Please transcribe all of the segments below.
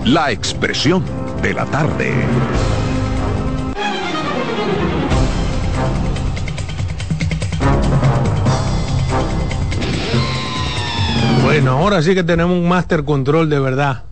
La expresión de la tarde. Bueno, ahora sí que tenemos un master control de verdad.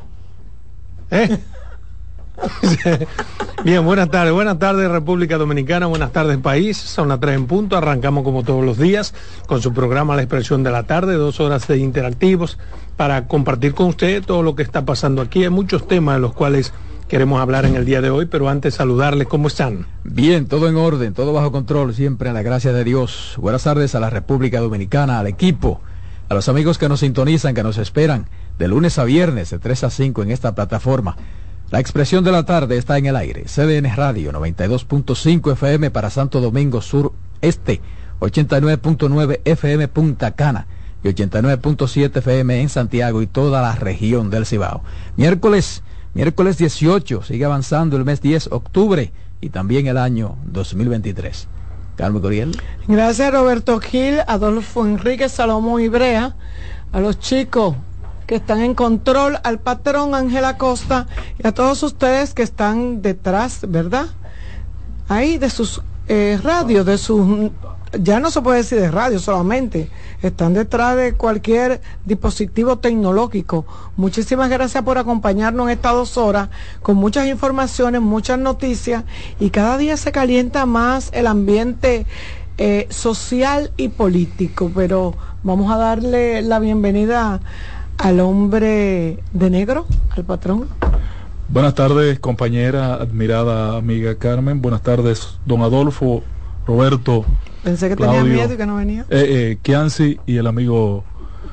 Bien, buenas tardes República Dominicana, buenas tardes país, son las 3 en punto, arrancamos como todos los días con su programa La Expresión de la Tarde, 2 horas de interactivos para compartir con usted todo lo que está pasando aquí. Hay muchos temas de los cuales queremos hablar en el día de hoy, pero antes saludarles, ¿cómo están? Bien, todo en orden, todo bajo control, siempre a la gracia de Dios. Buenas tardes a la República Dominicana, al equipo, a los amigos que nos sintonizan, que nos esperan de lunes a viernes de 3 a 5 en esta plataforma. La Expresión de la Tarde está en el aire. CDN Radio 92.5 FM para Santo Domingo Sur Este, 89.9 FM Punta Cana y 89.7 FM en Santiago y toda la región del Cibao. Miércoles 18, sigue avanzando el mes 10, octubre y también el año 2023. Carmen Coriel. Gracias Roberto Gil, Adolfo Enrique, Salomón Ibrea, a los chicos que están en control, al patrón Ángel Acosta y a todos ustedes que están detrás, ¿verdad? Ahí de sus radios, de sus, ya no se puede decir de radio solamente, están detrás de cualquier dispositivo tecnológico. Muchísimas gracias por acompañarnos en estas 2 horas con muchas informaciones, muchas noticias, y cada día se calienta más el ambiente social y político, pero vamos a darle la bienvenida al hombre de negro, al patrón. Buenas tardes, compañera, admirada amiga Carmen. Buenas tardes, don Adolfo, Roberto. Pensé que Claudio, tenía miedo y que no venía. Kianci y el amigo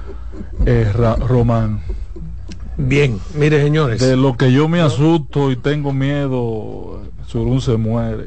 Román. Bien, mire señores. De lo que yo me asusto y tengo miedo, Surún se muere.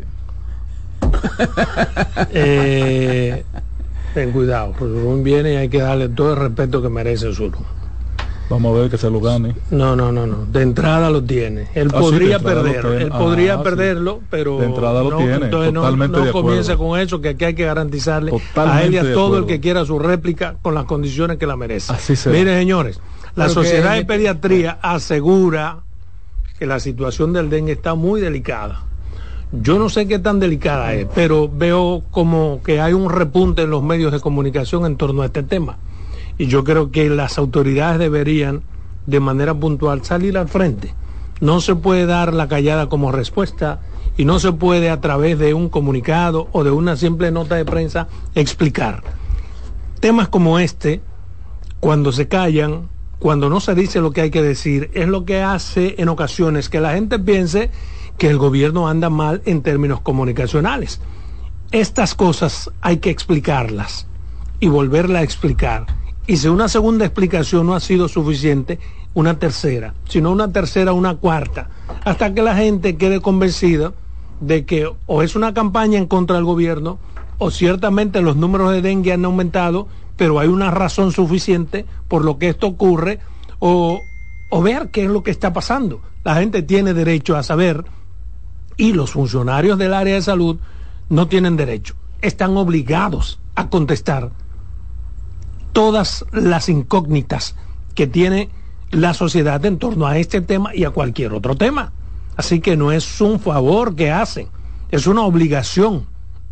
Ten cuidado, Surún viene y hay que darle todo el respeto que merece Surún. Vamos a ver que se lo gane. No. De entrada lo tiene. Él podría perderlo, pero de entrada lo tiene. Entonces no comience con eso, que aquí hay que garantizarle a él y a todo el que quiera su réplica con las condiciones que la merece. Así será. Miren, señores, la Sociedad de Pediatría asegura que la situación del dengue está muy delicada. Yo no sé qué tan delicada es, pero veo como que hay un repunte en los medios de comunicación en torno a este tema. Y yo creo que las autoridades deberían, de manera puntual, salir al frente. No se puede dar la callada como respuesta y no se puede, a través de un comunicado o de una simple nota de prensa, explicar. Temas como este, cuando se callan, cuando no se dice lo que hay que decir, es lo que hace en ocasiones que la gente piense que el gobierno anda mal en términos comunicacionales. Estas cosas hay que explicarlas y volverla a explicar. Y si una segunda explicación no ha sido suficiente, una tercera, sino una tercera, una cuarta, hasta que la gente quede convencida de que o es una campaña en contra del gobierno, o ciertamente los números de dengue han aumentado, pero hay una razón suficiente por lo que esto ocurre, o ver qué es lo que está pasando. La gente tiene derecho a saber, y los funcionarios del área de salud no tienen derecho, están obligados a contestar todas las incógnitas que tiene la sociedad en torno a este tema y a cualquier otro tema. Así que no es un favor que hacen, es una obligación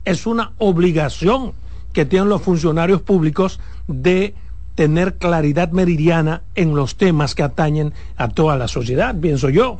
que tienen los funcionarios públicos de tener claridad meridiana en los temas que atañen a toda la sociedad, pienso yo.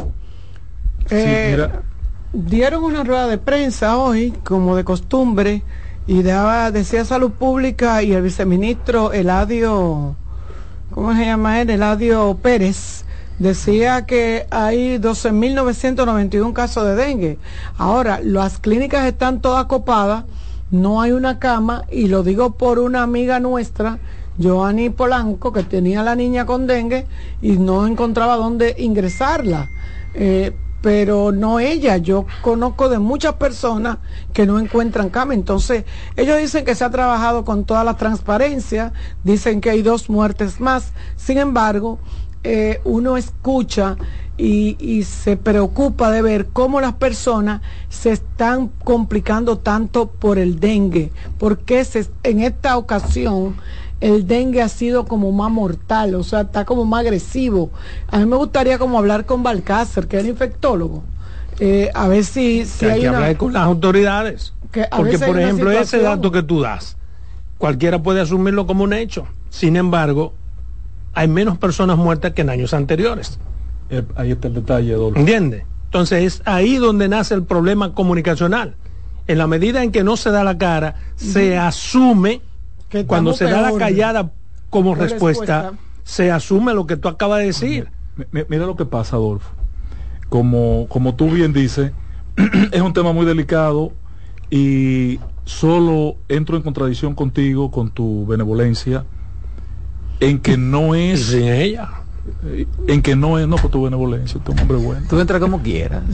Dieron una rueda de prensa hoy, como de costumbre, y decía Salud Pública y el viceministro Eladio, ¿cómo se llama él? Eladio Pérez, decía que hay 12.991 casos de dengue. Ahora, las clínicas están todas copadas, no hay una cama, y lo digo por una amiga nuestra, Joanny Polanco, que tenía la niña con dengue y no encontraba dónde ingresarla. Pero no ella, yo conozco de muchas personas que no encuentran cama. Entonces ellos dicen que se ha trabajado con toda la transparencia, dicen que hay 2 muertes más. Sin embargo, uno escucha y se preocupa de ver cómo las personas se están complicando tanto por el dengue, porque en esta ocasión el dengue ha sido como más mortal, o sea, está como más agresivo. A mí me gustaría como hablar con Balcácer, que es el infectólogo, a ver si hay que hablar con las autoridades, porque por ejemplo ese dato que tú das, cualquiera puede asumirlo como un hecho. Sin embargo, hay menos personas muertas que en años anteriores. Ahí está el detalle, Adolfo. ¿Entiendes? Entonces es ahí donde nace el problema comunicacional. En la medida en que no se da la cara, se asume que cuando se da la callada como respuesta, se asume lo que tú acabas de decir. Mira lo que pasa, Adolfo. Como tú bien dices, es un tema muy delicado y solo entro en contradicción contigo, con tu benevolencia, en que no es... Y sin ella. En que no es, no por tu benevolencia, tú un hombre bueno. Tú entras como quieras.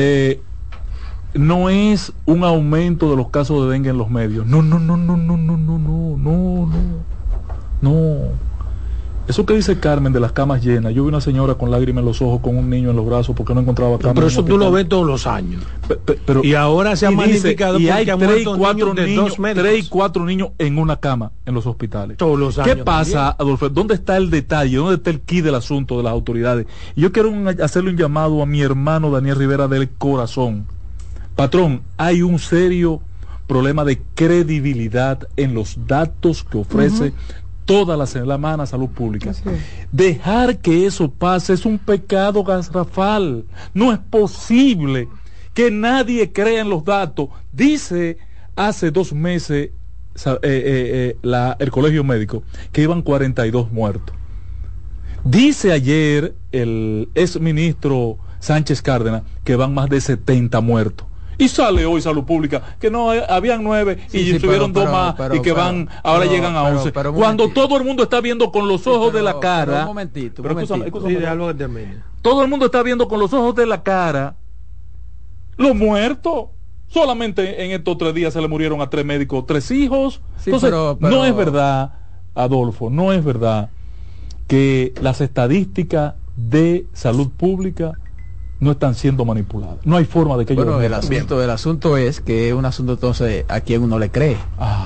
No es un aumento de los casos de dengue en los medios. No. Eso que dice Carmen de las camas llenas. Yo vi una señora con lágrimas en los ojos, con un niño en los brazos porque no encontraba cama. Pero eso tú lo ves todos los años. Pero y ahora se ha magnificado y hay 3 y 4 niños en una cama en los hospitales. Todos los años. ¿Qué pasa, Adolfo? ¿Dónde está el detalle? ¿Dónde está el quid del asunto de las autoridades? Y yo quiero hacerle un llamado a mi hermano Daniel Rivera del corazón. Patrón, hay un serio problema de credibilidad en los datos que ofrece toda la Semana Salud Pública. Sí. Dejar que eso pase es un pecado garrafal. No es posible que nadie crea en los datos. Dice hace 2 meses el Colegio Médico que iban 42 muertos. Dice ayer el exministro Sánchez Cárdenas que van más de 70 muertos. Y sale hoy Salud Pública que no habían 9 y subieron 2 más y que ahora llegan a 11. Cuando todo el mundo está viendo con los ojos de la cara. Un momentito. Todo el mundo está viendo con los ojos de la cara los muertos. Solamente en estos 3 días se le murieron a 3 médicos, 3 hijos. Sí, entonces, no es verdad, Adolfo, no es verdad que las estadísticas de salud pública no están siendo manipuladas. No hay forma de que ellos... Bueno, el asunto es que es un asunto entonces a quien uno le cree.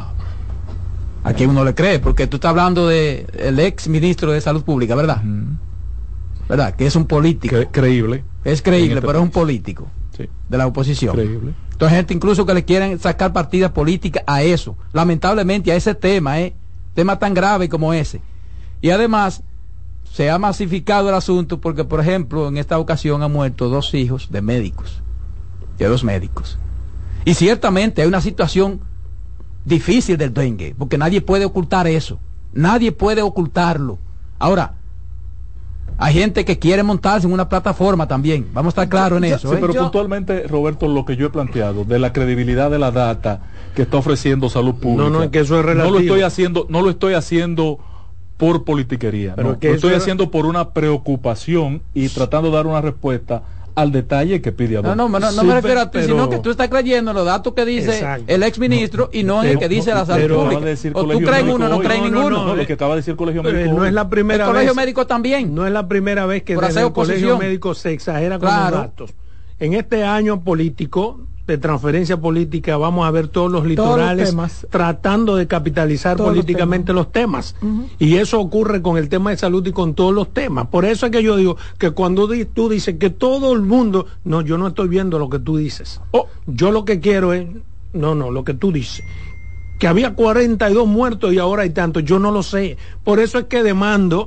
A quien uno le cree, porque tú estás hablando de el ex ministro de Salud Pública, ¿verdad? ¿Verdad? Que es un político. Creíble. Es creíble, pero es un político. Sí. De la oposición. Creíble. Entonces gente incluso que le quieren sacar partidas políticas a eso. Lamentablemente a ese tema, tema tan grave como ese. Y además se ha masificado el asunto porque, por ejemplo, en esta ocasión han muerto 2 hijos de médicos, de 2 médicos. Y ciertamente hay una situación difícil del dengue, porque nadie puede ocultar eso. Nadie puede ocultarlo. Ahora, hay gente que quiere montarse en una plataforma también. Vamos a estar claros en eso. Sí, pero puntualmente, Roberto, lo que yo he planteado de la credibilidad de la data que está ofreciendo Salud Pública. No, es que eso es relativo. No lo estoy haciendo por politiquería, lo estoy haciendo por una preocupación y tratando de dar una respuesta al detalle que pide Adolfo. No me refiero a ti, sino que tú estás creyendo en los datos que dice el exministro y no en el que dice la salud pública. O tú crees uno, no crees ninguno. No, lo que acaba de decir el Colegio Médico. No es la primera vez. El Colegio Médico también. No es la primera vez que desde el Colegio Médico se exagera con los datos. En este año político, de transferencia política, vamos a ver todos los litorales tratando de capitalizar políticamente los temas. Y eso ocurre con el tema de salud y con todos los temas. Por eso es que yo digo que cuando tú dices que todo el mundo... No, yo no estoy viendo lo que tú dices. Yo lo que quiero es... No, lo que tú dices. Que había 42 muertos y ahora hay tantos. Yo no lo sé. Por eso es que demando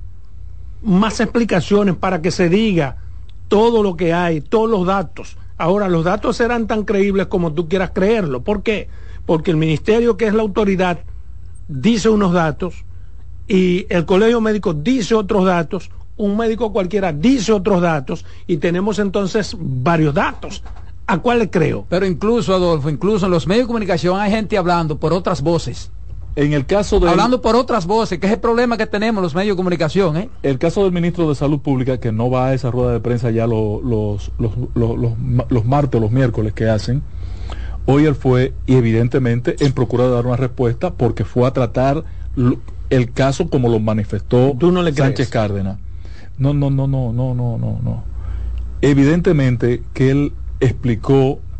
más explicaciones para que se diga todo lo que hay, todos los datos. Ahora, los datos serán tan creíbles como tú quieras creerlo. ¿Por qué? Porque el ministerio, que es la autoridad, dice unos datos y el Colegio Médico dice otros datos, un médico cualquiera dice otros datos y tenemos entonces varios datos. ¿A cuál le creo? Pero incluso, Adolfo, incluso en los medios de comunicación hay gente hablando por otras voces. En el caso de... Hablando por otras voces, que es el problema que tenemos los medios de comunicación, El caso del ministro de Salud Pública, que no va a esa rueda de prensa ya los martes o los miércoles que hacen, hoy él fue, y evidentemente en procura de dar una respuesta, porque fue a tratar el caso como lo manifestó Sánchez Cárdenas. No. Evidentemente que él explicó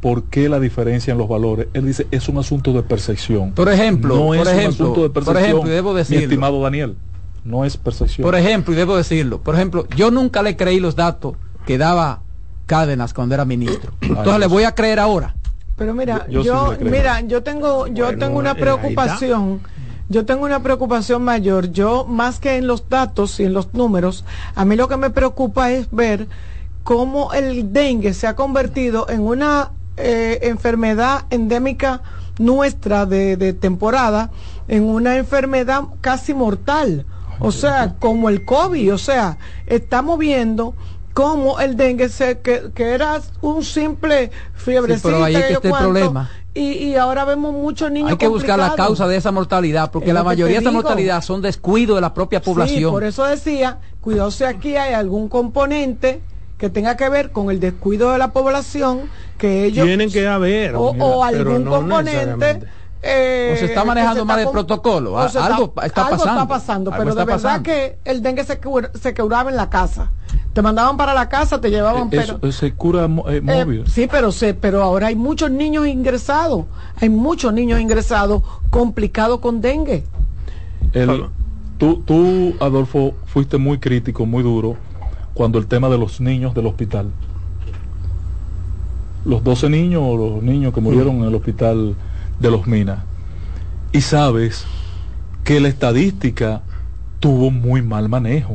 ¿por qué la diferencia en los valores? Él dice, es un asunto de percepción. Por ejemplo, no es un asunto de percepción, y debo decirlo, mi estimado Daniel, no es percepción. Por ejemplo, y debo decirlo, yo nunca le creí los datos que daba Cárdenas cuando era ministro. Entonces le voy a creer ahora. Pero mira, yo tengo una preocupación. Yo tengo una preocupación mayor. Yo, más que en los datos y en los números, a mí lo que me preocupa es ver cómo el dengue se ha convertido en una enfermedad endémica nuestra de temporada, en una enfermedad casi mortal. O sea, como el COVID. O sea, estamos viendo cómo el dengue que era un simple fiebrecita, pero ahí es que está el problema. Y ahora vemos muchos niños. Hay que buscar la causa de esa mortalidad, porque la mayoría de esa mortalidad son descuido de la propia población. Sí, por eso decía, cuidado si aquí hay algún componente que tenga que ver con el descuido de la población, que ellos tienen que haber o algún componente o se está manejando mal el protocolo, algo está pasando, pero de verdad que el dengue se curaba en la casa. Te mandaban para la casa, te llevaban, pero se cura móvil. Sí, pero ahora hay muchos niños ingresados, complicados con dengue. Tú, Adolfo, fuiste muy crítico, muy duro cuando el tema de los niños del hospital, los 12 niños o los niños que murieron en el hospital de Los Minas, y sabes que la estadística tuvo muy mal manejo.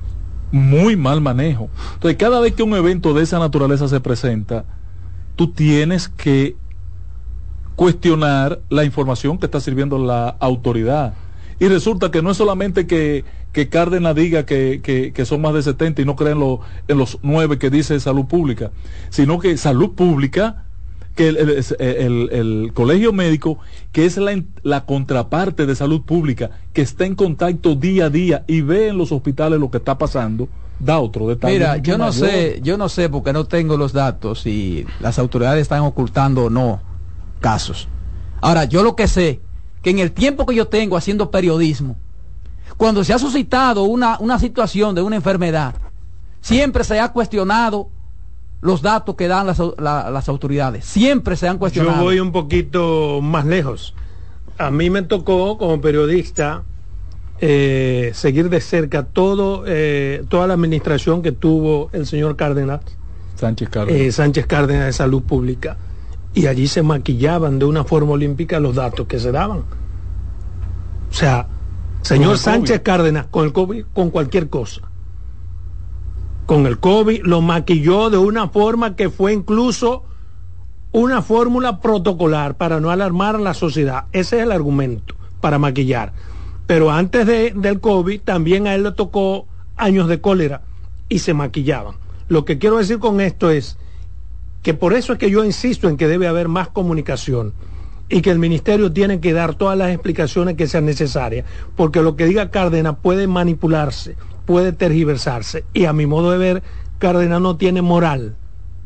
Entonces, cada vez que un evento de esa naturaleza se presenta, tú tienes que cuestionar la información que está sirviendo la autoridad. Y resulta que no es solamente que Cárdenas diga que son más de 70 y no creen en los 9 que dice Salud Pública, sino que Salud Pública, que el colegio médico, que es la contraparte de Salud Pública, que está en contacto día a día y ve en los hospitales lo que está pasando, da otro detalle. Mira, yo no sé porque no tengo los datos si las autoridades están ocultando o no casos. Ahora, yo lo que sé, que en el tiempo que yo tengo haciendo periodismo, cuando se ha suscitado una situación de una enfermedad, siempre se ha cuestionado los datos que dan las autoridades. Siempre se han cuestionado. Yo voy un poquito más lejos. A mí me tocó, como periodista, seguir de cerca toda la administración que tuvo el señor Sánchez Cárdenas de Salud Pública. Y allí se maquillaban de una forma olímpica los datos que se daban. O sea, señor Sánchez Cárdenas, con el COVID, con cualquier cosa. Con el COVID lo maquilló de una forma que fue incluso una fórmula protocolar para no alarmar a la sociedad. Ese es el argumento para maquillar. Pero antes del COVID también a él le tocó años de cólera y se maquillaban. Lo que quiero decir con esto es que por eso es que yo insisto en que debe haber más comunicación y que el ministerio tiene que dar todas las explicaciones que sean necesarias, porque lo que diga Cárdenas puede manipularse, puede tergiversarse, y a mi modo de ver, Cárdenas no tiene moral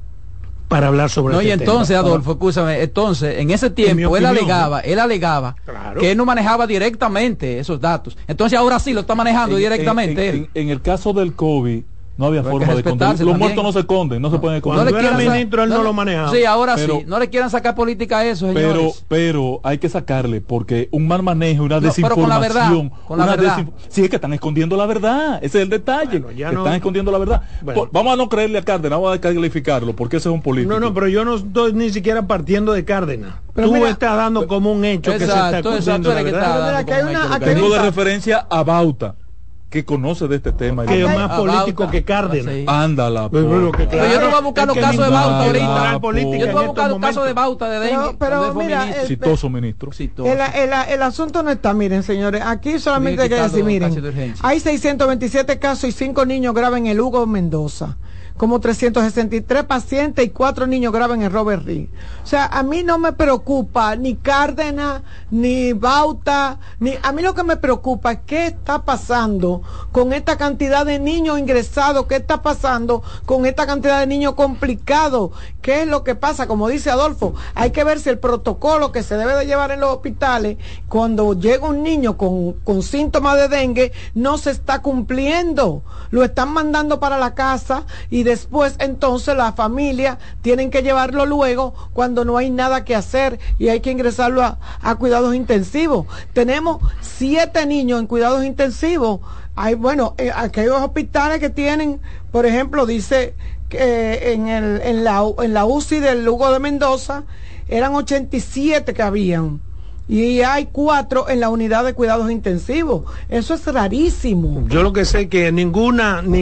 para hablar sobre este tema. No, y entonces, Adolfo, escúchame, entonces, en ese tiempo él alegaba claro, que él no manejaba directamente esos datos. Entonces ahora sí lo está manejando directamente. En el caso del COVID, no había forma de esconder. Los muertos no se esconden, no se pueden esconder. Cuando era ministro él no lo manejaba. Sí, ahora sí. No le quieran sacar política a eso, señores. Pero hay que sacarle, porque un mal manejo, una desinformación. Con la verdad. Sí, es que están escondiendo la verdad. Ese es el detalle. Bueno, están escondiendo la verdad. Bueno. Vamos a no creerle a Cárdenas, vamos a descalificarlo, porque ese es un político. No, pero yo no estoy ni siquiera partiendo de Cárdenas. Pero tú estás dando como un hecho que se está escondiendo la verdad. Tengo de referencia a Bauta, que conoce de este tema, que es más político que Cárdenas. Sí. Ándala, pero yo no voy a buscar los casos de Bauta ahorita. Yo no voy a buscar los casos de Bauta de dengue. Pero mira, exitoso ministro. El asunto no está, miren, señores, aquí solamente hay que decir, miren, hay 627 casos y 5 niños graves en el Hugo Mendoza, como 363 pacientes y 4 niños graves en el Robert Reed. O sea, a mí no me preocupa ni Cárdenas, ni Bauta, a mí lo que me preocupa es qué está pasando con esta cantidad de niños ingresados, qué está pasando con esta cantidad de niños complicados, qué es lo que pasa. Como dice Adolfo, hay que ver si el protocolo que se debe de llevar en los hospitales, cuando llega un niño con síntomas de dengue, no se está cumpliendo. Lo están mandando para la casa y después entonces la familia tienen que llevarlo luego cuando no hay nada que hacer y hay que ingresarlo a cuidados intensivos. Tenemos 7 niños en cuidados intensivos. Hay, bueno, aquellos hospitales que tienen, por ejemplo, dice que en la UCI del Lugo de Mendoza eran 87 que habían. Y hay 4 en la unidad de cuidados intensivos. Eso es rarísimo. Yo lo que sé es que ningún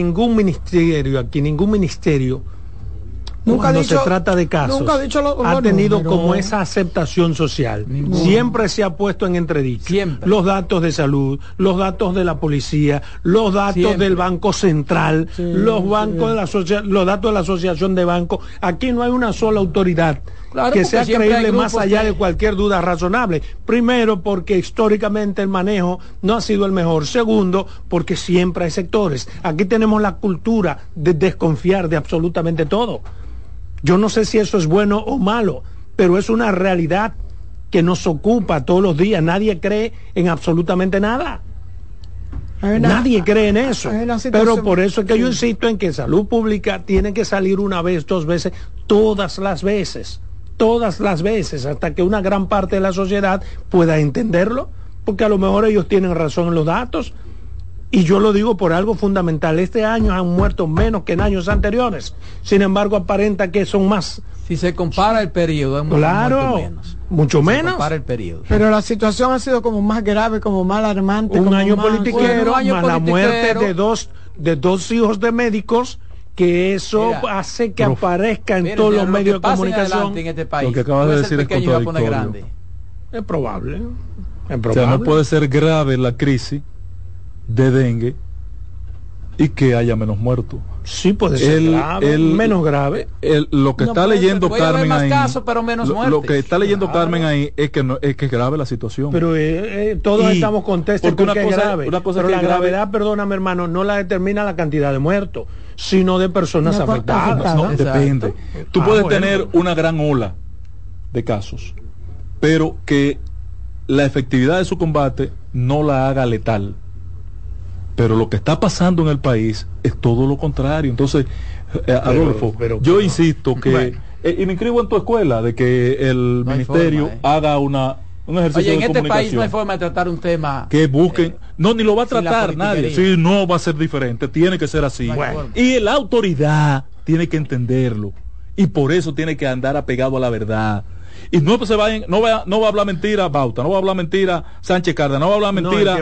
ministerio nunca cuando dicho, se trata de casos ha tenido como esa aceptación social. Siempre se ha puesto en entredicho los datos de salud, los datos de la policía, los datos del Banco Central, los datos de la Asociación de Bancos. Aquí no hay una sola autoridad que sea creíble más allá de cualquier duda razonable. Primero, porque históricamente el manejo no ha sido el mejor. Segundo, porque siempre hay sectores. Aquí tenemos la cultura de desconfiar de absolutamente todo. Yo no sé si eso es bueno o malo, pero es una realidad que nos ocupa todos los días. Nadie cree en absolutamente nada. Nadie cree en eso. Pero por eso es que yo insisto en que salud pública tiene que salir una vez, 2 veces, todas las veces, hasta que una gran parte de la sociedad pueda entenderlo, porque a lo mejor ellos tienen razón en los datos. Y yo lo digo por algo fundamental. Este año han muerto menos que en años anteriores. Sin embargo, aparenta que son más. Si se compara el periodo, claro, mucho menos. Se compara el periodo. Pero la situación ha sido como más grave, como más alarmante. Un año politiquero, más la muerte de dos hijos de médicos, que eso hace que aparezca en todos los medios de comunicación. En este país, lo que acabas de decir es contradictorio. Es probable. O sea, no puede ser grave la crisis de dengue y que haya menos muertos. Sí, puede ser menos grave. Lo que está leyendo Carmen ahí, lo que está leyendo Carmen ahí es que es grave la situación. Pero todos estamos contestos porque es grave. Pero la gravedad, perdóname hermano, no la determina la cantidad de muertos, sino de personas afectadas. No, depende. Tú puedes tener una gran ola de casos, pero que la efectividad de su combate no la haga letal. Pero lo que está pasando en el país es todo lo contrario. Entonces, Adolfo, yo insisto que, y me inscribo en tu escuela, de que el ministerio haga un ejercicio de comunicación. En este país no hay forma de tratar un tema. Que busquen, ni lo va a tratar nadie. Sí, no va a ser diferente, tiene que ser así. Y la autoridad tiene que entenderlo. Y por eso tiene que andar apegado a la verdad. Y no va a hablar mentira Bauta, no va a hablar mentira Sánchez Cárdenas, no va a hablar mentira,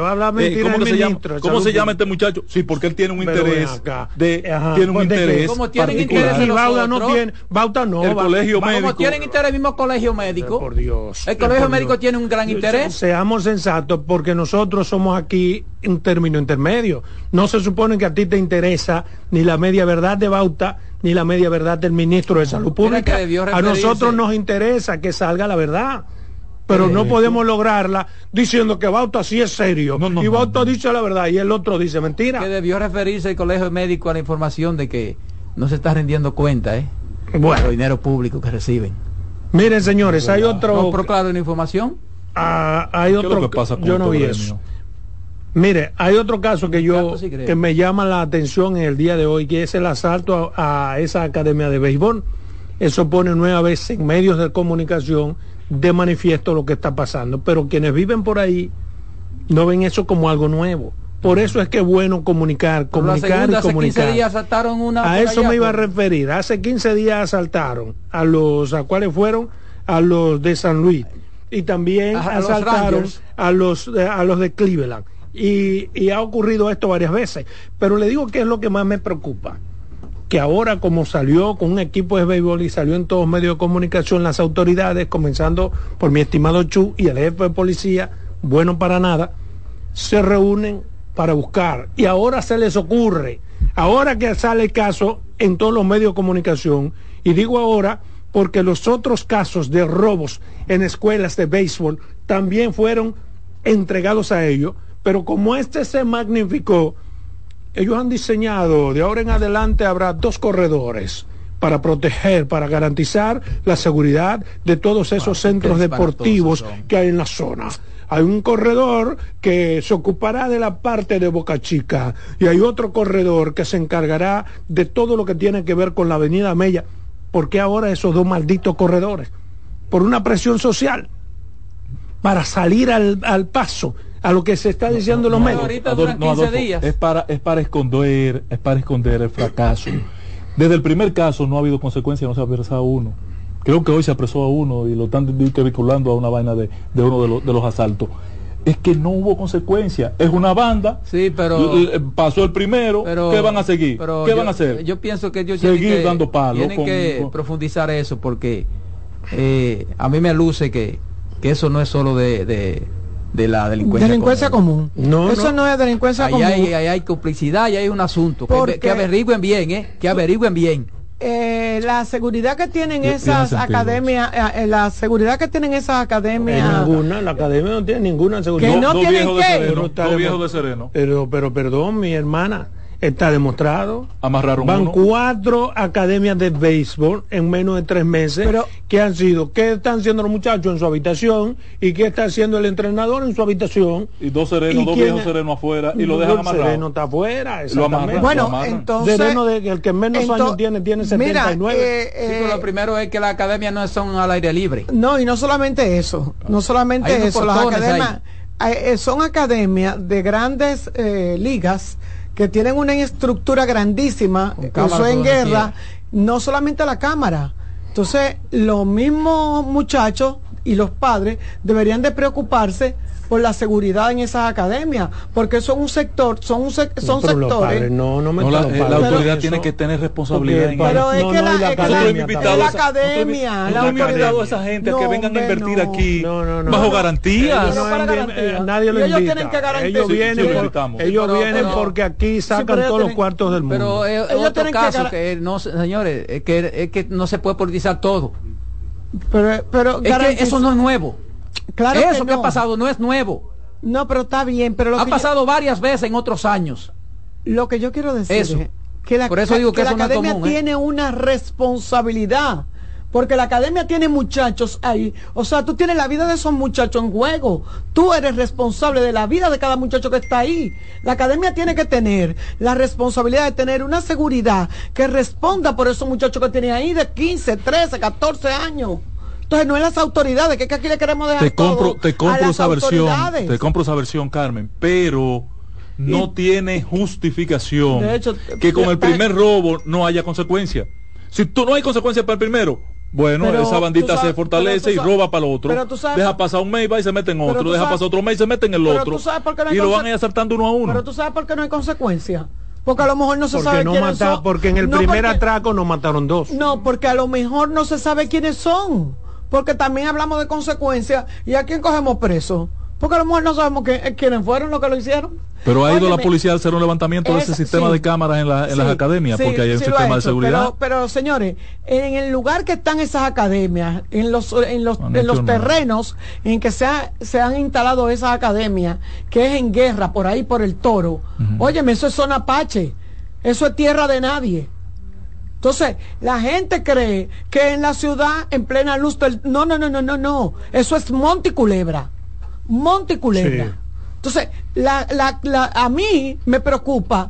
¿cómo se llama este muchacho? Sí, porque él tiene un interés tiene un interés como tienen interés en Bauta no, el colegio médico, como tienen interés el mismo colegio médico, por Dios, el colegio médico tiene un gran interés. Seamos sensatos, porque nosotros somos aquí un término intermedio. No se supone que a ti te interesa ni la media verdad de Bauta ni la media verdad del ministro de Salud Pública. A nosotros nos interesa que salga la verdad, pero no podemos lograrla diciendo que Bauta sí es serio y Bauta dice la verdad y el otro dice mentira. Que debió referirse el colegio médico a la información de que no se está rendiendo cuenta bueno, el dinero público que reciben. Miren señores, hay otro. No, pero claro, la información. Hay otro. Yo no vi eso. Mire, hay otro caso que me llama la atención en el día de hoy, que es el asalto a esa academia de béisbol. Eso pone nueva vez en medios de comunicación de manifiesto lo que está pasando, pero quienes viven por ahí no ven eso como algo nuevo. Por eso es que es bueno comunicar y comunicar. Hace 15 días asaltaron una. A eso me iba a referir. Hace 15 días asaltaron ¿a cuáles fueron? A los de San Luis, y también asaltaron a los de Cleveland. Y ha ocurrido esto varias veces, pero le digo que es lo que más me preocupa, que ahora como salió con un equipo de béisbol y salió en todos los medios de comunicación, las autoridades, comenzando por mi estimado Chu y el jefe de policía, bueno para nada, se reúnen para buscar, y ahora se les ocurre, ahora que sale el caso en todos los medios de comunicación, y digo ahora porque los otros casos de robos en escuelas de béisbol también fueron entregados a ellos. Pero como este se magnificó, ellos han diseñado, de ahora en adelante habrá 2 corredores para proteger, para garantizar la seguridad de todos esos centros deportivos que hay en la zona. hay un corredor que se ocupará de la parte de Boca Chica y hay otro corredor que se encargará de todo lo que tiene que ver con la avenida Mella. ¿Por qué ahora esos dos malditos corredores? Por una presión social, para salir al paso a lo que se está diciendo en los medios. Ahorita duran 15 días. Es para esconder el fracaso. Desde el primer caso no ha habido consecuencias, no se ha apresado uno. Creo que hoy se apresó a uno y lo están vinculando a una vaina de uno de los asaltos. Es que no hubo consecuencia. Es una banda. Sí, pero pasó el primero. ¿Qué van a seguir? ¿Qué van a hacer? Yo pienso que ellos seguir dando palos. Tienen que profundizar eso porque a mí me luce que eso no es solo de la delincuencia común. No, eso no es delincuencia común. Hay complicidad y hay un asunto. Que averigüen bien, que averigüen bien. La seguridad que tienen esas academias, la academia no tiene ninguna seguridad. Que no tienen dos viejos de Sereno. Pero perdón, mi hermana, está demostrado. Amarraron Van uno. 4 academias de béisbol en menos de 3 meses. Pero, ¿qué están haciendo los muchachos en su habitación? ¿Y qué está haciendo el entrenador en su habitación? Y dos viejos serenos afuera y lo dejan amarrado. Sereno está afuera, exactamente. Bueno, entonces Sereno, el que menos años tiene 79. Mira, pero lo primero es que las academias no son al aire libre. No, y no solamente eso. No solamente eso. Las academias son academias de grandes ligas que tienen una estructura grandísima, eso en guerra, no solamente la cámara. Entonces, los mismos muchachos y los padres deberían de preocuparse por la seguridad en esas academias, porque son sectores. La autoridad tiene que tener responsabilidad en pero es que la academia no hemos invitado a esa gente a que vengan a invertir aquí bajo garantías. Nadie lo invita. Tienen que garantizar. Ellos vienen porque aquí sacan todos los cuartos del mundo. Pero es otro caso que no, señores, es que no se puede politizar todo. Pero es que eso no es nuevo. Claro, eso que ha pasado no es nuevo. No, pero está bien, pero ha pasado varias veces en otros años. Lo que yo quiero decir es que la academia común, tiene una responsabilidad, porque la academia tiene muchachos ahí. O sea, tú tienes la vida de esos muchachos en juego. Tú eres responsable de la vida de cada muchacho que está ahí. La academia tiene que tener la responsabilidad de tener una seguridad que responda por esos muchachos que tiene ahí de 15, 13, 14 años. Entonces no es las autoridades, que aquí le queremos dejar te compro esa versión, Carmen, pero no tiene justificación de hecho, que con el primer robo no haya consecuencia. Si tú no hay consecuencia para el primero, bueno, esa bandita se fortalece y roba para el otro. Deja pasar un mes y va y se mete en otro, deja pasar otro mes y se mete en el otro. Y lo van a ir asaltando uno a uno. Pero tú sabes por qué no hay consecuencia. Porque a lo mejor no se sabe quiénes son. Porque en el primer atraco nos mataron 2. No, porque a lo mejor no se sabe quiénes son. Porque también hablamos de consecuencias. ¿Y a quién cogemos preso? Porque a lo mejor no sabemos quiénes fueron los que lo hicieron. Pero ha ido la policía a hacer un levantamiento de ese sistema de cámaras en las academias, porque hay un sistema de seguridad. Pero señores, en el lugar que están esas academias, en los terrenos en que se han instalado esas academias, que es en guerra, por ahí por el Toro, óyeme, eso es zona Apache, eso es tierra de nadie. Entonces, la gente cree que en la ciudad, en plena luz no. Eso es Monte y Culebra. Sí. Entonces, a mí me preocupa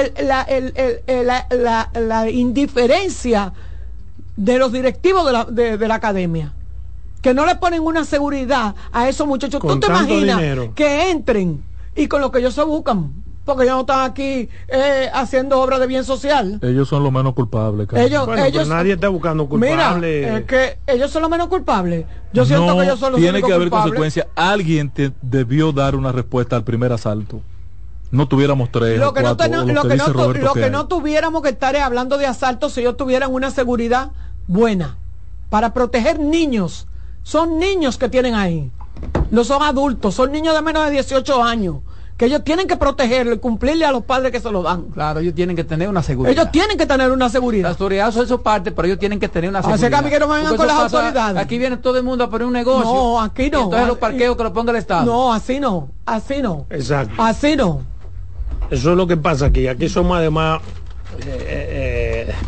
la indiferencia de los directivos de la academia, que no le ponen una seguridad a esos muchachos. ¿Tú te imaginas que entren y con lo que ellos se buscan? Porque ellos no están aquí haciendo obras de bien social. Ellos son los menos culpables. Ellos, nadie está buscando culpables. Mira, es que ellos son los menos culpables. Yo siento que ellos son los únicos culpables. Tiene que haber consecuencias. Alguien debió dar una respuesta al primer asalto. No tuviéramos 3 o 4. Lo que no tuviéramos que estar hablando de asaltos si ellos tuvieran una seguridad buena para proteger niños. Son niños que tienen ahí. No son adultos, son niños de menos de 18 años. Que ellos tienen que protegerlo y cumplirle a los padres que se lo dan. Claro, ellos tienen que tener una seguridad. Ellos tienen que tener una seguridad. Las autoridades son su parte, pero ellos tienen que tener una seguridad. Así que a mí que no vengan con las autoridades. Aquí viene todo el mundo a poner un negocio. No, aquí no. Entonces los parqueos que lo ponga el Estado. No, así no. Exacto. Así no. Eso es lo que pasa aquí. Aquí somos además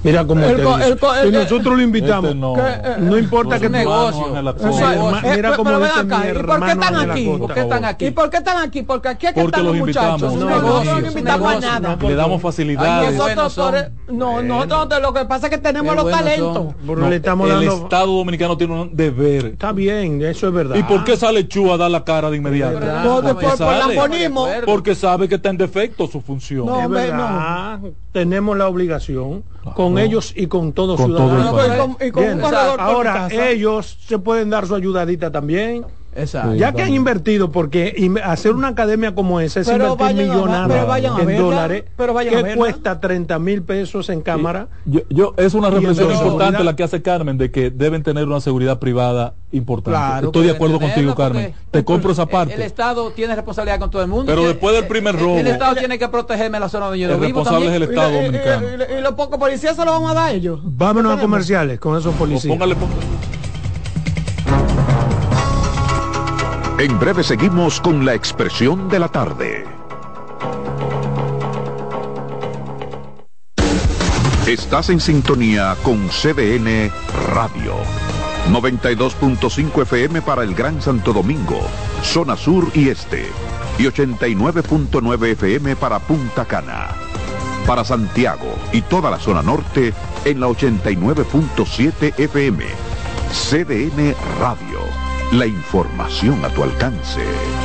Mira cómo te dice. Si nosotros lo invitamos, no importa que negocio. Mira cómo dice mi ¿Y por qué están aquí? ¿Por qué están aquí? ¿Y por qué están aquí? Porque aquí es que Porque están los los muchachos. invitamos. Nosotros no invitamos a nada. Le damos facilidades. Nosotros lo que pasa es que tenemos los talentos. Le estamos El dando. Estado Dominicano tiene un deber. Está bien, eso es verdad. ¿Y por qué sale Chu a dar la cara de inmediato? Por lambonismo. Porque sabe que está en defecto su función. Es verdad, tenemos la obligación con ellos y con todos Con todo el ciudadanos. Y con un corredor por Ahora casa. ellos se pueden dar su ayudadita también. Exacto. Ya que han invertido, porque hacer una academia como esa es Pero invertir vayan a- millonarios pero vayan a en verla, dólares, pero vayan a que verla. cuesta 30,000 pesos en cámara. Es una reflexión Pero- importante la que hace Carmen de que deben tener una seguridad privada importante. Claro, Estoy de deben acuerdo tenerla contigo, Carmen. porque Te compro esa parte. El Estado tiene responsabilidad con todo el mundo. Pero después del primer robo, el Estado tiene que protegerme la zona donde yo el vivo responsable es también. el Estado Dominicano. Y los pocos policías se lo vamos a dar a ellos. Vámonos a comerciales con esos O policías. póngale. En breve seguimos con la expresión de la tarde. Estás en sintonía con CDN Radio. 92.5 FM para el Gran Santo Domingo, zona sur y este. Y 89.9 FM para Punta Cana. Para Santiago y toda la zona norte en la 89.7 FM. CDN Radio. La información a tu alcance.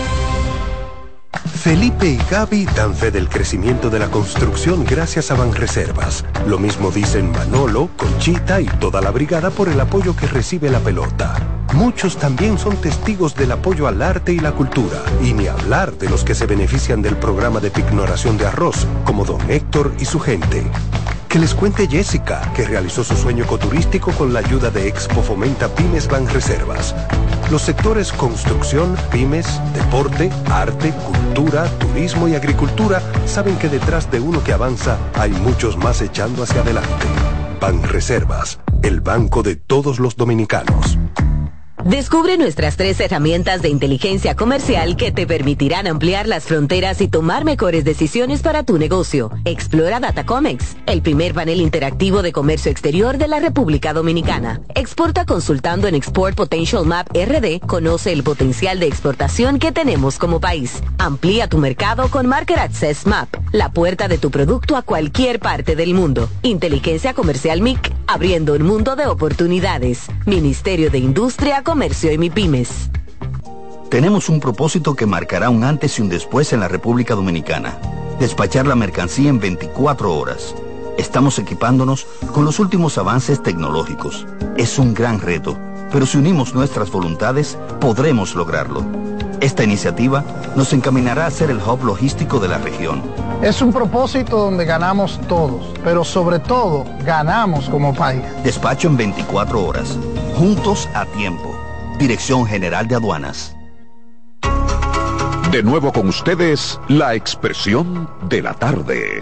Felipe y Gaby dan fe del crecimiento de la construcción gracias a Banreservas. Lo mismo dicen Manolo, Conchita y toda la brigada por el apoyo que recibe la pelota. Muchos también son testigos del apoyo al arte y la cultura, y ni hablar de los que se benefician del programa de pignoración de arroz, como don Héctor y su gente. Que les cuente Jessica, que realizó su sueño ecoturístico con la ayuda de Expo Fomenta Pymes Banreservas. Los sectores construcción, pymes, deporte, arte, cultura, turismo y agricultura saben que detrás de uno que avanza hay muchos más echando hacia adelante. Banreservas, el banco de todos los dominicanos. Descubre nuestras 3 herramientas de inteligencia comercial que te permitirán ampliar las fronteras y tomar mejores decisiones para tu negocio. Explora Datacomex, el primer panel interactivo de comercio exterior de la República Dominicana. Exporta consultando en Export Potential Map RD. Conoce el potencial de exportación que tenemos como país. Amplía tu mercado con Market Access Map, la puerta de tu producto a cualquier parte del mundo. Inteligencia Comercial MIC, abriendo un mundo de oportunidades. Ministerio de Industria, Comercio y MIPYMES. Tenemos un propósito que marcará un antes y un después en la República Dominicana. Despachar la mercancía en 24 horas. Estamos equipándonos con los últimos avances tecnológicos. Es un gran reto, pero si unimos nuestras voluntades, podremos lograrlo. Esta iniciativa nos encaminará a ser el hub logístico de la región. Es un propósito donde ganamos todos, pero sobre todo ganamos como país. Despacho en 24 horas. Juntos a tiempo. Dirección General de Aduanas. De nuevo con ustedes, la expresión de la tarde.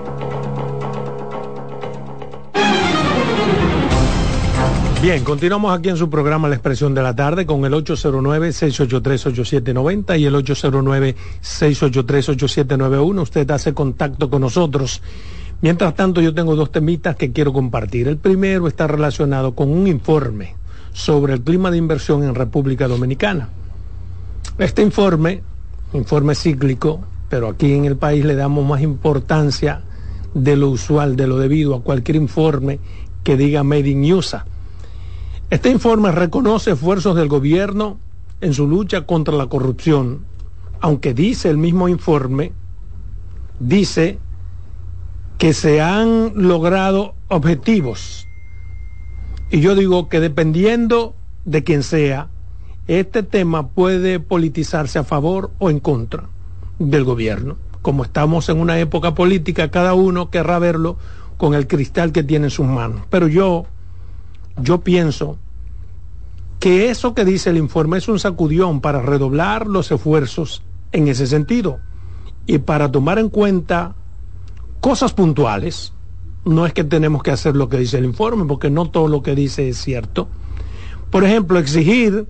Bien, continuamos aquí en su programa La Expresión de la Tarde con el 809-683-8790 y el 809-683-8791. Usted hace contacto con nosotros. Mientras tanto, yo tengo 2 temitas que quiero compartir. El primero está relacionado con un informe sobre el clima de inversión en República Dominicana. Este informe cíclico, pero aquí en el país le damos más importancia de lo usual, de lo debido a cualquier informe que diga Made in USA. Este informe reconoce esfuerzos del gobierno en su lucha contra la corrupción, aunque dice el mismo informe, dice que se han logrado objetivos. Y yo digo que dependiendo de quién sea, este tema puede politizarse a favor o en contra del gobierno. Como estamos en una época política, cada uno querrá verlo con el cristal que tiene en sus manos. Pero yo pienso que eso que dice el informe es un sacudión para redoblar los esfuerzos en ese sentido y para tomar en cuenta cosas puntuales. No es que tenemos que hacer lo que dice el informe, porque no todo lo que dice es cierto. Por ejemplo, exigir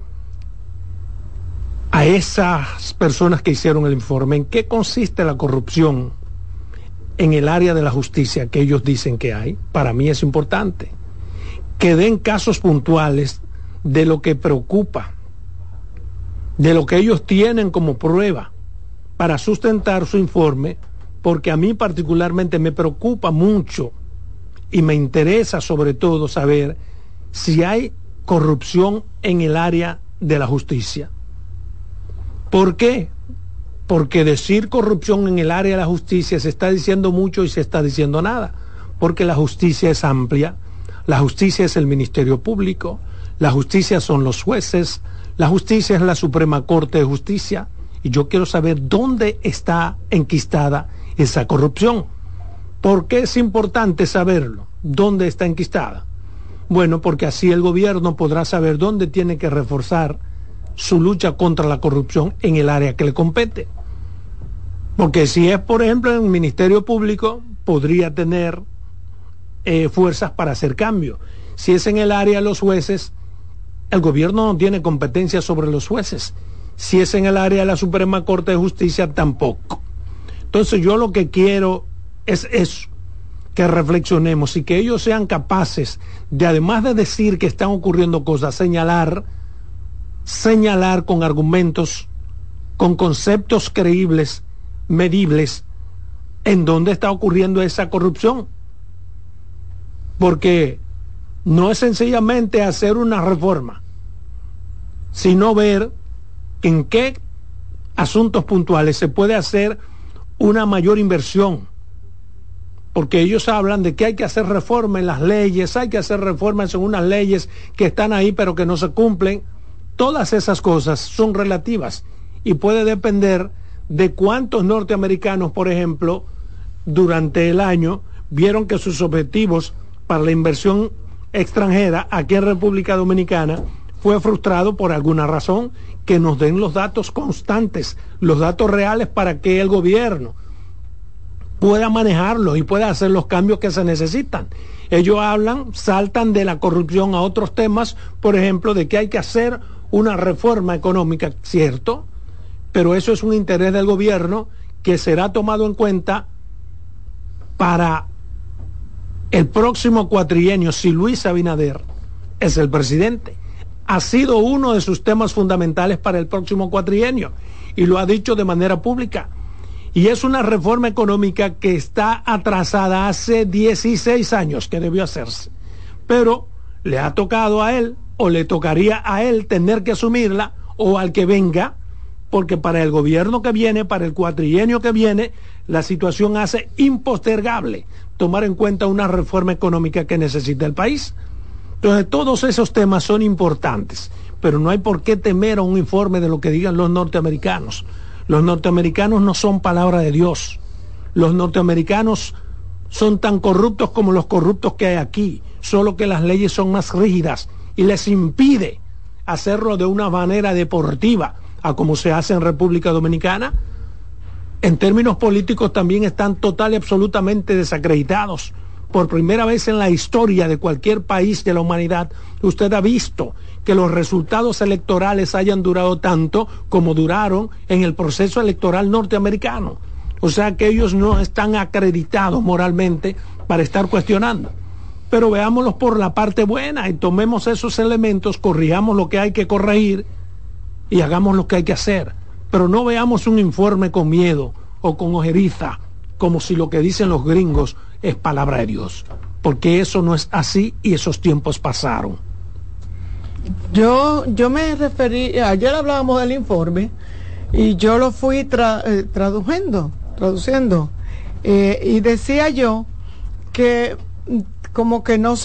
a esas personas que hicieron el informe en qué consiste la corrupción en el área de la justicia que ellos dicen que hay. Para mí es importante que den casos puntuales de lo que preocupa, de lo que ellos tienen como prueba para sustentar su informe, porque a mí particularmente me preocupa mucho y me interesa sobre todo saber si hay corrupción en el área de la justicia. ¿Por qué? Porque decir corrupción en el área de la justicia se está diciendo mucho y se está diciendo nada, porque la justicia es amplia, la justicia es el Ministerio Público, la justicia son los jueces, la justicia es la Suprema Corte de Justicia, y yo quiero saber dónde está enquistada esa corrupción. ¿Por qué es importante saberlo? ¿Dónde está enquistada? Bueno, porque así el gobierno podrá saber dónde tiene que reforzar su lucha contra la corrupción en el área que le compete. Porque si es, por ejemplo, en el Ministerio Público, podría tener fuerzas para hacer cambio. Si es en el área de los jueces, el gobierno no tiene competencia sobre los jueces. Si es en el área de la Suprema Corte de Justicia, tampoco. Entonces yo lo que quiero es eso, que reflexionemos y que ellos sean capaces de, además de decir que están ocurriendo cosas, señalar con argumentos, con conceptos creíbles, medibles, en dónde está ocurriendo esa corrupción. Porque no es sencillamente hacer una reforma, sino ver en qué asuntos puntuales se puede hacer una mayor inversión. Porque ellos hablan de que hay que hacer reforma en las leyes, hay que hacer reformas en unas leyes que están ahí pero que no se cumplen. Todas esas cosas son relativas y puede depender de cuántos norteamericanos, por ejemplo, durante el año vieron que sus objetivos para la inversión extranjera aquí en República Dominicana fue frustrado por alguna razón. Que nos den los datos constantes, los datos reales, para que el gobierno pueda manejarlos y pueda hacer los cambios que se necesitan. Ellos saltan de la corrupción a otros temas, por ejemplo, de que hay que hacer una reforma económica, cierto, pero eso es un interés del gobierno que será tomado en cuenta para el próximo cuatrienio, si Luis Abinader es el presidente. Ha sido uno de sus temas fundamentales para el próximo cuatrienio y lo ha dicho de manera pública. Y es una reforma económica que está atrasada hace 16 años que debió hacerse. Pero le ha tocado a él, o le tocaría a él tener que asumirla, o al que venga, porque para el gobierno que viene, para el cuatrienio que viene, la situación hace impostergable tomar en cuenta una reforma económica que necesita el país. Entonces todos esos temas son importantes, pero no hay por qué temer a un informe de lo que digan los norteamericanos. Los norteamericanos no son palabra de Dios. Los norteamericanos son tan corruptos como los corruptos que hay aquí, solo que las leyes son más rígidas y les impide hacerlo de una manera deportiva, a como se hace en República Dominicana. En términos políticos también están total y absolutamente desacreditados. Por primera vez en la historia de cualquier país de la humanidad, usted ha visto que los resultados electorales hayan durado tanto como duraron en el proceso electoral norteamericano. O sea que ellos no están acreditados moralmente para estar cuestionando. Pero veámoslos por la parte buena y tomemos esos elementos, corrijamos lo que hay que corregir y hagamos lo que hay que hacer. Pero no veamos un informe con miedo o con ojeriza, como si lo que dicen los gringos es palabra de Dios, porque eso no es así y esos tiempos pasaron. Yo me referí, ayer hablábamos del informe y yo lo fui traduciendo, y decía yo que como que no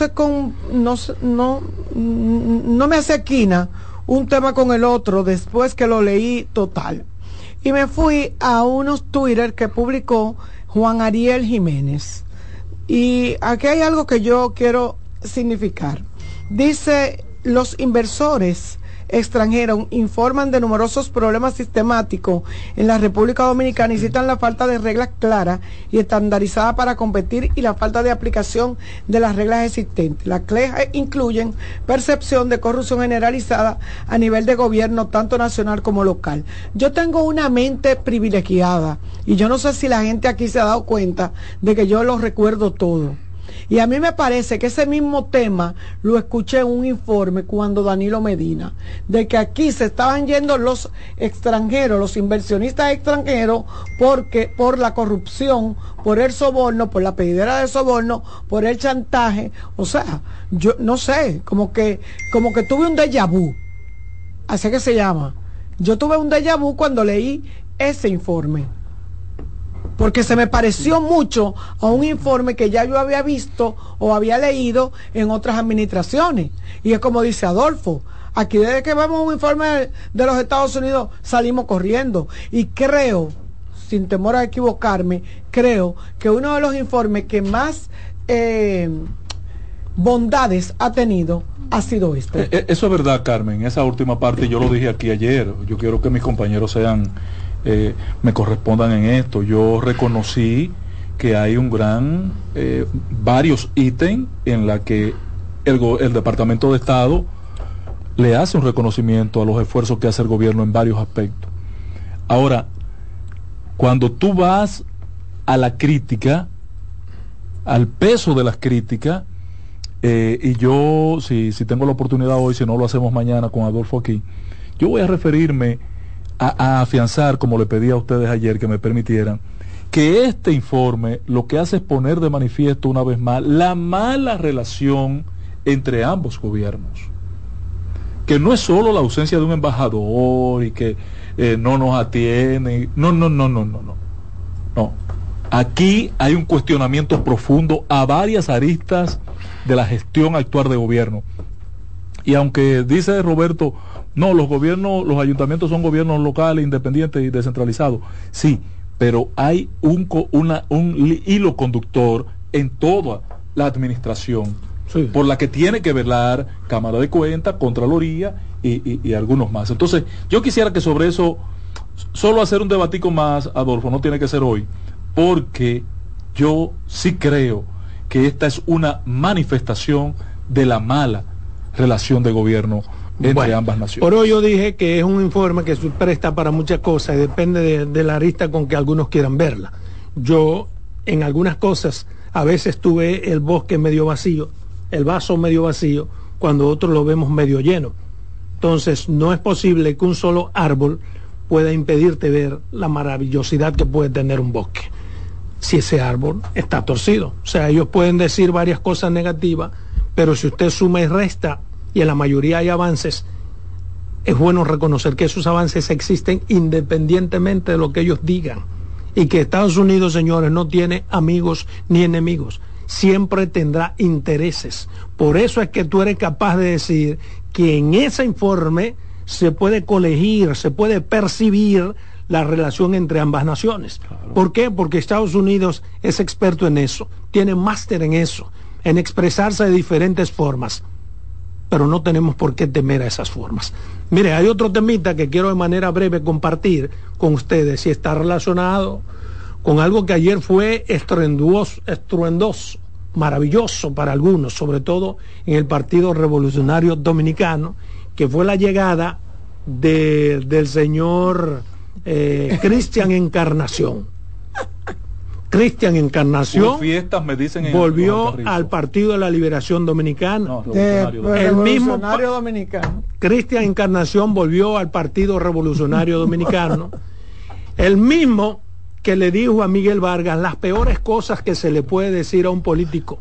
me hace quina un tema con el otro después que lo leí total, y me fui a unos Twitter que publicó Juan Ariel Jiménez. Y aquí hay algo que yo quiero significar. Dice, los inversores extranjeros informan de numerosos problemas sistemáticos en la República Dominicana y citan la falta de reglas claras y estandarizadas para competir y la falta de aplicación de las reglas existentes. Las quejas incluyen percepción de corrupción generalizada a nivel de gobierno, tanto nacional como local. Yo tengo una mente privilegiada y yo no sé si la gente aquí se ha dado cuenta de que yo lo recuerdo todo. Y a mí me parece que ese mismo tema lo escuché en un informe cuando Danilo Medina, de que aquí se estaban yendo los extranjeros, los inversionistas extranjeros, porque por la corrupción, por el soborno, por la pedidera de soborno, por el chantaje. O sea, yo no sé, como que tuve un déjà vu, así que se llama. Yo tuve un déjà vu cuando leí ese informe, porque se me pareció mucho a un informe que ya yo había visto o había leído en otras administraciones. Y es como dice Adolfo, aquí desde que vemos un informe de los Estados Unidos salimos corriendo. Y creo, sin temor a equivocarme, creo que uno de los informes que más bondades ha tenido ha sido este. Eso es verdad, Carmen, esa última parte yo lo dije aquí ayer. Yo quiero que mis compañeros me correspondan en esto. Yo reconocí que hay un gran varios ítems en la que el Departamento de Estado le hace un reconocimiento a los esfuerzos que hace el gobierno en varios aspectos. Ahora, cuando tú vas a la crítica, al peso de las críticas, y yo, si tengo la oportunidad hoy, si no lo hacemos mañana con Adolfo aquí, yo voy a referirme a afianzar, como le pedí a ustedes ayer que me permitieran, que este informe lo que hace es poner de manifiesto una vez más la mala relación entre ambos gobiernos, que no es solo la ausencia de un embajador y que no nos atienden, no, aquí hay un cuestionamiento profundo a varias aristas de la gestión actual de gobierno. Y aunque dice Roberto, no, los ayuntamientos son gobiernos locales, independientes y descentralizados. Sí, pero hay un hilo conductor en toda la administración, sí, por la que tiene que velar Cámara de Cuentas, Contraloría y algunos más. Entonces, yo quisiera que sobre eso, solo hacer un debatico más, Adolfo, no tiene que ser hoy, porque yo sí creo que esta es una manifestación de la mala relación de gobierno entre ambas naciones. Por hoy yo dije que es un informe que se presta para muchas cosas y depende de la arista con que algunos quieran verla. Yo en algunas cosas a veces tuve el bosque medio vacío, el vaso medio vacío, cuando otros lo vemos medio lleno. Entonces no es posible que un solo árbol pueda impedirte ver la maravillosidad que puede tener un bosque si ese árbol está torcido. O sea, ellos pueden decir varias cosas negativas, pero si usted suma y resta, y en la mayoría hay avances, es bueno reconocer que esos avances existen independientemente de lo que ellos digan, y que Estados Unidos, señores, no tiene amigos ni enemigos, siempre tendrá intereses. Por eso es que tú eres capaz de decir que en ese informe se puede colegir, se puede percibir la relación entre ambas naciones. Claro. ¿Por qué? Porque Estados Unidos es experto en eso, tiene máster en eso, en expresarse de diferentes formas, pero no tenemos por qué temer a esas formas. Mire, hay otro temita que quiero de manera breve compartir con ustedes y está relacionado con algo que ayer fue estruendoso, maravilloso para algunos, sobre todo en el Partido Revolucionario Dominicano, que fue la llegada del señor Cristian Encarnación. Cristian Encarnación fiestas, me dicen, volvió al Partido de la Liberación Dominicana. El mismo dominicano. Cristian Encarnación volvió al Partido Revolucionario Dominicano. El mismo que le dijo a Miguel Vargas las peores cosas que se le puede decir a un político.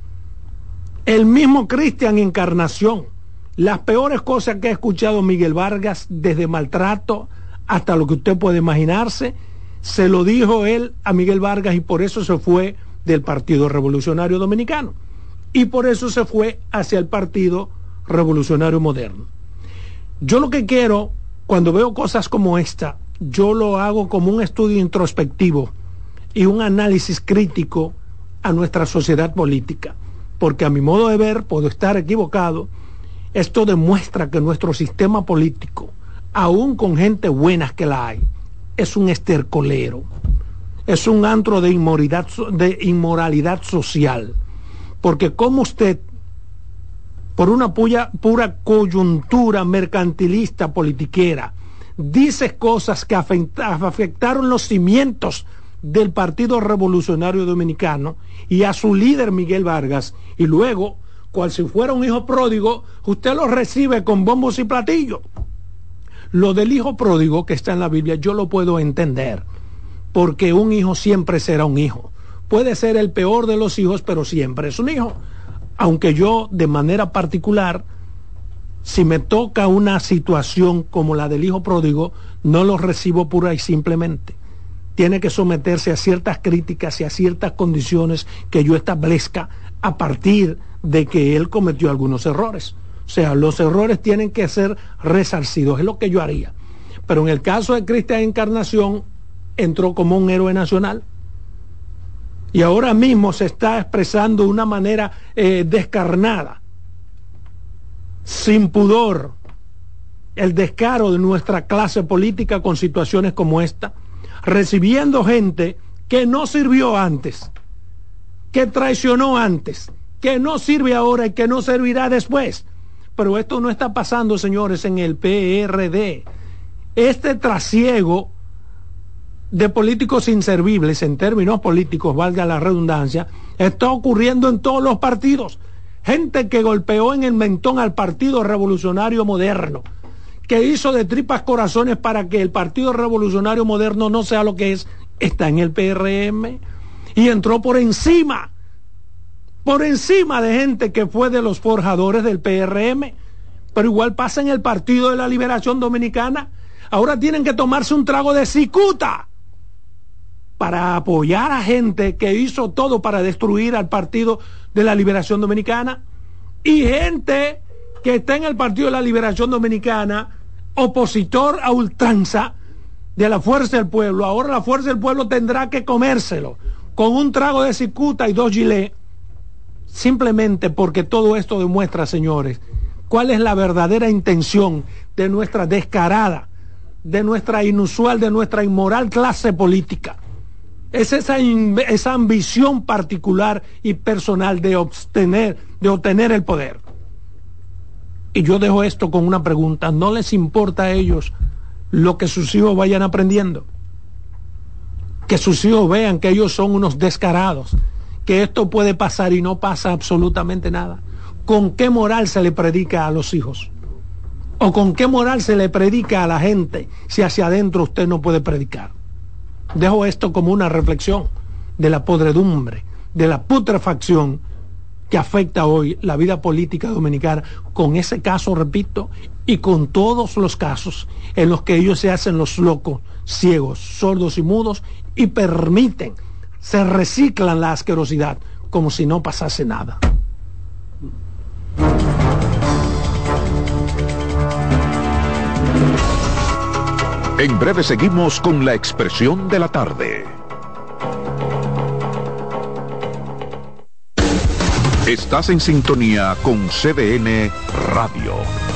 El mismo Cristian Encarnación, las peores cosas que ha escuchado Miguel Vargas, desde maltrato hasta lo que usted puede imaginarse, se lo dijo él a Miguel Vargas, y por eso se fue del Partido Revolucionario Dominicano y por eso se fue hacia el Partido Revolucionario Moderno. Yo lo que quiero, cuando veo cosas como esta, yo lo hago como un estudio introspectivo y un análisis crítico a nuestra sociedad política, porque a mi modo de ver puedo estar equivocado Esto demuestra que nuestro sistema político, aún con gente buena que la hay, es un estercolero, es un antro de inmoralidad social, porque como usted, por una pura coyuntura mercantilista politiquera, dice cosas que afectaron los cimientos del Partido Revolucionario Dominicano y a su líder Miguel Vargas, y luego, cual si fuera un hijo pródigo, usted lo recibe con bombos y platillos. Lo del hijo pródigo que está en la Biblia yo lo puedo entender, porque un hijo siempre será un hijo. Puede ser el peor de los hijos, pero siempre es un hijo. Aunque yo, de manera particular, si me toca una situación como la del hijo pródigo, no lo recibo pura y simplemente. Tiene que someterse a ciertas críticas y a ciertas condiciones que yo establezca a partir de que él cometió algunos errores. O sea, los errores tienen que ser resarcidos, es lo que yo haría. Pero en el caso de Cristian Encarnación, entró como un héroe nacional. Y ahora mismo se está expresando de una manera descarnada, sin pudor, el descaro de nuestra clase política con situaciones como esta, recibiendo gente que no sirvió antes, que traicionó antes, que no sirve ahora y que no servirá después. Pero esto no está pasando, señores, en el PRD. Este trasiego de políticos inservibles, en términos políticos, valga la redundancia, está ocurriendo en todos los partidos. Gente que golpeó en el mentón al Partido Revolucionario Moderno, que hizo de tripas corazones para que el Partido Revolucionario Moderno no sea lo que es, está en el PRM y entró por encima de gente que fue de los forjadores del PRM, pero igual pasa en el Partido de la Liberación Dominicana. Ahora tienen que tomarse un trago de cicuta para apoyar a gente que hizo todo para destruir al Partido de la Liberación Dominicana, y gente que está en el Partido de la Liberación Dominicana, opositor a ultranza de la Fuerza del Pueblo. Ahora la Fuerza del Pueblo tendrá que comérselo con un trago de cicuta y 2 gilets, simplemente porque todo esto demuestra, señores, cuál es la verdadera intención de nuestra descarada, de nuestra inusual, de nuestra inmoral clase política. Es esa ambición particular y personal de obtener el poder. Y yo dejo esto con una pregunta: ¿no les importa a ellos lo que sus hijos vayan aprendiendo? Que sus hijos vean que ellos son unos descarados, que esto puede pasar y no pasa absolutamente nada. ¿Con qué moral se le predica a los hijos? ¿O con qué moral se le predica a la gente si hacia adentro usted no puede predicar? Dejo esto como una reflexión de la podredumbre, de la putrefacción que afecta hoy la vida política dominicana, con ese caso, repito, y con todos los casos en los que ellos se hacen los locos, ciegos, sordos y mudos, y permiten, se reciclan la asquerosidad como si no pasase nada. En breve seguimos con la expresión de la tarde. Estás en sintonía con CDN Radio.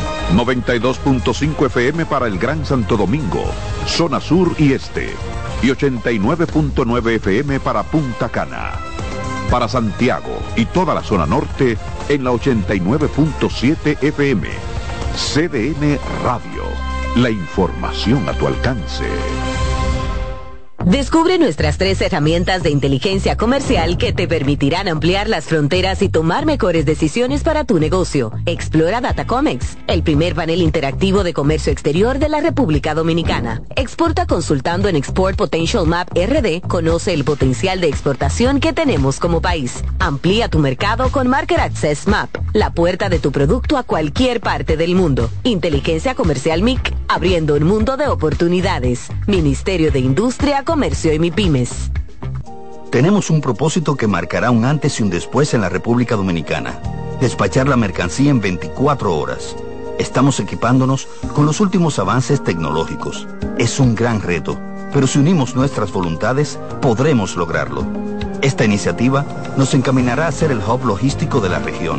92.5 FM para el Gran Santo Domingo, zona sur y este. Y 89.9 FM para Punta Cana. Para Santiago y toda la zona norte en la 89.7 FM. CDN Radio. La información a tu alcance. Descubre nuestras 3 herramientas de inteligencia comercial que te permitirán ampliar las fronteras y tomar mejores decisiones para tu negocio. Explora Datacomex, el primer panel interactivo de comercio exterior de la República Dominicana. Exporta consultando en Export Potential Map RD. Conoce el potencial de exportación que tenemos como país. Amplía tu mercado con Market Access Map, la puerta de tu producto a cualquier parte del mundo. Inteligencia Comercial MIC, abriendo un mundo de oportunidades. Ministerio de Industria, Comercio y MIPYMES. Tenemos un propósito que marcará un antes y un después en la República Dominicana. Despachar la mercancía en 24 horas. Estamos equipándonos con los últimos avances tecnológicos. Es un gran reto, pero si unimos nuestras voluntades, podremos lograrlo. Esta iniciativa nos encaminará a ser el hub logístico de la región,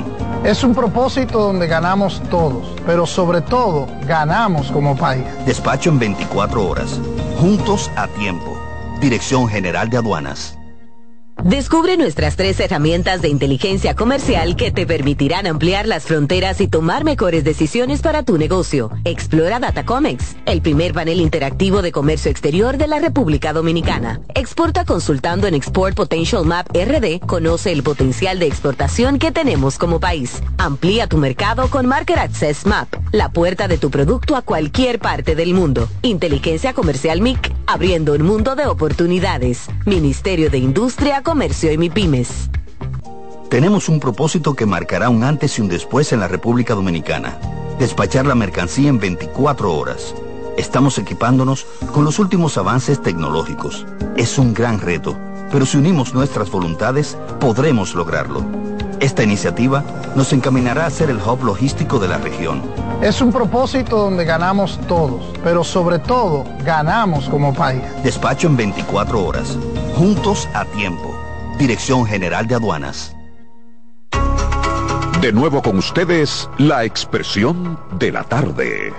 Es un propósito donde ganamos todos, pero sobre todo ganamos como país. Despacho en 24 horas. Juntos a tiempo. Dirección General de Aduanas. Descubre nuestras 3 herramientas de inteligencia comercial que te permitirán ampliar las fronteras y tomar mejores decisiones para tu negocio. Explora Datacomex, el primer panel interactivo de comercio exterior de la República Dominicana. Exporta consultando en Export Potential Map RD. Conoce el potencial de exportación que tenemos como país. Amplía tu mercado con Market Access Map, la puerta de tu producto a cualquier parte del mundo. Inteligencia Comercial MIC, abriendo un mundo de oportunidades. Ministerio de Industria, Comercio y MIPYMES. Tenemos un propósito que marcará un antes y un después en la República Dominicana. Despachar la mercancía en 24 horas. Estamos equipándonos con los últimos avances tecnológicos. Es un gran reto, pero si unimos nuestras voluntades, podremos lograrlo. Esta iniciativa nos encaminará a ser el hub logístico de la región. Es un propósito donde ganamos todos, pero sobre todo ganamos como país. Despacho en 24 horas. Juntos a tiempo. Dirección General de Aduanas. De nuevo con ustedes, la expresión de la tarde.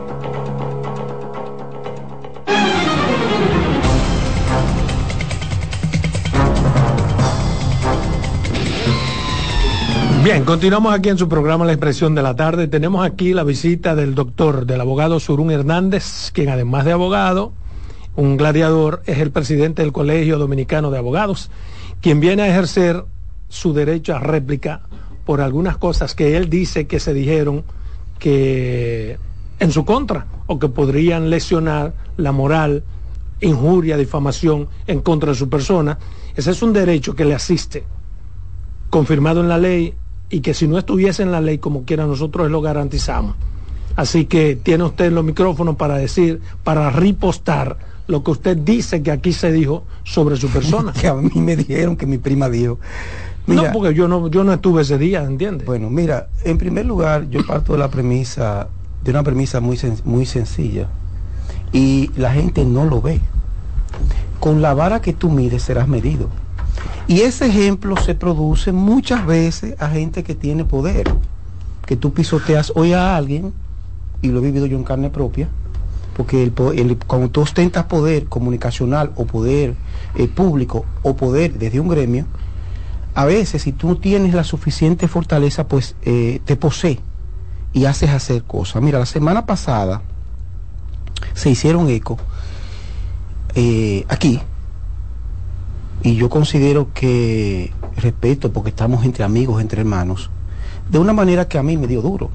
Bien, continuamos aquí en su programa La Expresión de la Tarde. Tenemos aquí la visita del abogado Surún Hernández, quien además de abogado, un gladiador, es el presidente del Colegio Dominicano de Abogados, quien viene a ejercer su derecho a réplica por algunas cosas que él dice que se dijeron que en su contra o que podrían lesionar la moral, injuria, difamación en contra de su persona. Ese es un derecho que le asiste, confirmado en la ley, y que si no estuviese en la ley, como quiera, nosotros lo garantizamos. Así que tiene usted los micrófonos para decir, para ripostar lo que usted dice que aquí se dijo sobre su persona. Que a mí me dijeron que mi prima dijo. Mira, no, porque yo no estuve ese día, ¿entiendes? Bueno, mira, en primer lugar, yo parto de una premisa muy sencilla, y la gente no lo ve. Con la vara que tú mides serás medido. Y ese ejemplo se produce muchas veces a gente que tiene poder, que tú pisoteas hoy a alguien, y lo he vivido yo en carne propia, porque cuando tú ostentas poder comunicacional o poder público o poder desde un gremio, a veces si tú tienes la suficiente fortaleza, pues te posee y haces hacer cosas. Mira, la semana pasada se hicieron eco aquí, y yo considero que respeto, porque estamos entre amigos, entre hermanos, de una manera que a mí me dio duro,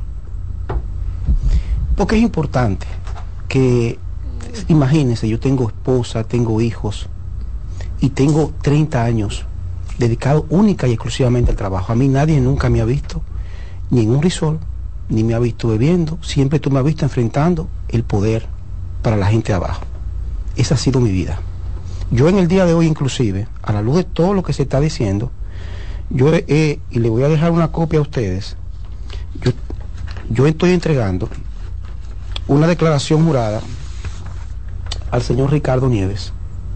porque es importante que, imagínense, yo tengo esposa, tengo hijos y tengo 30 años dedicado única y exclusivamente al trabajo. A mí nadie nunca me ha visto ni en un risol, ni me ha visto bebiendo. Siempre tú me has visto enfrentando el poder para la gente de abajo. Esa ha sido mi vida. Yo en el día de hoy, inclusive, a la luz de todo lo que se está diciendo, y le voy a dejar una copia a ustedes, yo estoy entregando una declaración jurada al señor Ricardo Nieves,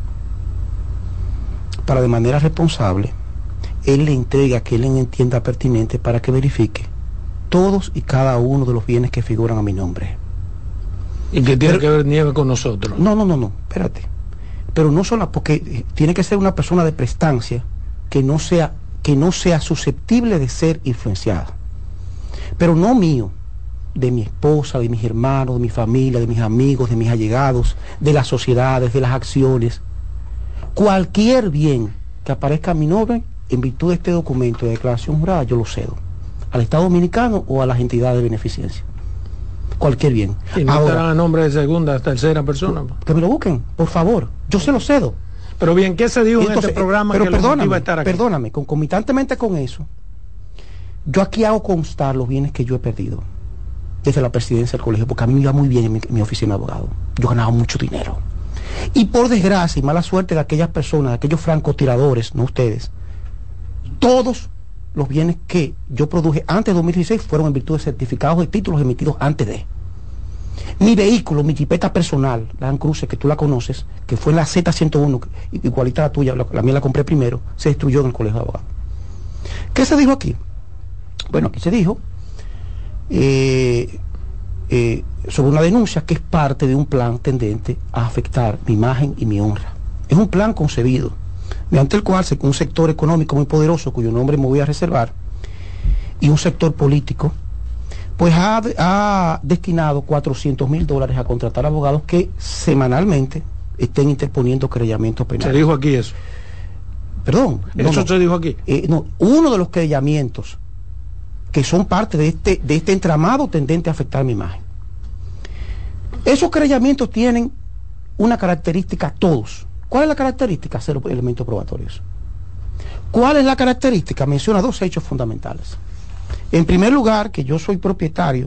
para de manera responsable él le entrega que él entienda pertinente para que verifique todos y cada uno de los bienes que figuran a mi nombre. ¿Y qué tiene que ver Nieves con nosotros? No, espérate. Pero no solo porque tiene que ser una persona de prestancia que no sea susceptible de ser influenciada. Pero no mío, de mi esposa, de mis hermanos, de mi familia, de mis amigos, de mis allegados, de las sociedades, de las acciones. Cualquier bien que aparezca a mi nombre, en virtud de este documento de declaración jurada, yo lo cedo al Estado Dominicano o a las entidades de beneficencia. Cualquier bien. ¿Y no estarán a nombre de segunda, tercera persona? Que me lo busquen, por favor. Yo se lo cedo. Pero bien, ¿qué se dijo en este programa? Pero perdóname, concomitantemente con eso, yo aquí hago constar los bienes que yo he perdido desde la presidencia del colegio, porque a mí me iba muy bien en mi oficina de abogado. Yo ganaba mucho dinero. Y por desgracia y mala suerte de aquellas personas, de aquellos francotiradores, no ustedes, todos los bienes que yo produje antes de 2016 fueron en virtud de certificados de títulos emitidos antes de. Mi vehículo, mi jipeta personal, la Land Cruiser, que tú la conoces, que fue en la Z101, igualita a la tuya, la mía la compré primero, se destruyó en el colegio de abogados. ¿Qué se dijo aquí? Bueno, aquí se dijo sobre una denuncia que es parte de un plan tendente a afectar mi imagen y mi honra. Es un plan concebido mediante el cual un sector económico muy poderoso, cuyo nombre me voy a reservar, y un sector político, pues ha destinado $400,000 a contratar abogados que semanalmente estén interponiendo querellamientos penales. ¿Se dijo aquí eso? Perdón. ¿Eso se dijo aquí? No, uno de los querellamientos que son parte de este entramado tendente a afectar mi imagen. Esos querellamientos tienen una característica todos. ¿Cuál es la característica? Cero elementos probatorios. ¿Cuál es la característica? Menciona dos hechos fundamentales. En primer lugar, que yo soy propietario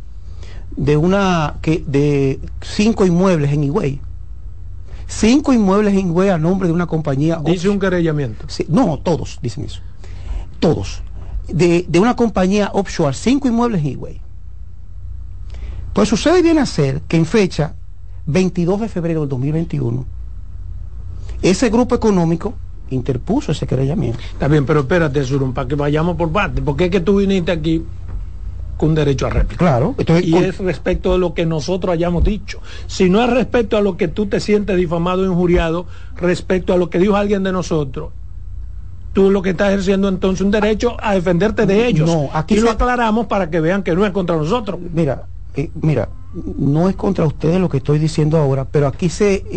de 5 inmuebles en Higüey. 5 inmuebles en Higüey a nombre de una compañía. Dice un querellamiento. Sí, no, todos dicen eso. Todos. De una compañía offshore, 5 inmuebles en Higüey. Pues sucede y viene a ser que en fecha 22 de febrero del 2021, ese grupo económico interpuso ese querellamiento. Está bien, pero espérate, Surún, para que vayamos por partes, porque es que tú viniste aquí con derecho a réplica. Claro. Entonces, y es respecto de lo que nosotros hayamos dicho. Si no es respecto a lo que tú te sientes difamado o injuriado, respecto a lo que dijo alguien de nosotros, tú lo que estás ejerciendo entonces un derecho a defenderte de ellos. No, aquí lo aclaramos para que vean que no es contra nosotros. Mira, no es contra ustedes lo que estoy diciendo ahora, pero aquí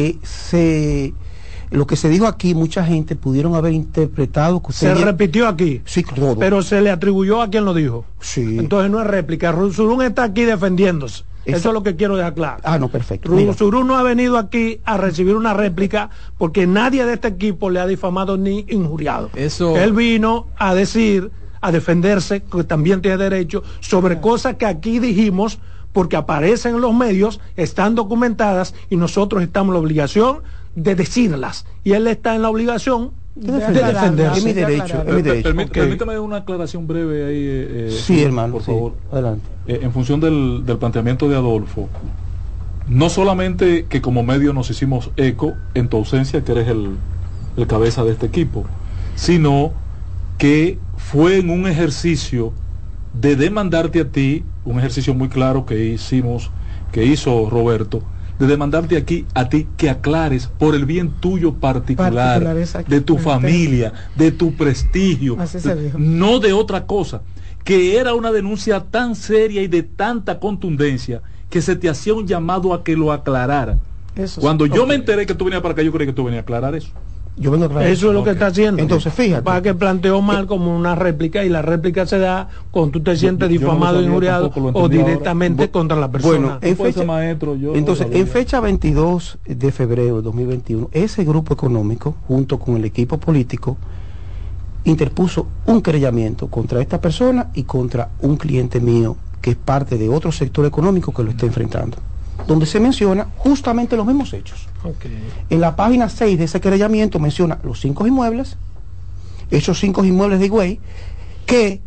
lo que se dijo aquí, mucha gente pudieron haber interpretado que usted... Se repitió aquí. Sí, todo. Pero se le atribuyó a quien lo dijo. Sí. Entonces no es réplica. Surún está aquí defendiéndose. Eso es lo que quiero dejar claro. Ah, no, perfecto. Surún no ha venido aquí a recibir una réplica porque nadie de este equipo le ha difamado ni injuriado. Él vino a decir, a defenderse, que también tiene derecho, sobre cosas que aquí dijimos porque aparecen en los medios, están documentadas y nosotros estamos en la obligación de decirlas, y él está en la obligación de defenderse. Es mi derecho. Permítame una aclaración breve ahí. Sí, hermano, por favor. Adelante. En función del planteamiento de Adolfo, no solamente que como medio nos hicimos eco en tu ausencia, que eres el cabeza de este equipo, sino que fue en un ejercicio de demandarte a ti, un ejercicio muy claro que hizo Roberto, de demandarte aquí a ti que aclares por el bien tuyo particular de tu familia, de tu prestigio, no de otra cosa, que era una denuncia tan seria y de tanta contundencia que se te hacía un llamado a que lo aclarara. Cuando yo me enteré que tú venías para acá, yo creí que tú venías a aclarar eso. Yo vengo a aclarar eso es lo que está haciendo. Entonces, fíjate. Para que planteó mal como una réplica, y la réplica se da cuando tú te sientes difamado, injuriado o directamente contra la persona. Bueno, en fecha 22 de febrero de 2021, ese grupo económico, junto con el equipo político, interpuso un querellamiento contra esta persona y contra un cliente mío que es parte de otro sector económico que lo está enfrentando, donde se menciona justamente los mismos hechos. En la página 6 de ese querellamiento menciona los 5 inmuebles, esos 5 inmuebles de Higüey, que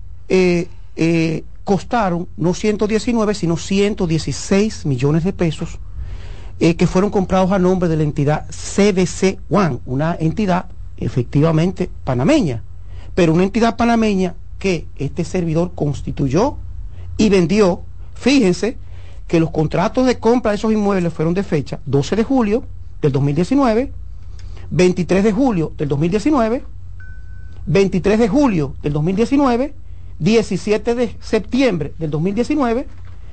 costaron no 119, sino 116 millones de pesos, que fueron comprados a nombre de la entidad CBC One, una entidad efectivamente panameña, pero una entidad panameña que este servidor constituyó y vendió. Fíjense que los contratos de compra de esos inmuebles fueron de fecha 12 de julio del 2019, 23 de julio del 2019, 23 de julio del 2019, 17 de septiembre del 2019,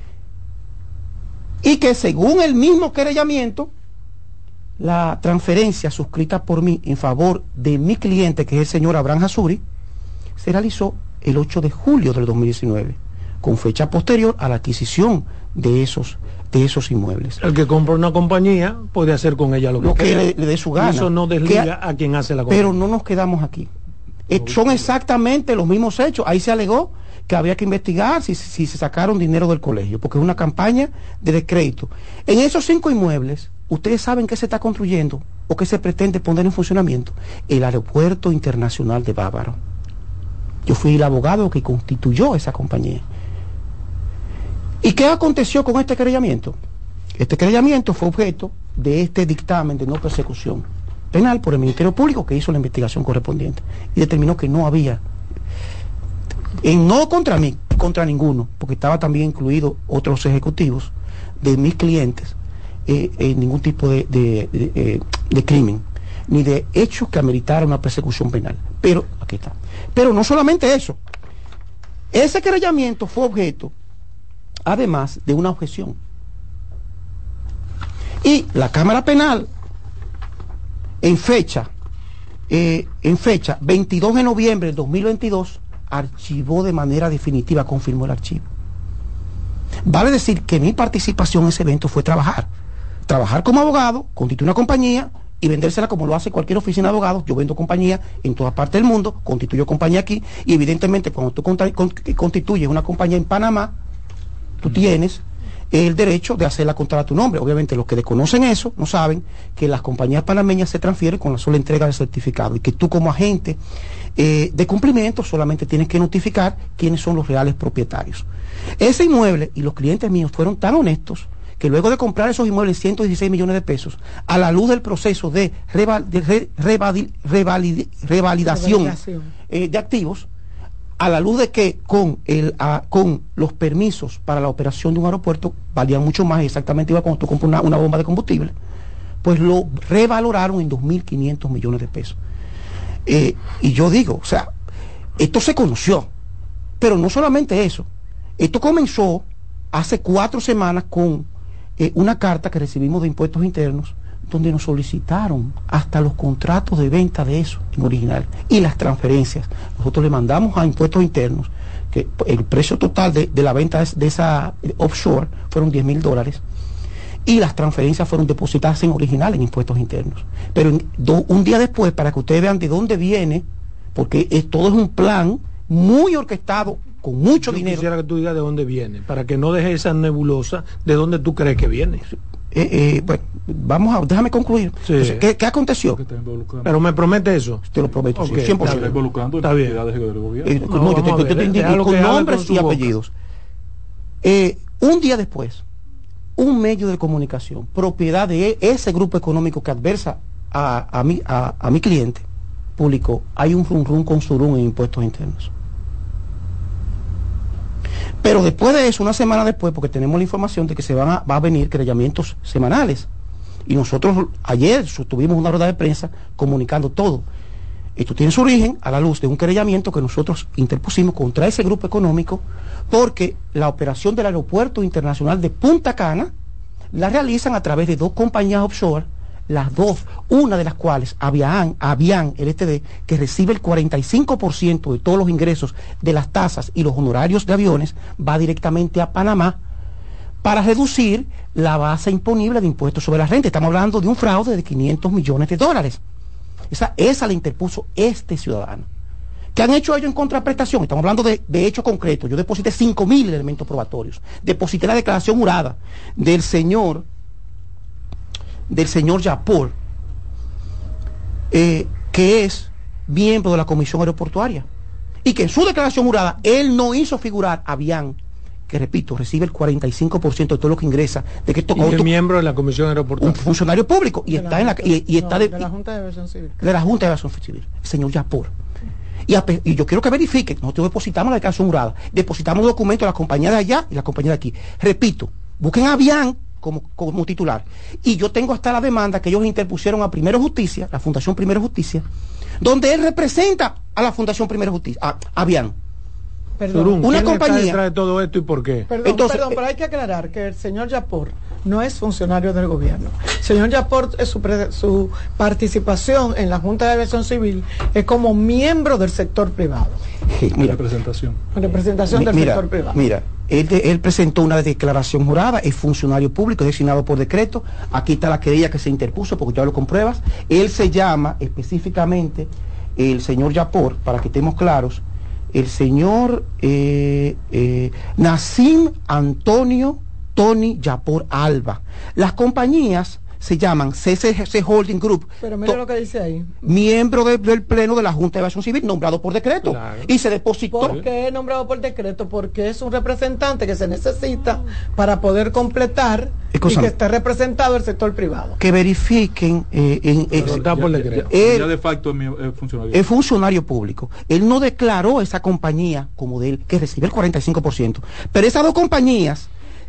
y que según el mismo querellamiento, la transferencia suscrita por mí en favor de mi cliente, que es el señor Abraham Hasuri, se realizó el 8 de julio del 2019, con fecha posterior a la adquisición de esos inmuebles. El que compra una compañía puede hacer con ella lo que le dé su gana. Eso no desliga a quien hace la compañía. Pero no nos quedamos aquí. Son exactamente los mismos hechos. Ahí se alegó que había que investigar si se sacaron dinero del colegio, porque es una campaña de descrédito. En esos 5 inmuebles, ustedes saben que se está construyendo o que se pretende poner en funcionamiento el aeropuerto internacional de Bávaro. Yo fui el abogado que constituyó esa compañía. ¿Y qué aconteció con este querellamiento? Este querellamiento fue objeto de este dictamen de no persecución penal por el Ministerio Público, que hizo la investigación correspondiente y determinó que no había no contra mí, contra ninguno, porque estaba también incluido otros ejecutivos de mis clientes, ningún tipo de crimen, ni de hechos que ameritaran una persecución penal. Pero, aquí está. Pero no solamente eso. Ese querellamiento fue objeto, además, de una objeción. Y la Cámara Penal, en fecha 22 de noviembre de 2022, archivó de manera definitiva, confirmó el archivo. Vale decir que mi participación en ese evento fue trabajar como abogado, constituir una compañía y vendérsela como lo hace cualquier oficina de abogados. Yo vendo compañía en toda parte del mundo, constituyo compañía aquí, y evidentemente cuando tú constituyes una compañía en Panamá, tú tienes el derecho de hacerla contra tu nombre. Obviamente los que desconocen eso no saben que las compañías panameñas se transfieren con la sola entrega del certificado, y que tú como agente de cumplimiento solamente tienes que notificar quiénes son los reales propietarios. Ese inmueble, y los clientes míos fueron tan honestos que luego de comprar esos inmuebles 116 millones de pesos, a la luz del proceso de revalidación de activos, a la luz de que con los permisos para la operación de un aeropuerto valían mucho más, exactamente igual cuando tú compras una bomba de combustible, pues lo revaloraron en 2.500 millones de pesos. Y yo digo, o sea, esto se conoció, pero no solamente eso, esto comenzó hace 4 semanas con una carta que recibimos de Impuestos Internos, donde nos solicitaron hasta los contratos de venta de eso en original y las transferencias. Nosotros le mandamos a Impuestos Internos que el precio total de la venta de esa offshore fueron $10,000 y las transferencias fueron depositadas en original en Impuestos Internos. Pero un día después, para que ustedes vean de dónde viene, porque todo es un plan muy orquestado, con mucho dinero. Quisiera que tú digas de dónde viene, para que no dejes esa nebulosa de dónde tú crees que viene. Bueno, déjame concluir. Sí. Entonces, ¿qué aconteció? Pero me promete eso. Te lo prometo, okay, sí, 100%. Está involucrando actividades del gobierno. No, yo te indico con nombres y apellidos. Un día después, un medio de comunicación, propiedad de ese grupo económico que adversa a mi cliente, publicó: hay un rum con surún en Impuestos Internos. Pero después de eso, una semana después, porque tenemos la información de que va a venir querellamientos semanales, y nosotros ayer tuvimos una rueda de prensa comunicando todo. Esto tiene su origen a la luz de un querellamiento que nosotros interpusimos contra ese grupo económico, porque la operación del Aeropuerto Internacional de Punta Cana la realizan a través de 2 compañías offshore, las dos, una de las cuales, Avian Ltd, que recibe el 45% de todos los ingresos de las tasas y los honorarios de aviones, va directamente a Panamá para reducir la base imponible de impuestos sobre la renta. Estamos hablando de un fraude de $500 millones. Esa la interpuso este ciudadano. ¿Qué han hecho ellos en contraprestación? Estamos hablando de hechos concretos. Yo deposité 5.000 elementos probatorios. Deposité la declaración jurada del señor Yapor, que es miembro de la Comisión Aeroportuaria, y que en su declaración jurada él no hizo figurar a Avian, que repito, recibe el 45% de todo lo que ingresa, de que esto, y es miembro de la Comisión Aeroportuaria, un funcionario público, y está de la Junta de Aviación Civil, de la Junta de Aviación Civil, el señor Yapor. Y yo quiero que verifiquen, nosotros depositamos la declaración jurada, depositamos documentos de la compañía de allá y la compañía de aquí. Repito, busquen a Avian como titular, y yo tengo hasta la demanda que ellos interpusieron a Primero Justicia, la Fundación Primero Justicia, donde él representa a la Fundación Primero Justicia, a Avian. Perdón, una compañía detrás de todo esto y por qué. Perdón, pero hay que aclarar que el señor Yapor no es funcionario del gobierno. El señor Yapor, su participación en la Junta de Aviación Civil es como miembro del sector privado. Representación del sector privado. Mira, él presentó una declaración jurada, es funcionario público, es designado por decreto. Aquí está la querella que se interpuso, porque yo hablo con pruebas. Él se llama específicamente el señor Yapor, para que estemos claros, el señor Nassim Antonio Tony Yapor Alba. Las compañías se llaman CCC Holding Group. Pero mira lo que dice ahí. Miembro del Pleno de la Junta de Evaluación Civil, nombrado por decreto. Claro. Y se depositó. ¿Por qué es nombrado por decreto? Porque es un representante que se necesita para poder completar y que esté representado el sector privado. Que verifiquen está por decreto. Ya de facto es funcionario público. Él no declaró esa compañía como de él, que recibe el 45%. Pero esas dos compañías,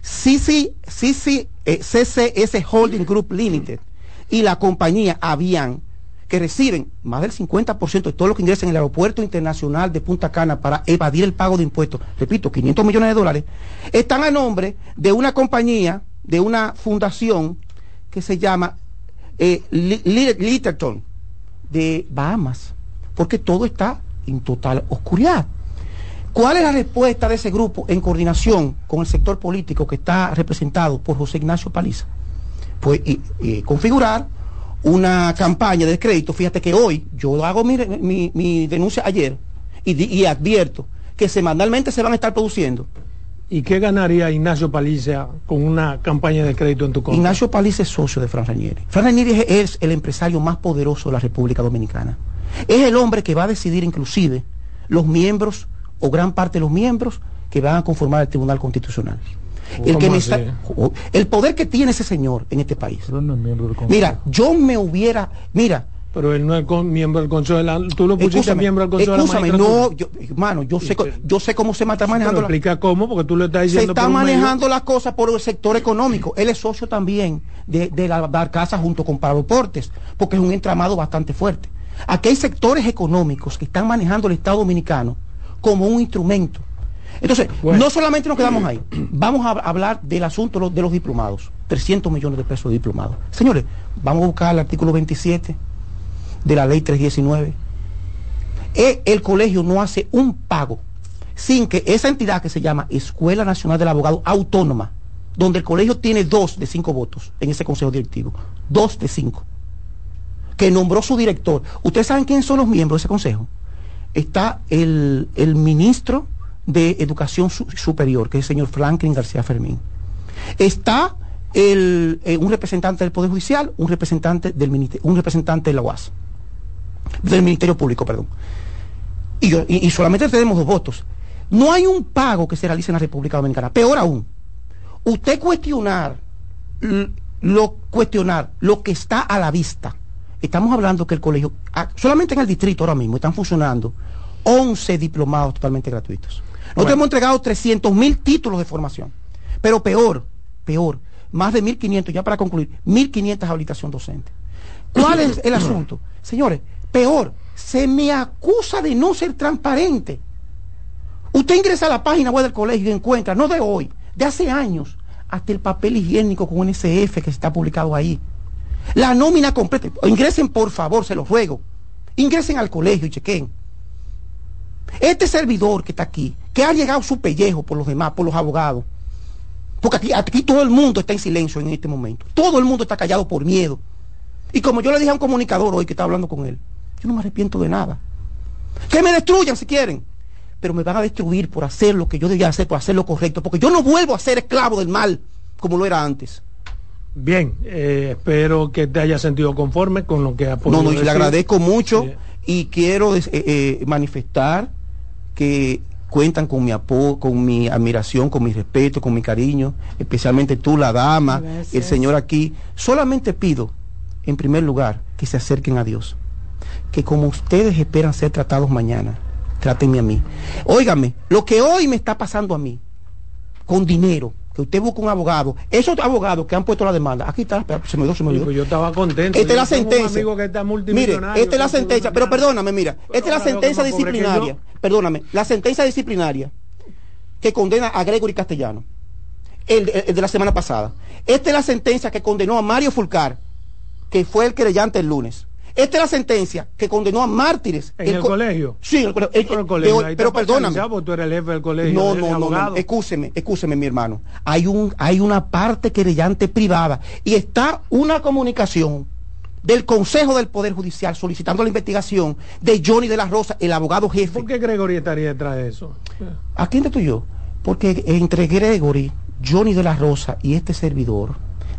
CCS Holding Group Limited y la compañía Avian, que reciben más del 50% de todo lo que ingresa en el aeropuerto internacional de Punta Cana para evadir el pago de impuestos, repito, $500 millones, están a nombre de una compañía, de una fundación que se llama Littleton de Bahamas, porque todo está en total oscuridad. ¿Cuál es la respuesta de ese grupo en coordinación con el sector político que está representado por José Ignacio Paliza? Pues configurar una campaña de crédito. Fíjate que hoy yo hago mi denuncia ayer y advierto que semanalmente se van a estar produciendo. ¿Y qué ganaría Ignacio Paliza con una campaña de crédito en tu contra? Ignacio Paliza es socio de Fran Ranieri. Fran Ranieri es el empresario más poderoso de la República Dominicana. Es el hombre que va a decidir inclusive los miembros o gran parte de los miembros que van a conformar el Tribunal Constitucional. El poder que tiene ese señor en este país. Mira, yo me hubiera... Mira, pero él no es miembro del Consejo de la... Tú lo pusiste miembro del Consejo de la Magistratura. No, yo sé cómo se está manejando. Pero explica cómo, porque tú le estás diciendo... Se está manejando las cosas por el sector económico. Él es socio también de la Barcaza junto con Paradeportes, porque es un entramado bastante fuerte. Aquí hay sectores económicos que están manejando el Estado Dominicano como un instrumento. Entonces, no solamente nos quedamos ahí, vamos a hablar del asunto de los diplomados, 300 millones de pesos de diplomados. Señores, vamos a buscar el artículo 27 de la ley 319. El colegio no hace un pago sin que esa entidad que se llama Escuela Nacional del Abogado Autónoma, donde el colegio tiene 2 de 5 votos en ese consejo directivo, 2 de 5, que nombró su director. ¿Ustedes saben quiénes son los miembros de ese consejo? Está el ministro de Educación Superior, que es el señor Franklin García Fermín. Está un representante del Poder Judicial, un representante de la UAS, del Ministerio Público, perdón. Y solamente tenemos 2 votos. No hay un pago que se realice en la República Dominicana. Peor aún, usted cuestionar lo que está a la vista. Estamos hablando que el colegio, solamente en el distrito ahora mismo están funcionando 11 diplomados totalmente gratuitos. Nosotros hemos entregado 300.000 títulos de formación. Pero peor, más de 1.500, ya para concluir, 1.500 habilitación docente. ¿Cuál es el asunto? Señores, peor, se me acusa de no ser transparente. Usted ingresa a la página web del colegio y encuentra, no de hoy, de hace años, hasta el papel higiénico con NSF que está publicado ahí. La nómina completa. Ingresen, por favor, se los ruego. Ingresen al colegio y chequen. Este servidor que está aquí, que ha llegado su pellejo por los demás, por los abogados, porque aquí todo el mundo está en silencio en este momento. Todo el mundo está callado por miedo. Y como yo le dije a un comunicador hoy que estaba hablando con él, yo no me arrepiento de nada. Que me destruyan si quieren, pero me van a destruir por hacer lo que yo debía hacer, por hacer lo correcto, porque yo no vuelvo a ser esclavo del mal como lo era antes. Bien, espero que te hayas sentido conforme con lo que ha podido decir. Le agradezco mucho y quiero manifestar que cuentan con mi apoyo, con mi admiración, con mi respeto, con mi cariño, especialmente tú, la dama, gracias. El señor aquí. Solamente pido, en primer lugar, que se acerquen a Dios, que como ustedes esperan ser tratados mañana, trátenme a mí. Óigame, lo que hoy me está pasando a mí, con dinero, que usted busca un abogado, esos abogados que han puesto la demanda, aquí está, se me olvidó. Yo estaba contento. Esta es la sentencia. Mire, esta es la sentencia, pero perdóname, mira, esta es la sentencia disciplinaria, perdóname, la sentencia disciplinaria que condena a Gregory Castellano, el de la semana pasada. Esta es la sentencia que condenó a Mario Fulcar, que fue el querellante el lunes. Esta es la sentencia que condenó a Mártires. ¿En el colegio? Sí, en el colegio. Pero perdóname. Tú eres el jefe del colegio. No. Escúcheme, mi hermano. Hay una parte querellante privada y está una comunicación del Consejo del Poder Judicial solicitando la investigación de Johnny de la Rosa, el abogado jefe. ¿Por qué Gregory estaría detrás de eso? ¿A quién te estoy yo? Porque entre Gregory, Johnny de la Rosa y este servidor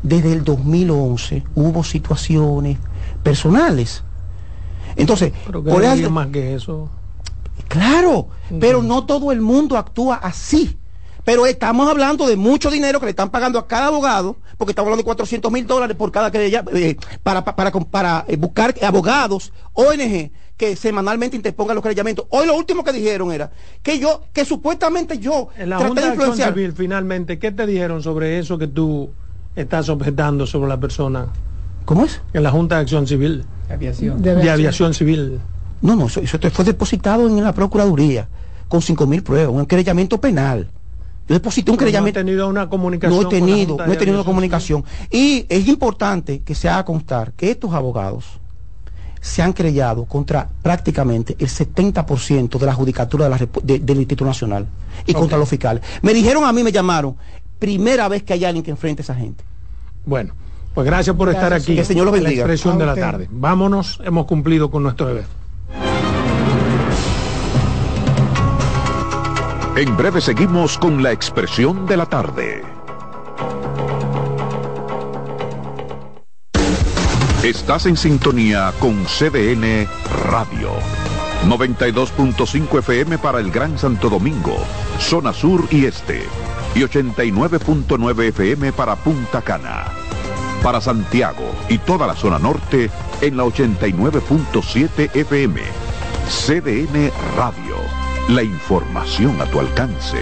desde el 2011 hubo situaciones personales. Entonces, por eso más que eso. Claro, pero no todo el mundo actúa así. Pero estamos hablando de mucho dinero que le están pagando a cada abogado, porque estamos hablando de $400,000 por cada querella, para buscar abogados, ONG, que semanalmente interpongan los querellamientos. Hoy lo último que dijeron era que supuestamente yo en la Junta de Acción Civil, finalmente, ¿qué te dijeron sobre eso que tú estás objetando sobre la persona? ¿Cómo es? En la Junta de Acción Civil. De aviación civil. No, eso fue depositado en la Procuraduría con 5.000 pruebas, un querellamiento penal. Yo deposité un querellamiento. No he tenido una comunicación. No he tenido una comunicación. Y es importante que se haga constar que estos abogados se han querellado contra prácticamente el 70% de la judicatura del Instituto Nacional y contra los fiscales. Me dijeron a mí, me llamaron, primera vez que hay alguien que enfrente a esa gente. Bueno, pues gracias por estar aquí. Que el Señor los bendiga. La expresión de la tarde. Vámonos, hemos cumplido con nuestro deber. En breve seguimos con la expresión de la tarde. Estás en sintonía con CDN Radio. 92.5 FM para el Gran Santo Domingo, zona sur y este. Y 89.9 FM para Punta Cana. Para Santiago y toda la zona norte en la 89.7 FM. CDN Radio. La información a tu alcance.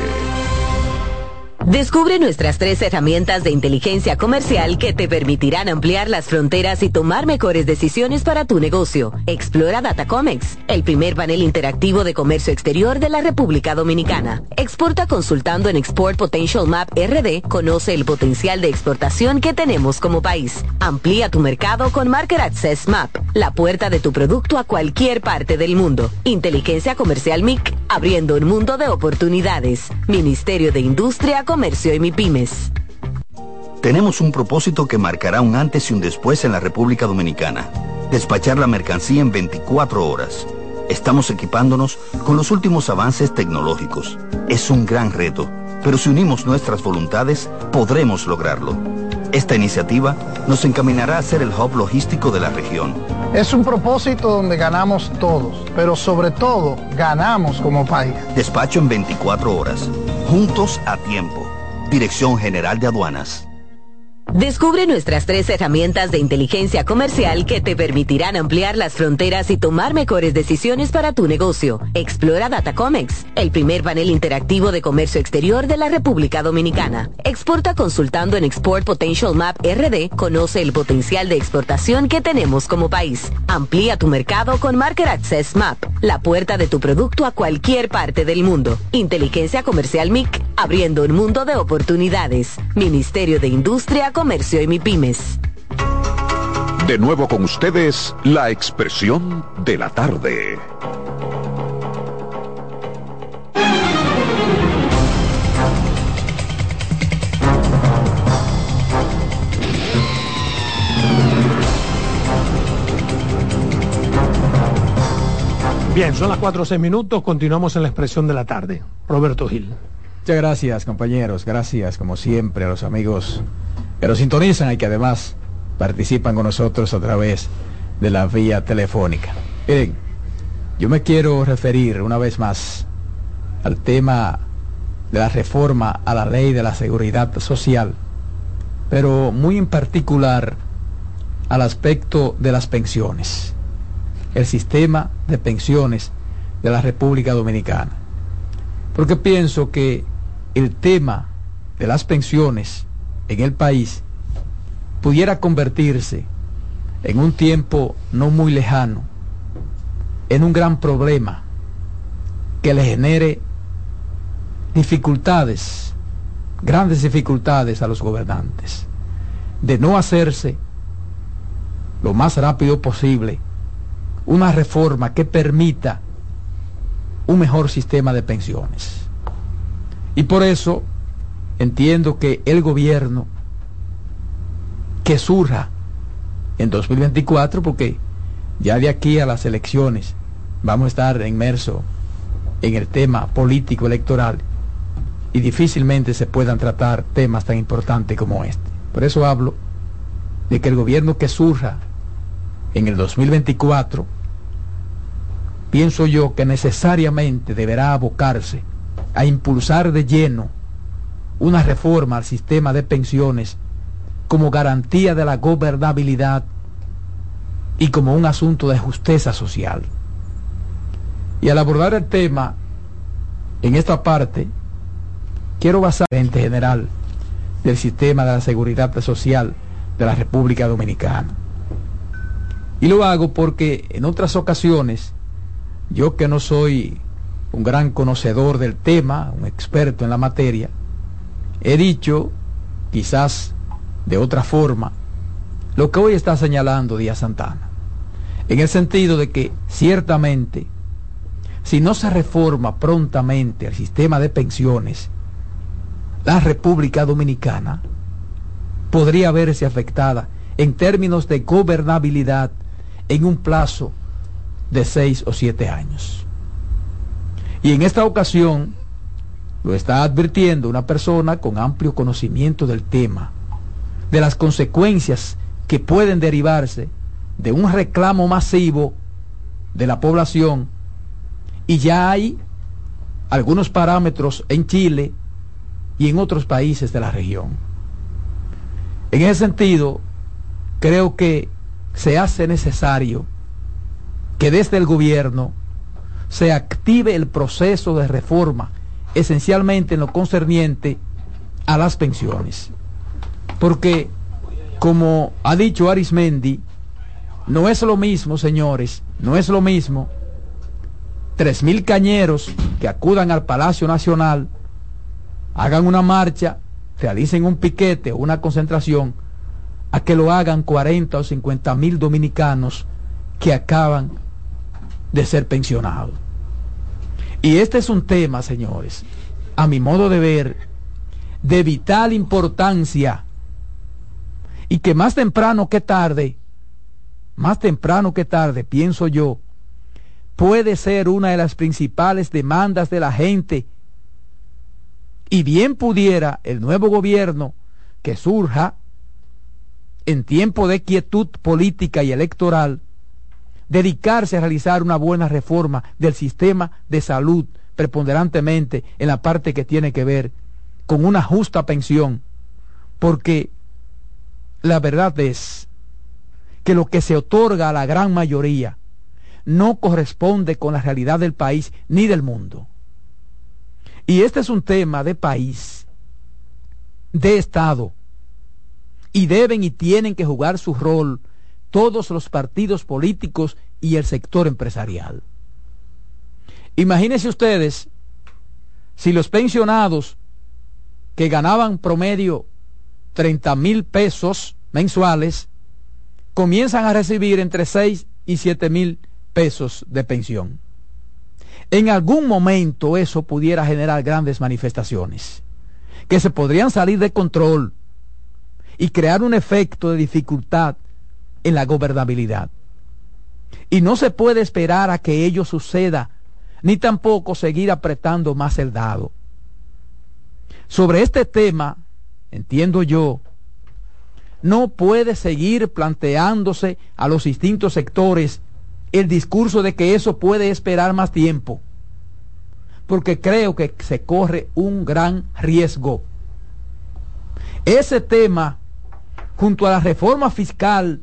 Descubre nuestras 3 herramientas de inteligencia comercial que te permitirán ampliar las fronteras y tomar mejores decisiones para tu negocio. Explora Datacomex, el primer panel interactivo de comercio exterior de la República Dominicana. Exporta consultando en Export Potential Map RD. Conoce el potencial de exportación que tenemos como país. Amplía tu mercado con Market Access Map, la puerta de tu producto a cualquier parte del mundo. Inteligencia Comercial MIC, abriendo un mundo de oportunidades. Ministerio de Industria, Comercio y MIPYMES. Tenemos un propósito que marcará un antes y un después en la República Dominicana. Despachar la mercancía en 24 horas. Estamos equipándonos con los últimos avances tecnológicos. Es un gran reto, pero si unimos nuestras voluntades, podremos lograrlo. Esta iniciativa nos encaminará a ser el hub logístico de la región. Es un propósito donde ganamos todos, pero sobre todo ganamos como país. Despacho en 24 horas. Juntos a tiempo. Dirección General de Aduanas. Descubre nuestras 3 herramientas de inteligencia comercial que te permitirán ampliar las fronteras y tomar mejores decisiones para tu negocio. Explora Datacomex, el primer panel interactivo de comercio exterior de la República Dominicana. Exporta consultando en Export Potential Map RD. Conoce el potencial de exportación que tenemos como país. Amplía tu mercado con Market Access Map, la puerta de tu producto a cualquier parte del mundo. Inteligencia Comercial MIC, abriendo un mundo de oportunidades. Ministerio de Industria, Comercio y MIPYMES. De nuevo con ustedes, la expresión de la tarde. Bien, son las 4:06, continuamos en la expresión de la tarde. Roberto Gil. Muchas gracias, compañeros, gracias como siempre a los amigos que nos sintonizan y que además participan con nosotros a través de la vía telefónica. Miren, yo me quiero referir una vez más al tema de la reforma a la ley de la seguridad social, pero muy en particular al aspecto de las pensiones, el sistema de pensiones de la República Dominicana, porque pienso que el tema de las pensiones en el país pudiera convertirse en un tiempo no muy lejano en un gran problema que le genere dificultades, grandes dificultades a los gobernantes, de no hacerse lo más rápido posible una reforma que permita un mejor sistema de pensiones. Y por eso entiendo que el gobierno que surja en 2024, porque ya de aquí a las elecciones vamos a estar inmersos en el tema político electoral y difícilmente se puedan tratar temas tan importantes como este. Por eso hablo de que el gobierno que surja en el 2024, pienso yo que necesariamente deberá abocarse a impulsar de lleno una reforma al sistema de pensiones como garantía de la gobernabilidad y como un asunto de justicia social. Y al abordar el tema en esta parte, quiero basar en general del sistema de la seguridad social de la República Dominicana. Y lo hago porque en otras ocasiones, yo que no soy un gran conocedor del tema, un experto en la materia, he dicho, quizás de otra forma, lo que hoy está señalando Díaz Santana, en el sentido de que ciertamente, si no se reforma prontamente el sistema de pensiones, la República Dominicana podría verse afectada en términos de gobernabilidad en un plazo de 6 o 7 años. Y en esta ocasión lo está advirtiendo una persona con amplio conocimiento del tema, de las consecuencias que pueden derivarse de un reclamo masivo de la población, y ya hay algunos parámetros en Chile y en otros países de la región. En ese sentido, creo que se hace necesario que desde el gobierno se active el proceso de reforma, esencialmente en lo concerniente a las pensiones. Porque, como ha dicho Arismendi, no es lo mismo, señores, no es lo mismo 3.000 cañeros que acudan al Palacio Nacional, hagan una marcha, realicen un piquete o una concentración, a que lo hagan 40 o 50.000 dominicanos que acaban de ser pensionados. Y este es un tema, señores, a mi modo de ver, de vital importancia, y que más temprano que tarde, pienso yo, puede ser una de las principales demandas de la gente, y bien pudiera el nuevo gobierno que surja en tiempo de quietud política y electoral dedicarse a realizar una buena reforma del sistema de salud, preponderantemente en la parte que tiene que ver con una justa pensión, porque la verdad es que lo que se otorga a la gran mayoría no corresponde con la realidad del país ni del mundo. Y este es un tema de país, de Estado, y deben y tienen que jugar su rol todos los partidos políticos y el sector empresarial. Imagínense ustedes si los pensionados que ganaban promedio 30.000 pesos mensuales comienzan a recibir entre 6 y 7.000 pesos de pensión. En algún momento eso pudiera generar grandes manifestaciones que se podrían salir de control y crear un efecto de dificultad en la gobernabilidad. Y no se puede esperar a que ello suceda, ni tampoco seguir apretando más el dado. Sobre este tema, entiendo yo, no puede seguir planteándose a los distintos sectores el discurso de que eso puede esperar más tiempo, porque creo que se corre un gran riesgo. Ese tema, junto a la reforma fiscal,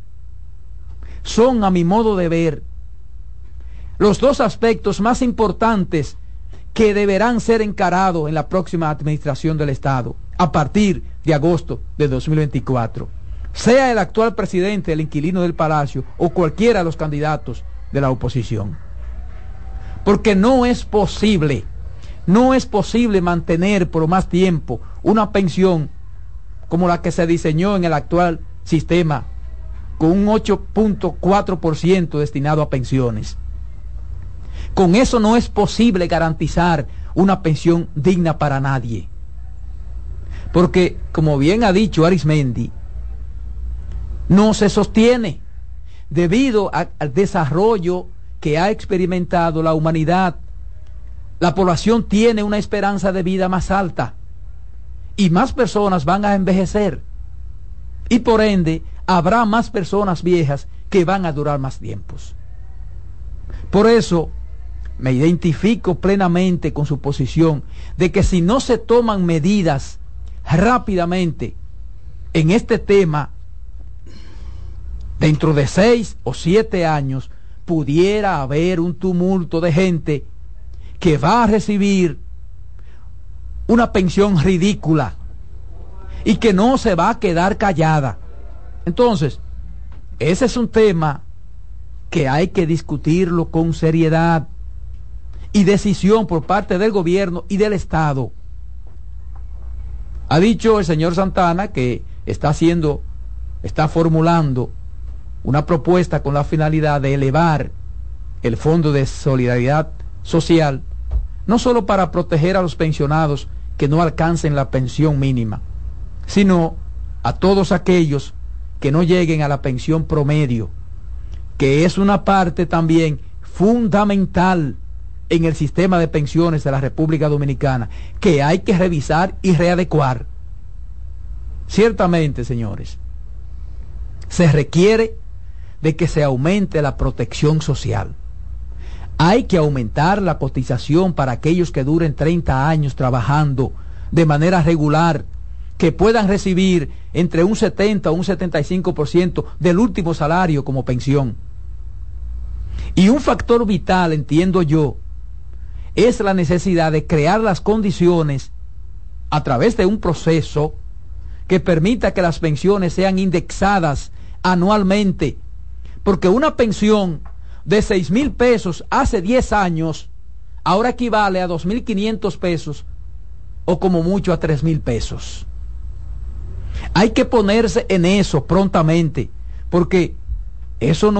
son, a mi modo de ver, los dos aspectos más importantes que deberán ser encarados en la próxima administración del Estado, a partir de agosto de 2024. Sea el actual presidente, el inquilino del Palacio, o cualquiera de los candidatos de la oposición. Porque no es posible mantener por más tiempo una pensión como la que se diseñó en el actual sistema, con un 8.4% destinado a pensiones. Con eso no es posible garantizar una pensión digna para nadie. Porque, como bien ha dicho Arismendi, no se sostiene debido al desarrollo que ha experimentado la humanidad. La población tiene una esperanza de vida más alta y más personas van a envejecer, y por ende habrá más personas viejas que van a durar más tiempos. Por eso me identifico plenamente con su posición de que si no se toman medidas rápidamente en este tema, dentro de 6 o 7 años pudiera haber un tumulto de gente que va a recibir una pensión ridícula y que no se va a quedar callada. Entonces, ese es un tema que hay que discutirlo con seriedad y decisión por parte del gobierno y del Estado. Ha dicho el señor Santana que está formulando una propuesta con la finalidad de elevar el Fondo de Solidaridad Social, no solo para proteger a los pensionados que no alcancen la pensión mínima, sino a todos aquellos que no lleguen a la pensión promedio, que es una parte también fundamental en el sistema de pensiones de la República Dominicana, que hay que revisar y readecuar. Ciertamente, señores, se requiere de que se aumente la protección social. Hay que aumentar la cotización para aquellos que duren 30 años trabajando de manera regular, que puedan recibir entre un 70 o un 75% del último salario como pensión. Y un factor vital, entiendo yo, es la necesidad de crear las condiciones a través de un proceso que permita que las pensiones sean indexadas anualmente, porque una pensión de 6,000 pesos hace 10 años ahora equivale a 2,500 pesos o como mucho a 3,000 pesos. Hay que ponerse en eso prontamente, porque eso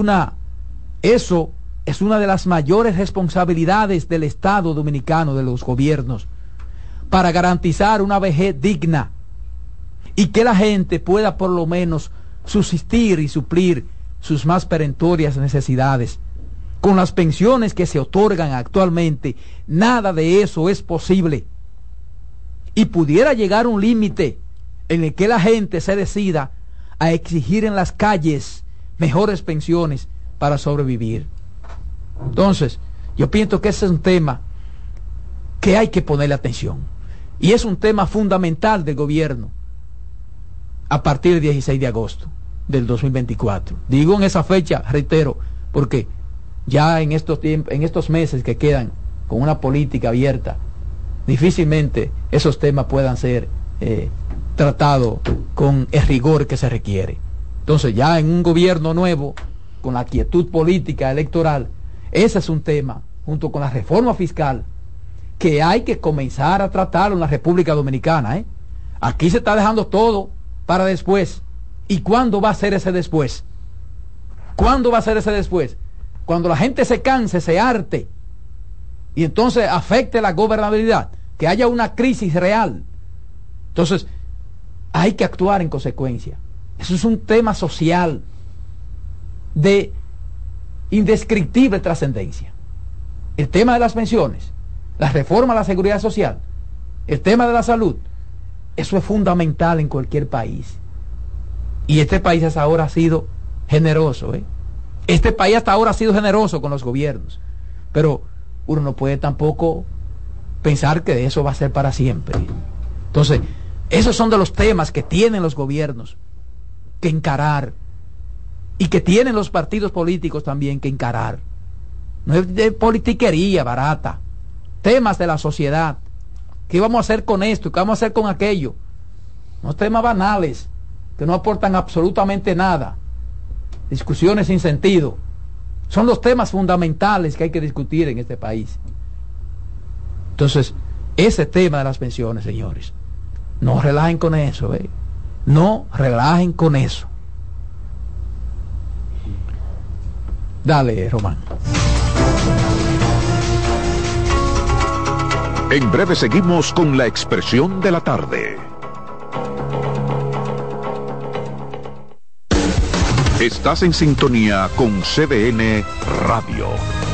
es una de las mayores responsabilidades del Estado dominicano, de los gobiernos, para garantizar una vejez digna y que la gente pueda por lo menos subsistir y suplir sus más perentorias necesidades. Con las pensiones que se otorgan actualmente, nada de eso es posible. Y pudiera llegar un límite en el que la gente se decida a exigir en las calles mejores pensiones para sobrevivir. Entonces, yo pienso que ese es un tema que hay que ponerle atención. Y es un tema fundamental del gobierno a partir del 16 de agosto del 2024. Digo en esa fecha, reitero, porque ya en estos meses que quedan con una política abierta, difícilmente esos temas puedan ser tratados con el rigor que se requiere. Entonces, ya en un gobierno nuevo, con la quietud política electoral, ese es un tema, junto con la reforma fiscal, que hay que comenzar a tratarlo en la República Dominicana. Aquí se está dejando todo para después. ¿Y cuándo va a ser ese después? ¿Cuándo va a ser ese después? Cuando la gente se canse, se harte, y entonces afecte la gobernabilidad, que haya una crisis real. Entonces, hay que actuar en consecuencia. Eso es un tema social de indescriptible trascendencia. El tema de las pensiones, la reforma a la seguridad social, el tema de la salud, eso es fundamental en cualquier país. Y este país hasta ahora ha sido generoso, Este país hasta ahora ha sido generoso con los gobiernos. Pero uno no puede tampoco pensar que eso va a ser para siempre. Entonces, esos son de los temas que tienen los gobiernos que encarar, y que tienen los partidos políticos también que encarar. No es de politiquería barata. Temas de la sociedad. ¿Qué vamos a hacer con esto? ¿Qué vamos a hacer con aquello? Unos temas banales que no aportan absolutamente nada. Discusiones sin sentido. Son los temas fundamentales que hay que discutir en este país. Entonces, ese tema de las pensiones, señores, no relajen con eso, no relajen con eso. Dale, Román. En breve seguimos con la expresión de la tarde. Estás en sintonía con CDN Radio.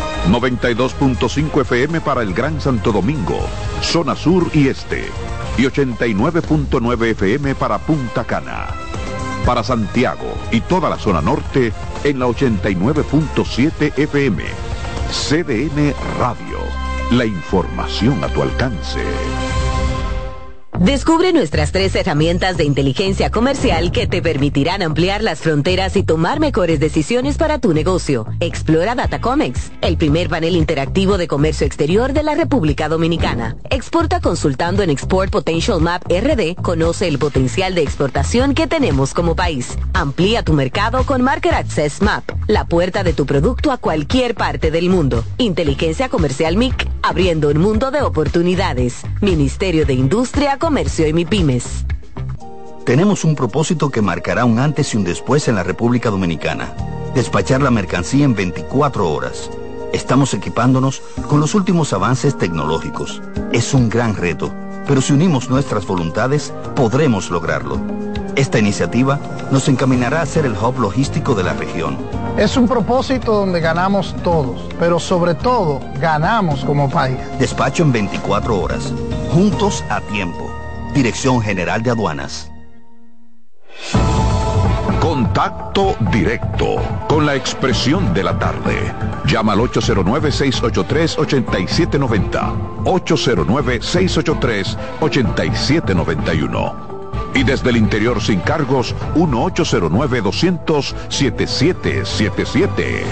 92.5 FM para el Gran Santo Domingo, zona sur y este. Y 89.9 FM para Punta Cana. Para Santiago y toda la zona norte en la 89.7 FM. CDN Radio. La información a tu alcance. Descubre nuestras 3 herramientas de inteligencia comercial que te permitirán ampliar las fronteras y tomar mejores decisiones para tu negocio. Explora Datacomex, el primer panel interactivo de comercio exterior de la República Dominicana. Exporta consultando en Export Potential Map RD. Conoce el potencial de exportación que tenemos como país. Amplía tu mercado con Market Access Map, la puerta de tu producto a cualquier parte del mundo. Inteligencia Comercial MIC, abriendo un mundo de oportunidades. Ministerio de Industria, Comercio y MIPYMES. Tenemos un propósito que marcará un antes y un después en la República Dominicana. Despachar la mercancía en 24 horas. Estamos equipándonos con los últimos avances tecnológicos. Es un gran reto, pero si unimos nuestras voluntades, podremos lograrlo. Esta iniciativa nos encaminará a ser el hub logístico de la región. Es un propósito donde ganamos todos, pero sobre todo ganamos como país. Despacho en 24 horas. Juntos a tiempo. Dirección General de Aduanas. Contacto directo con la expresión de la tarde. Llama al 809-683-8790. 809-683-8791. Y desde el interior sin cargos, 1-809-200-7777.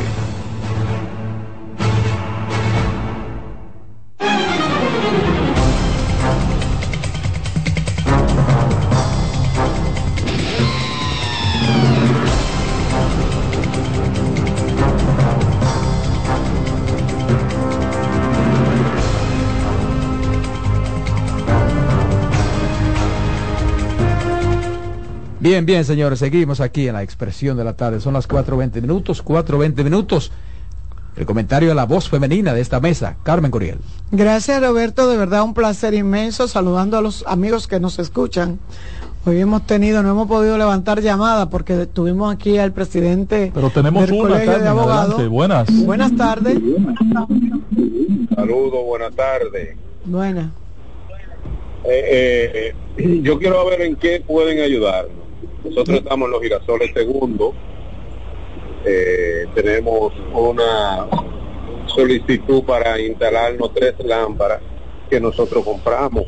Bien, señores, seguimos aquí en la expresión de la tarde. Son las 4:20 minutos. El comentario de la voz femenina de esta mesa, Carmen Curiel. Gracias, Roberto, de verdad un placer inmenso, saludando a los amigos que nos escuchan. Hoy no hemos podido levantar llamada porque tuvimos aquí al presidente. Pero tenemos del una, Colegio Carmen, de Abogados. adelante. Buenas tardes. Saludos, buenas tardes. Buenas. Yo quiero ver en qué pueden ayudarnos. Nosotros estamos en los Girasoles Segundo. Tenemos una solicitud para instalarnos 3 lámparas que nosotros compramos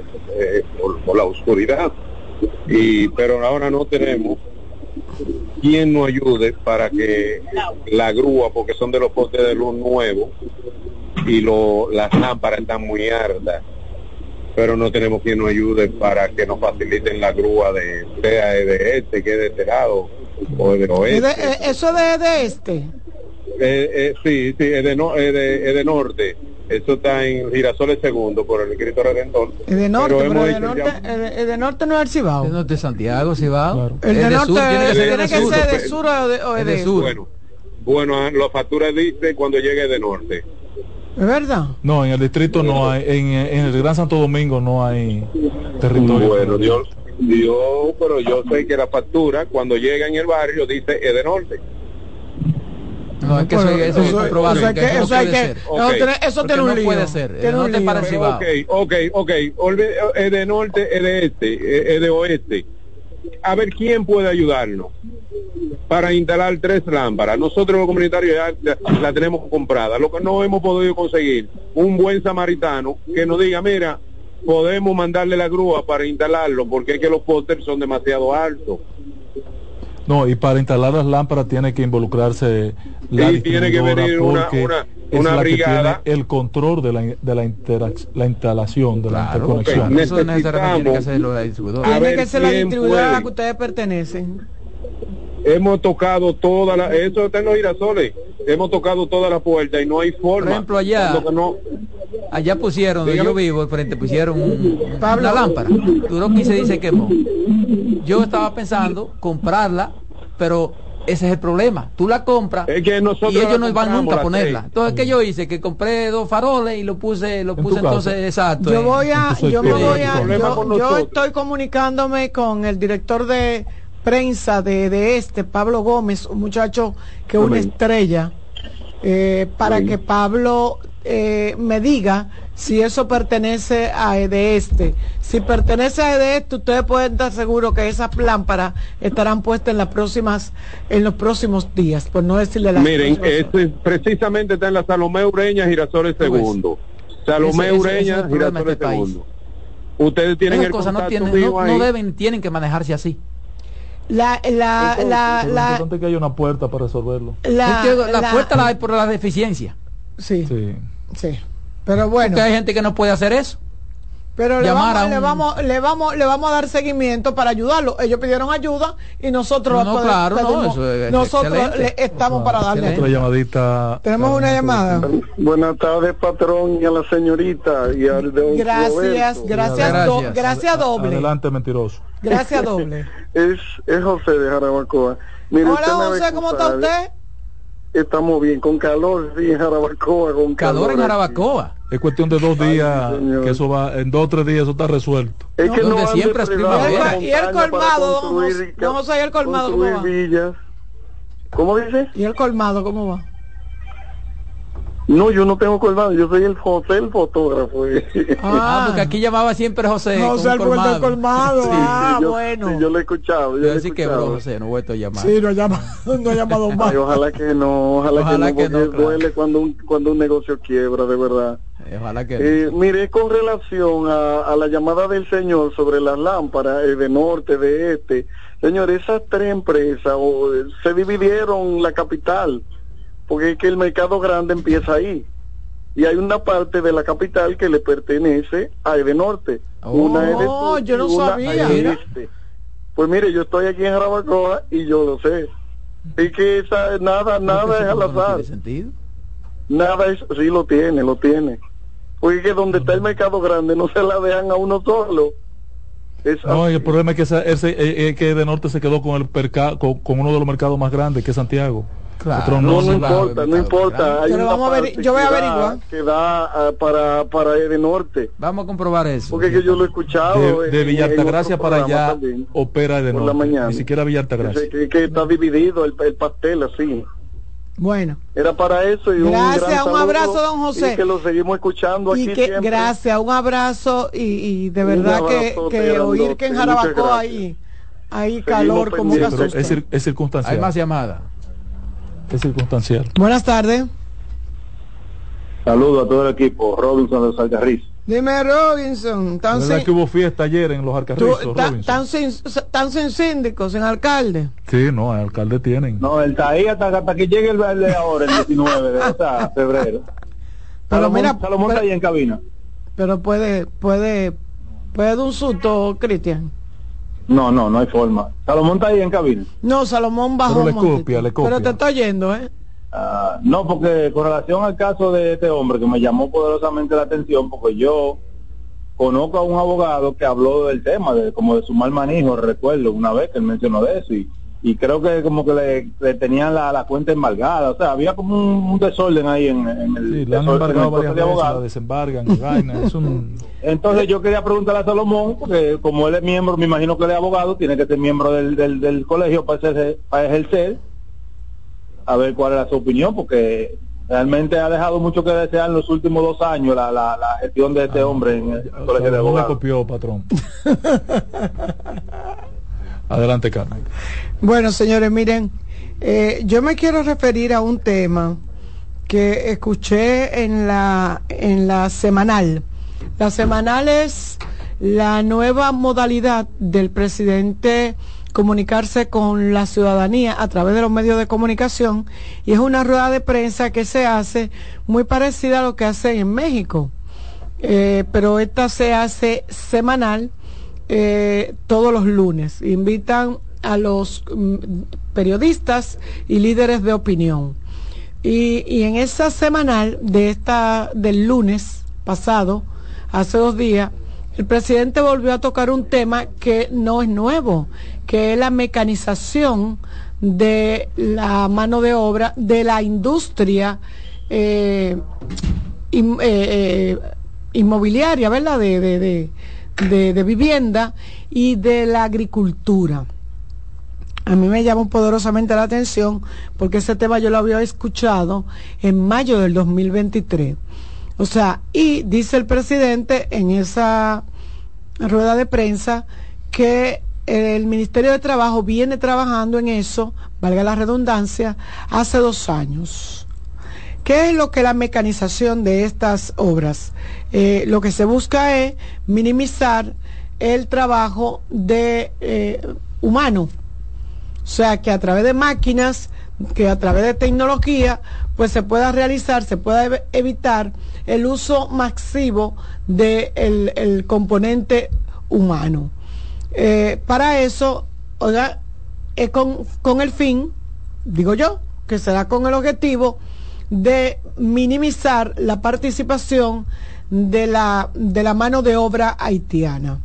por la oscuridad, pero ahora no tenemos quien nos ayude para que la grúa, porque son de los postes de luz nuevos y las lámparas están muy altas, pero no tenemos quien nos ayude para que nos faciliten la grúa de este, que es de este lado, o de oeste. ¿Eso de este? Sí, es de norte. Eso está en Girasoles Segundo, por el Cristo Redentor. Es de norte, pero el de norte no es el Cibao. El norte de Santiago, Cibao. Claro. El de norte tiene que ser de sur o de sur. Bueno, la factura dice cuando llegue de norte. ¿Es verdad? No, en el distrito no hay, en el Gran Santo Domingo no hay territorio. Bueno, pero yo sé que la factura cuando llega en el barrio dice es de norte. No, es que eso es comprobable. Eso tiene un lío. No puede ser. El norte para el Cibao. Ok. Es de norte, es de este, es de oeste. A ver quién puede ayudarnos para instalar 3 lámparas. Nosotros los comunitarios ya la tenemos comprada. Lo que no hemos podido conseguir, un buen samaritano que nos diga, mira, podemos mandarle la grúa para instalarlo, porque es que los postes son demasiado altos. No, y para instalar las lámparas tiene que involucrarse la tiene que venir una brigada, que tiene el control de la instalación, de la interconexión. Okay. Eso necesariamente tiene que hacerlo la distribuidora. Tiene que ser la distribuidora a la que ustedes pertenecen. Hemos tocado eso está en los Girasoles, hemos tocado toda la puerta y no hay forma. Por ejemplo, allá pusieron, donde yo vivo, al frente pusieron una lámpara, duró 15 días y se quemó. Yo estaba pensando comprarla, pero ese es el problema. Tú la compras y ellos no van nunca a ponerla. Entonces, ¿qué yo hice? Que compré 2 faroles y lo puse entonces exacto. Yo estoy comunicándome con el director de prensa de Pablo Gómez, un muchacho que es una estrella, para que Pablo me diga si eso pertenece a EDESTE. Si pertenece a EDESTE, ustedes pueden estar seguros que esas lámparas estarán puestas en los próximos días, por no decirle la. Miren, precisamente está en la Salomé Ureña, Girasoles Segundo. Salomé Ureña, Girasoles Segundo. Ustedes tienen el contacto mío ahí. Tienen que manejarse así. Lo importante es que haya una puerta para resolverlo. La puerta la hay por la deficiencia. Sí. Pero bueno. Porque hay gente que no puede hacer eso. Pero le vamos a dar seguimiento para ayudarlo. Ellos pidieron ayuda y nosotros estamos para darle. Otra llamadita. Tenemos una llamada. Buenas tardes, patrón, y a la señorita y al de gracias doble. Adelante, mentiroso. Gracias doble. Es José de Jarabacoa. Mire, hola José, ¿cómo está usted? Estamos bien, con calor, sí, en Jarabacoa, con calor en Jarabacoa. Es cuestión de 2 días, que eso va, en 2 o 3 días eso está resuelto. Es que no siempre es primavera. Y el colmado, don José, ¿y el colmado cómo va? Villas. ¿Cómo dice? ¿Y el colmado cómo va? No, yo no tengo colmado, yo soy el José, el fotógrafo. Porque aquí llamaba siempre José. José, el colmado. Sí, bueno. Sí, yo lo he escuchado. Yo decir que José, no he vuelto a llamar. Sí, no ha llamado más. Ay, ojalá que no, porque duele cuando un negocio quiebra, de verdad. Ojalá que no. Mire, con relación a la llamada del señor sobre las lámparas de norte, de este, señor, esas 3 empresas se dividieron la capital, porque es que el mercado grande empieza ahí y hay una parte de la capital que le pertenece a Edenorte. Una es de sur, yo no sabía. Pues mire, yo estoy aquí en Jarabacoa y yo lo sé. Es que nada es al azar. Nada es, sí lo tiene. Porque que donde está el mercado grande no se la dejan a uno solo. El problema es que Edenorte se quedó con uno de los mercados más grandes, que es Santiago. Claro, no importa. Hay pero vamos a ver, yo voy a averiguar. Que da para Edenorte. Vamos a comprobar eso. Porque que yo lo he escuchado. De Villa Altagracia para allá también opera Edenorte. Ni siquiera Villa Altagracia. Que está dividido el pastel así. Bueno. Era para eso. Y gracias, un abrazo, don José. Y que lo seguimos escuchando aquí siempre. Gracias, un abrazo y de verdad que oír que en Jarabacoa hay calor como que asusta. Es circunstancial. Hay más llamadas. Es circunstancial. Buenas tardes. Saludos a todo el equipo. Robinson de los Alcarrizos. Dime, Robinson. ¿Verdad que hubo fiesta ayer en los Alcarrizos? ¿Están sin síndicos, sin alcalde? Sí, no, el alcalde tienen. No, él está ahí hasta que llegue el de ahora, el 19 de febrero. Pero Salomón está ahí en cabina. Pero puede dar un susto, Cristian. No hay forma. ¿Salomón está ahí en cabina? No, Salomón bajó. Pero le copia. Pero te está oyendo, No, porque con relación al caso de este hombre que me llamó poderosamente la atención, porque yo conozco a un abogado que habló del tema, de su mal manejo, recuerdo una vez que él mencionó de eso, y creo que como que le tenían la cuenta embargada, o sea, había como un desorden ahí en el... Sí, le han embargado varias veces, la desembargan, Entonces yo quería preguntarle a Salomón, porque como él es miembro, me imagino que él es abogado, tiene que ser miembro del colegio para ejercer, a ver cuál era su opinión, porque realmente ha dejado mucho que desear en los últimos 2 años la gestión de este hombre en el colegio de abogados. No le copió, patrón. Adelante, Carmen. Bueno, señores, miren, yo me quiero referir a un tema que escuché en la semanal. La semanal es la nueva modalidad del presidente comunicarse con la ciudadanía a través de los medios de comunicación, y es una rueda de prensa que se hace muy parecida a lo que hacen en México, pero esta se hace semanal, todos los lunes. Invitan a los periodistas y líderes de opinión, y en esa semanal del lunes pasado, hace 2 días, el presidente volvió a tocar un tema que no es nuevo, que es la mecanización de la mano de obra de la industria inmobiliaria, ¿verdad? De vivienda y de la agricultura. A mí me llamó poderosamente la atención porque ese tema yo lo había escuchado en mayo del 2023. O sea, y dice el presidente en esa rueda de prensa que el Ministerio de Trabajo viene trabajando en eso, valga la redundancia, hace 2 años. ¿Qué es lo que la mecanización de estas obras? Lo que se busca es minimizar el trabajo de humano. O sea, que a través de máquinas, que a través de tecnología, pues se pueda realizar, se pueda evitar el uso masivo del componente humano. Para eso, oiga, con el fin, digo yo, que será con el objetivo de minimizar la participación de la mano de obra haitiana.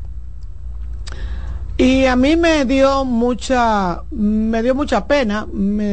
Y a mí me dio mucha pena,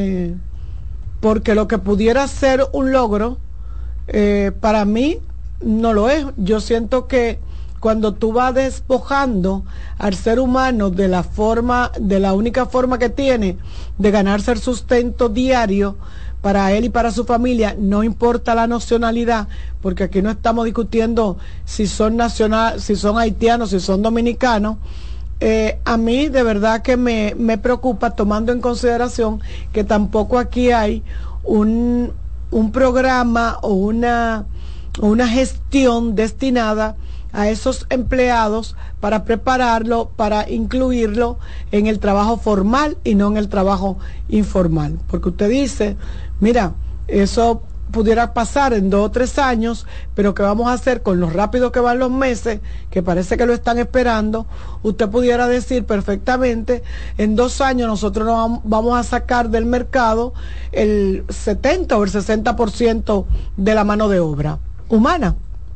porque lo que pudiera ser un logro, para mí no lo es. Yo siento que cuando tú vas despojando al ser humano de la única forma que tiene de ganarse el sustento diario para él y para su familia, no importa la nacionalidad, porque aquí no estamos discutiendo si son haitianos, si son dominicanos. A mí de verdad que me preocupa, tomando en consideración que tampoco aquí hay un programa o una gestión destinada a esos empleados para prepararlo, para incluirlo en el trabajo formal y no en el trabajo informal. Porque usted dice, mira, eso pudiera pasar en 2 o 3 años, pero ¿qué vamos a hacer con lo rápido que van los meses, que parece que lo están esperando? Usted pudiera decir perfectamente, en 2 años nosotros nos vamos a sacar del mercado el 70 o el 60% de la mano de obra humana.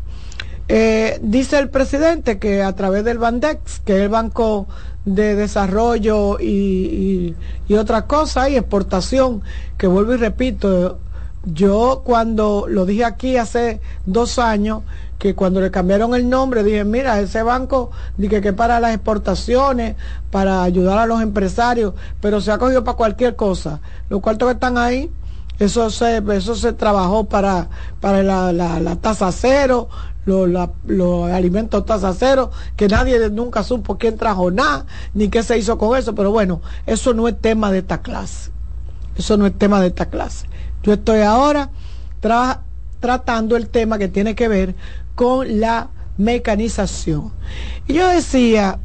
Dice el presidente que a través del Bandex, que es el Banco de Desarrollo y otra cosa, y exportación, que vuelvo y repito, yo cuando lo dije aquí hace 2 años, que cuando le cambiaron el nombre, dije, mira, ese banco, dije que para las exportaciones, para ayudar a los empresarios, pero se ha cogido para cualquier cosa. Los cuartos que están ahí, eso se trabajó para la tasa cero, los alimentos tasa cero, que nadie nunca supo quién trajo nada, ni qué se hizo con eso, pero bueno, eso no es tema de esta clase. Eso no es tema de esta clase. Yo estoy ahora tratando el tema que tiene que ver con la mecanización. Y yo decía,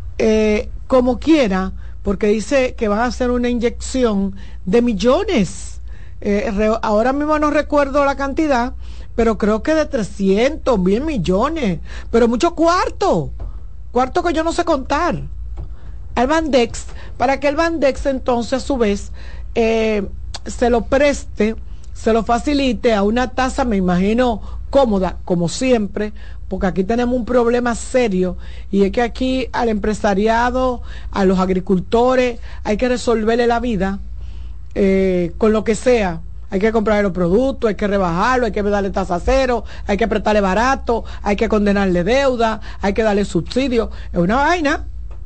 como quiera, porque dice que van a hacer una inyección de millones. Ahora mismo no recuerdo la cantidad, pero creo que de 300, 1,000 millones, pero mucho cuarto que yo no sé contar, al Bandex, para que el Bandex entonces a su vez se lo preste, se lo facilite a una tasa, me imagino, cómoda, como siempre, porque aquí tenemos un problema serio, y es que aquí al empresariado, a los agricultores, hay que resolverle la vida con lo que sea. Hay que comprar los productos, hay que rebajarlo, hay que darle tasa cero, hay que apretarle barato, hay que condenarle deuda, hay que darle subsidio. Es una vaina.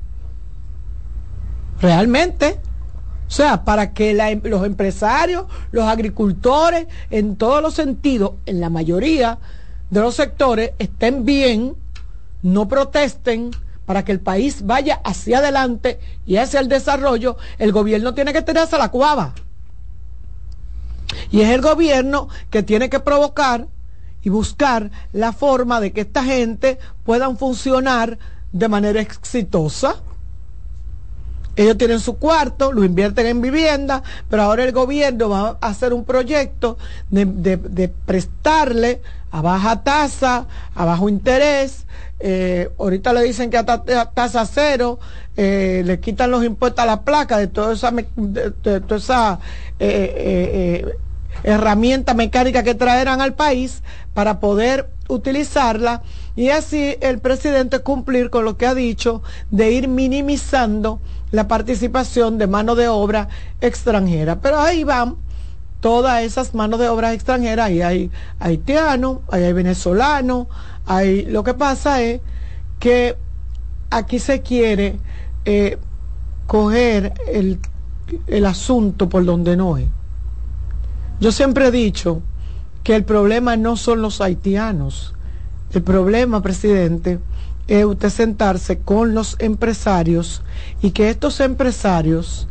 Realmente. O sea, para que los empresarios, los agricultores, en todos los sentidos, en la mayoría de los sectores, estén bien, no protesten, para que el país vaya hacia adelante y hacia el desarrollo, el gobierno tiene que tirarse a la cuava. Y es el gobierno que tiene que provocar y buscar la forma de que esta gente puedan funcionar de manera exitosa. Ellos tienen su cuarto, lo invierten en vivienda, pero ahora el gobierno va a hacer un proyecto de prestarle a baja tasa, a bajo interés. Ahorita le dicen que a tasa cero, le quitan los impuestos a la placa de toda esa herramienta mecánica que traerán al país para poder utilizarla, y así el presidente cumplir con lo que ha dicho de ir minimizando la participación de mano de obra extranjera. Pero ahí van todas esas manos de obra extranjeras, ahí hay haitianos, ahí hay venezolanos, lo que pasa es que aquí se quiere coger el asunto por donde no es. Yo siempre he dicho que el problema no son los haitianos. El problema, presidente, es usted sentarse con los empresarios y que estos empresarios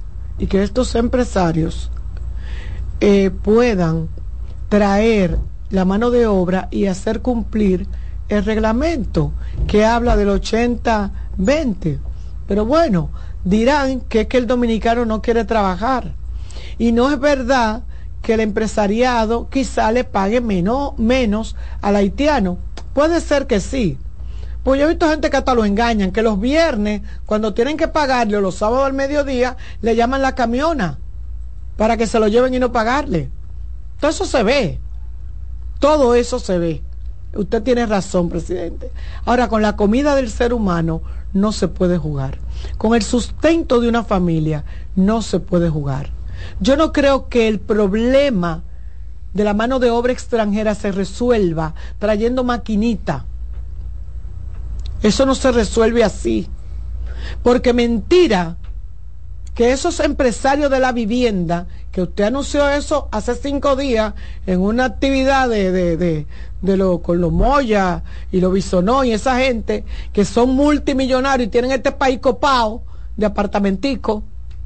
puedan traer la mano de obra y hacer cumplir el reglamento que habla del 80-20. Pero bueno, dirán que es que el dominicano no quiere trabajar. Y no es verdad que el empresariado quizá le pague menos al haitiano. Puede ser que sí. Pues yo he visto gente que hasta lo engañan, que los viernes, cuando tienen que pagarle, o los sábados al mediodía, le llaman la camiona para que se lo lleven y no pagarle. Todo eso se ve. Todo eso se ve. Usted tiene razón, presidente. Ahora, con la comida del ser humano no se puede jugar. Con el sustento de una familia no se puede jugar. Yo no creo que el problema de la mano de obra extranjera se resuelva trayendo maquinita. Eso no se resuelve así. Porque mentira que esos empresarios de la vivienda, que usted anunció eso hace 5 días en una actividad con los Moya y los Bisonó y esa gente que son multimillonarios y tienen este país copado de apartamentico.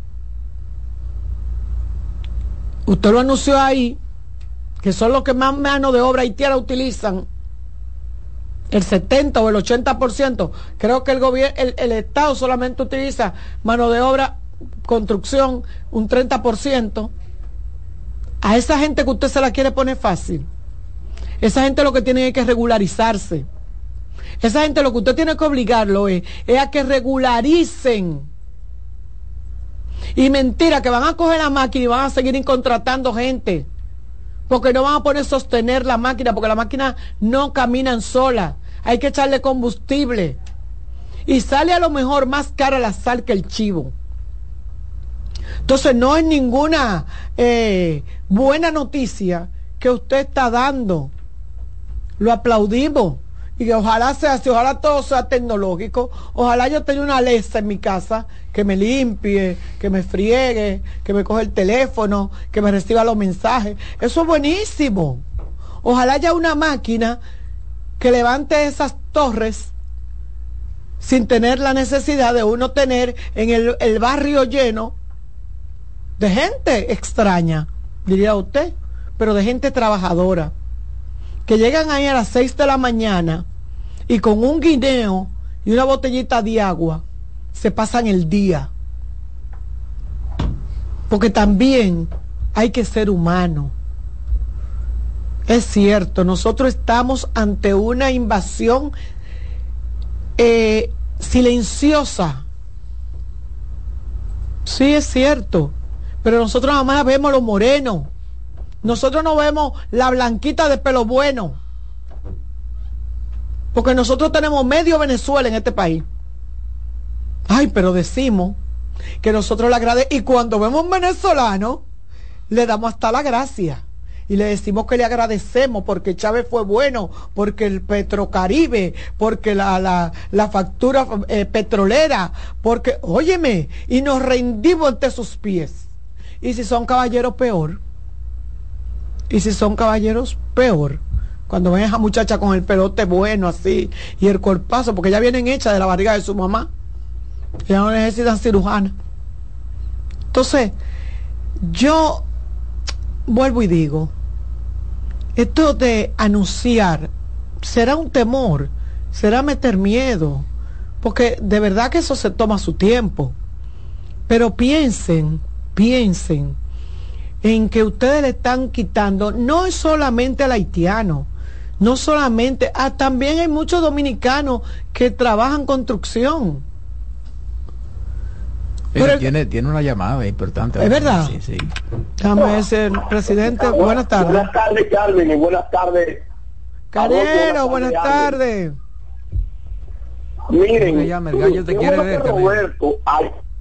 Usted lo anunció ahí, que son los que más mano de obra haitiana utilizan, el 70 o el 80%. Creo que el Estado solamente utiliza mano de obra construcción un 30%. A esa gente que usted se la quiere poner fácil, esa gente lo que tiene es que regularizarse. Esa gente lo que usted tiene que obligarlo es a que regularicen. Y mentira, que van a coger la máquina y van a seguir contratando gente, porque no van a poder sostener la máquina, porque la máquina no caminan sola. Hay que echarle combustible. Y sale a lo mejor más cara la sal que el chivo. Entonces no es ninguna buena noticia que usted está dando. Lo aplaudimos. Y que ojalá sea así, ojalá todo sea tecnológico. Ojalá yo tenga una Alexa en mi casa que me limpie, que me friegue, que me coge el teléfono, que me reciba los mensajes. Eso es buenísimo. Ojalá haya una máquina que levante esas torres sin tener la necesidad de uno tener en el barrio lleno de gente extraña, diría usted, pero de gente trabajadora, que llegan ahí a las 6 de la mañana y con un guineo y una botellita de agua se pasan el día. Porque también hay que ser humano. Es cierto, nosotros estamos ante una invasión silenciosa. Sí, es cierto, pero nosotros nada más vemos los morenos. Nosotros no vemos la blanquita de pelo bueno, porque nosotros tenemos medio Venezuela en este país. Ay, pero decimos que nosotros le agradecemos, y cuando vemos un venezolano le damos hasta la gracia y le decimos que le agradecemos porque Chávez fue bueno, porque el Petrocaribe, porque la factura petrolera, porque, óyeme, y nos rendimos ante sus pies. Y si son caballeros, peor. Y si son caballeros, peor. Cuando ven a esa muchacha con el pelote bueno así y el cuerpazo, porque ya vienen hechas de la barriga de su mamá, ya no necesitan cirujana. Entonces, yo vuelvo y digo, esto de anunciar será un temor, será meter miedo, porque de verdad que eso se toma su tiempo. Pero piensen en que ustedes le están quitando, no es solamente al haitiano, no solamente, también hay muchos dominicanos que trabajan construcción. Pero tiene una llamada importante. ¿Es verdad? Sí, sí. Déjame decir, presidente, buenas tardes. Buenas tardes, Carmen, y buenas tardes. Carero, buenas tardes. Miren, el gallo te quiere ver, Roberto ha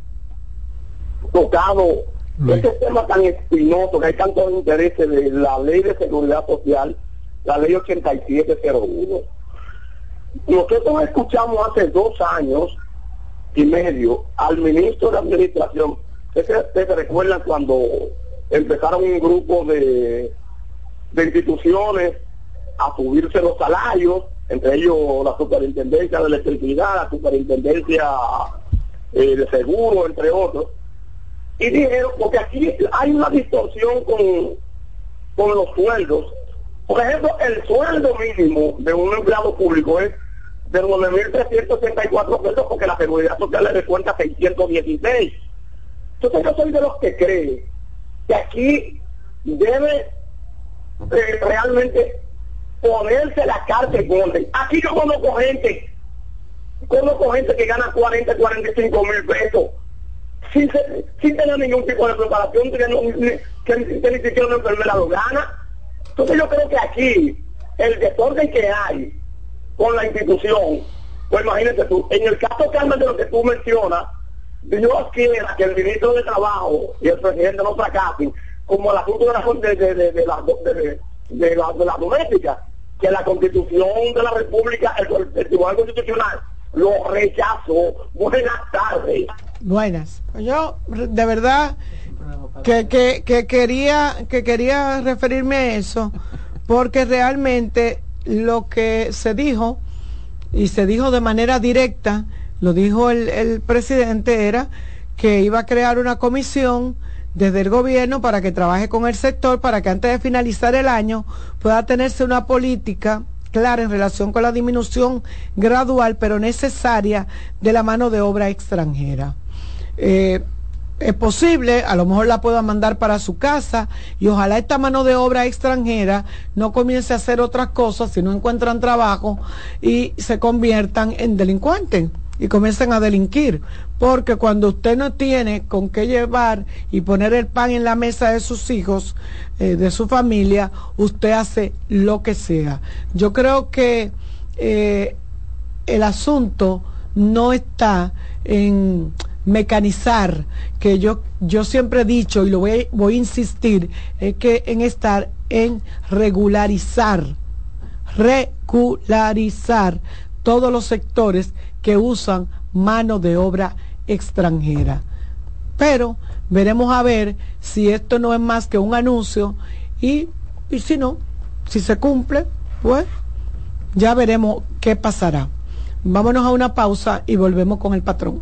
tocado este tema tan espinoso, que hay tantos intereses de la ley de seguridad social, la ley 8701. Nosotros escuchamos hace 2 años y medio al ministro de Administración. Ustedes se recuerdan cuando empezaron un grupo de de instituciones a subirse los salarios, entre ellos la superintendencia de electricidad, la superintendencia de seguro, entre otros. Y dijeron, porque aquí hay una distorsión con los sueldos. Por ejemplo, el sueldo mínimo de un empleado público es de 9.364 pesos, porque la Seguridad Social le descuenta 616. Entonces yo soy de los que creen que aquí debe realmente ponerse la carta en orden. Aquí yo conozco gente que gana 40, 45 mil pesos sin tener ningún tipo de preparación, que ni siquiera una enfermera lo gana. Entonces yo creo que aquí el desorden que hay con la institución, pues imagínate tú, en el caso, Carmen, de lo que tú mencionas, Dios quiera que el ministro de Trabajo y el presidente no fracasen, como el asunto de la doméstica, que la Constitución de la República, el Tribunal Constitucional lo rechazó. Buenas tardes. Buenas. Yo de verdad que quería referirme a eso, porque realmente lo que se dijo, y se dijo de manera directa, lo dijo el presidente, era que iba a crear una comisión desde el gobierno para que trabaje con el sector, para que antes de finalizar el año pueda tenerse una política clara en relación con la disminución gradual pero necesaria de la mano de obra extranjera. Es posible, a lo mejor la pueda mandar para su casa, y ojalá esta mano de obra extranjera no comience a hacer otras cosas si no encuentran trabajo y se conviertan en delincuentes y comiencen a delinquir, porque cuando usted no tiene con qué llevar y poner el pan en la mesa de sus hijos, de su familia, usted hace lo que sea. Yo creo que el asunto no está en mecanizar, que yo siempre he dicho y lo voy a insistir, es que en estar en regularizar todos los sectores que usan mano de obra extranjera. Pero veremos a ver si esto no es más que un anuncio, y si no, si se cumple, pues ya veremos qué pasará. Vámonos a una pausa y volvemos con el patrón.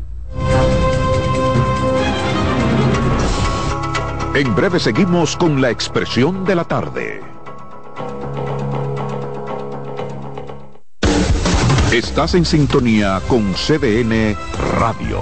En breve seguimos con la expresión de la tarde. Estás en sintonía con CDN Radio.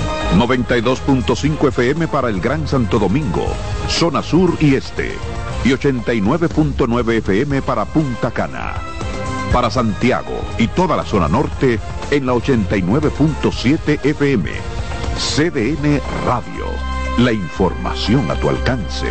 92.5 FM para el Gran Santo Domingo, zona sur y este. Y 89.9 FM para Punta Cana. Para Santiago y toda la zona norte en la 89.7 FM. CDN Radio. La información a tu alcance.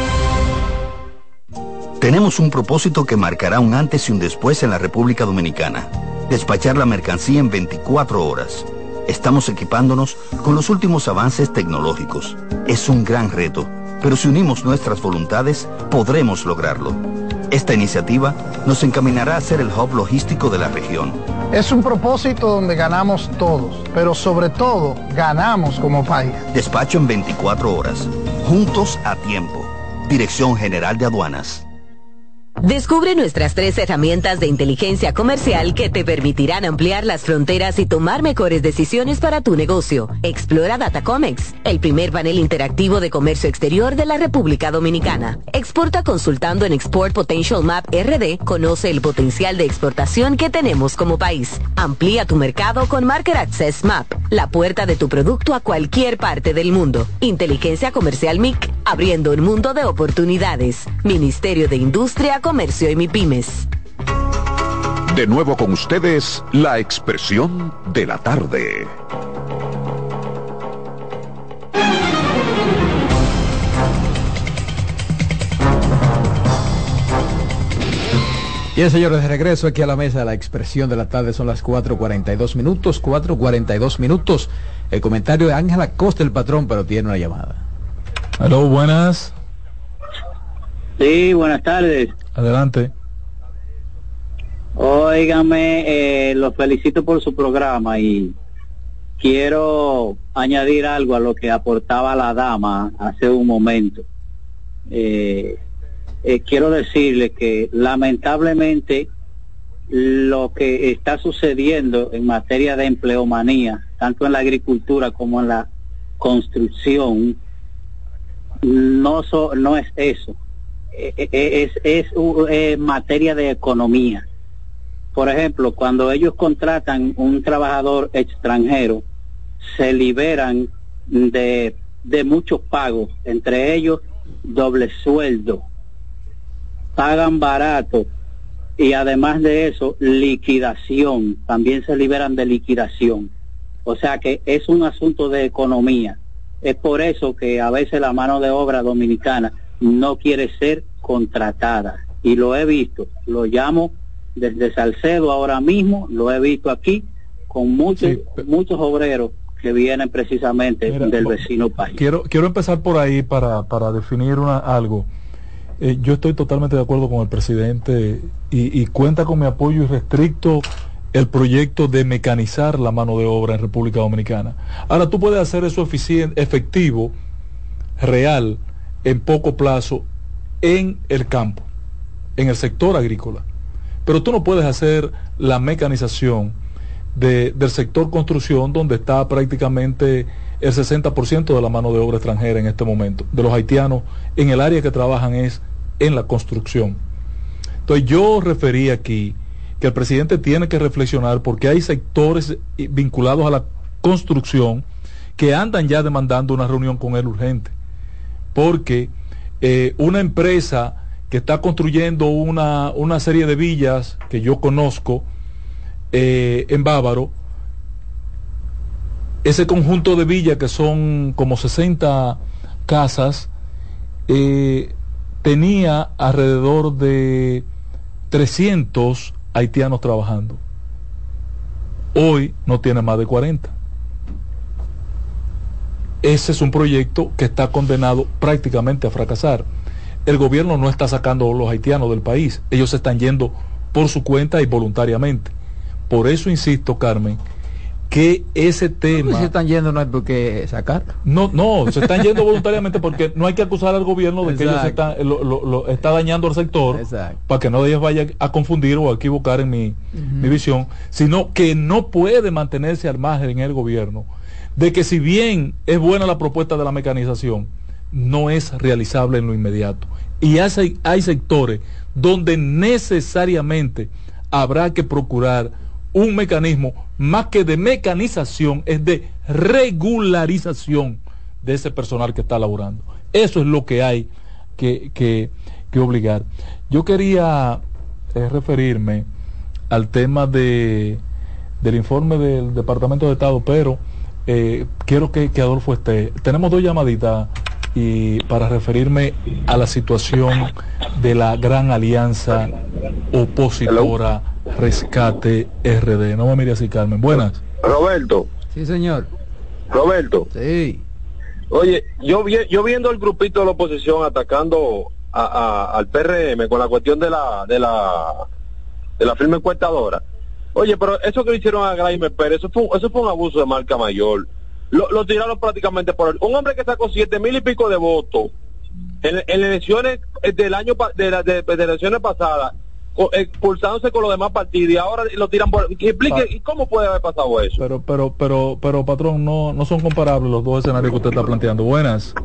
Tenemos un propósito que marcará un antes y un después en la República Dominicana. Despachar la mercancía en 24 horas. Estamos equipándonos con los últimos avances tecnológicos. Es un gran reto, pero si unimos nuestras voluntades, podremos lograrlo. Esta iniciativa nos encaminará a ser el hub logístico de la región. Es un propósito donde ganamos todos, pero sobre todo ganamos como país. Despacho en 24 horas. Juntos a tiempo. Dirección General de Aduanas. Descubre nuestras 3 herramientas de inteligencia comercial que te permitirán ampliar las fronteras y tomar mejores decisiones para tu negocio. Explora Datacomex, el primer panel interactivo de comercio exterior de la República Dominicana. Exporta consultando en Export Potential Map RD. Conoce el potencial de exportación que tenemos como país. Amplía tu mercado con Market Access Map, la puerta de tu producto a cualquier parte del mundo. Inteligencia Comercial MIC, abriendo un mundo de oportunidades. Ministerio de Industria, Comercio y MIPYMES. De nuevo con ustedes, la expresión de la tarde. Bien, señores, de regreso aquí a la mesa de la expresión de la tarde. Son las 4:42 minutos, 4:42 minutos. El comentario de Ángela Costa, el patrón, pero tiene una llamada. Aló, buenas. Sí, buenas tardes. Adelante. Óigame, los felicito por su programa y quiero añadir algo a lo que aportaba la dama hace un momento. quiero decirle que lamentablemente lo que está sucediendo en materia de empleomanía, tanto en la agricultura como en la construcción, no es eso, es materia de economía. Por ejemplo, cuando ellos contratan un trabajador extranjero, se liberan de muchos pagos, entre ellos doble sueldo, pagan barato, y además de eso, liquidación, también se liberan de liquidación. O sea que es un asunto de economía. Es por eso que a veces la mano de obra dominicana no quiere ser contratada. Y lo he visto, lo llamo desde Salcedo ahora mismo, lo he visto aquí, con muchos obreros que vienen precisamente del vecino país. Quiero empezar por ahí para definir algo. Yo estoy totalmente de acuerdo con el presidente y cuenta con mi apoyo irrestricto el proyecto de mecanizar la mano de obra en República Dominicana. Ahora, tú puedes hacer eso efectivo, real, en poco plazo, en el campo, en el sector agrícola. Pero tú no puedes hacer la mecanización del sector construcción, donde está prácticamente el 60% de la mano de obra extranjera en este momento, de los haitianos, en el área que trabajan es en la construcción. Entonces yo referí aquí que el presidente tiene que reflexionar, porque hay sectores vinculados a la construcción que andan ya demandando una reunión con él urgente, porque una empresa que está construyendo una serie de villas que yo conozco en Bávaro, ese conjunto de villas que son como 60 casas, tenía alrededor de 300 haitianos trabajando. Hoy no tiene más de 40. Ese es un proyecto que está condenado prácticamente a fracasar. El gobierno no está sacando a los haitianos del país, ellos se están yendo por su cuenta y voluntariamente. Por eso insisto, Carmen, que ese tema... Si se están yendo no hay por qué sacar. No, se están yendo voluntariamente, porque no hay que acusar al gobierno de que ellos lo está dañando al sector. Exacto. Para que no ellos vayan a confundir o a equivocar en mi visión, sino que no puede mantenerse al margen en el gobierno de que, si bien es buena la propuesta de la mecanización, no es realizable en lo inmediato. Y hay sectores donde necesariamente habrá que procurar un mecanismo, más que de mecanización, es de regularización de ese personal que está laborando. Eso es lo que hay que obligar. Yo quería referirme al tema del informe del Departamento de Estado, pero quiero que Adolfo esté. Tenemos 2 llamaditas y para referirme a la situación de la gran alianza opositora Rescate RD. No me mire así, Carmen. Buenas. Roberto. Sí, señor. Roberto. Sí. Oye, yo viendo el grupito de la oposición atacando al PRM con la cuestión de la firma encuestadora. Oye, pero eso que le hicieron a Graeme Pérez, eso fue un abuso de marca mayor. Lo tiraron prácticamente por él. Un hombre que sacó 7,000 y pico de votos en elecciones del año de elecciones pasadas, expulsándose con los demás partidos, y ahora lo tiran por... Explique, ¿y cómo puede haber pasado eso? Pero patrón, no son comparables los dos escenarios que usted está planteando. Buenas.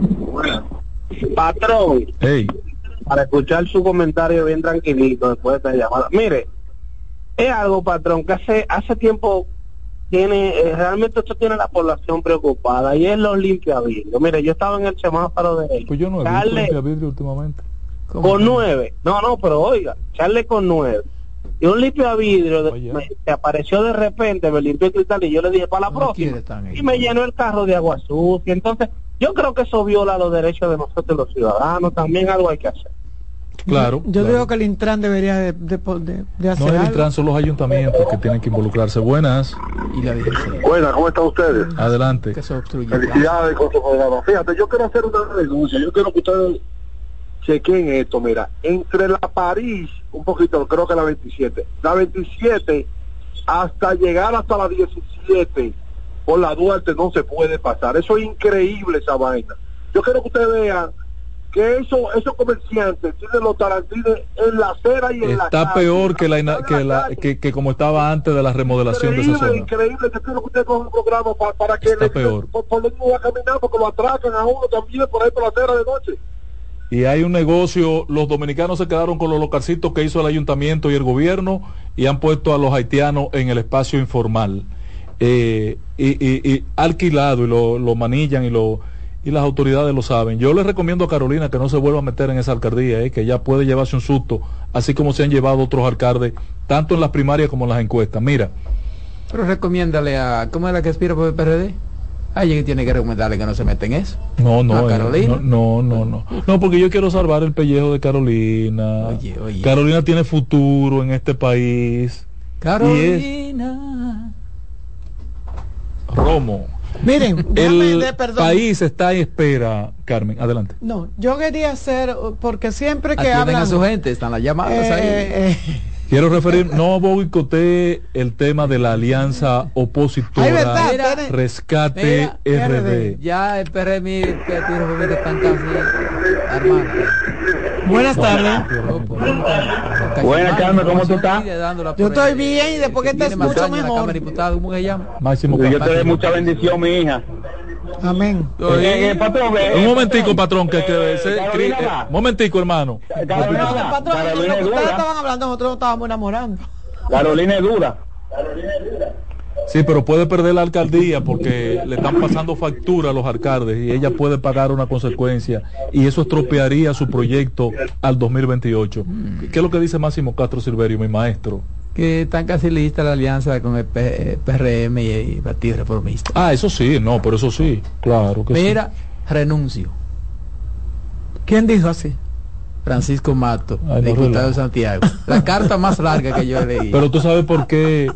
Patrón. Hey. Para escuchar su comentario bien tranquilito después de esta llamada. Mire, es algo, patrón, que hace tiempo realmente esto tiene la población preocupada, y es los limpiavidrios. Mire, yo estaba en el semáforo de él. Pues yo no he visto limpiavidrio últimamente. Con 9. No, pero oiga, Charle con 9. Y un limpiavidrio se apareció de repente, me limpió el cristal y yo le dije para la próxima. Y me llenó el carro de agua sucia. Entonces, yo creo que eso viola los derechos de nosotros los ciudadanos. También algo hay que hacer. Claro. Yo digo que el Intran debería de hacer el Intran son los ayuntamientos que tienen que involucrarse. Buenas. Buenas, ¿cómo están ustedes? Adelante. Felicidades con su programa. Fíjate, yo quiero hacer una denuncia. Yo quiero que ustedes chequen esto. Mira, entre la París, un poquito, creo que la 27 hasta llegar hasta la 17 por la Duarte no se puede pasar. Eso es increíble, esa vaina. Yo quiero que ustedes vean que esos comerciantes tienen los tarantines en la acera y en la calle. Está peor que como estaba antes de la remodelación de esa zona. Increíble, yo quiero que usted coja un programa para que está peor. Por donde uno va a caminar, porque lo atracan a uno también por ahí por la acera de noche. Y hay un negocio, los dominicanos se quedaron con los localcitos que hizo el ayuntamiento y el gobierno y han puesto a los haitianos en el espacio informal. Y alquilado, y lo manillan y las autoridades lo saben. Yo le recomiendo a Carolina que no se vuelva a meter en esa alcaldía, que ya puede llevarse un susto, así como se han llevado otros alcaldes, tanto en las primarias como en las encuestas. Mira. Pero recomiéndale a, ¿cómo es la que aspira por el PRD? Alguien tiene que recomendarle que no se meta en eso. No, Carolina. No, porque yo quiero salvar el pellejo de Carolina. Oye. Carolina tiene futuro en este país. Carolina. Romo. Miren, el país está en espera, Carmen, adelante. No, yo quería hacer, porque siempre que hablan a su gente, están las llamadas ahí. Quiero referir, no boicoté el tema de la alianza opositora Rescate RD. Ya el PRM y el PRM están casi armados. Buenas tardes. Buenas, Carmen, ¿cómo tú estás? Yo estoy bien y después que te escucho mejor. ¿Cómo se llama? Máximo. Yo te doy mucha bendición, mi hija. Amén. Patrón, un momentico, patrón, momentico, hermano. Patrón, ustedes estaban hablando, nosotros nos estábamos enamorando. Carolina es dura. Sí, pero puede perder la alcaldía porque le están pasando factura a los alcaldes y ella puede pagar una consecuencia y eso estropearía su proyecto al 2028. ¿Qué es lo que dice Máximo Castro Silverio, mi maestro? Que están casi listas la alianza con el PRM y Partido Reformista. Eso sí, pero eso sí, claro que Mira, renuncio. ¿Quién dijo así? Francisco Mato, diputado de Santiago. La carta más larga que yo he leído. Pero tú sabes por qué.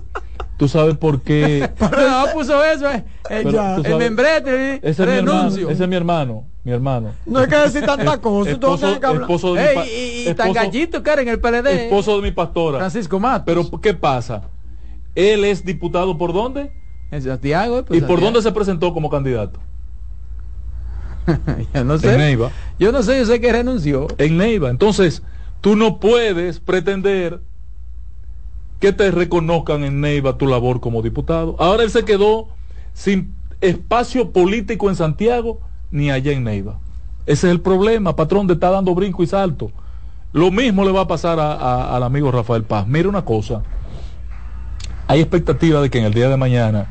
No, puso eso, el membrete, renuncio. Ese es mi hermano. No hay que decir tanta cosa. Esposo de y tan gallito que era en el PLD. Esposo de mi pastora. Francisco Matos. Pero ¿qué pasa? Él es diputado ¿por dónde? En Santiago. ¿Y por dónde se presentó como candidato? Yo no sé. En Neiva. Yo sé que renunció. En Neiva. Entonces, tú no puedes pretender que te reconozcan en Neiva tu labor como diputado. Ahora él se quedó sin espacio político en Santiago ni allá en Neiva. Ese es el problema, patrón, de estar dando brinco y salto. Lo mismo le va a pasar al amigo Rafael Paz. Mira una cosa, hay expectativa de que en el día de mañana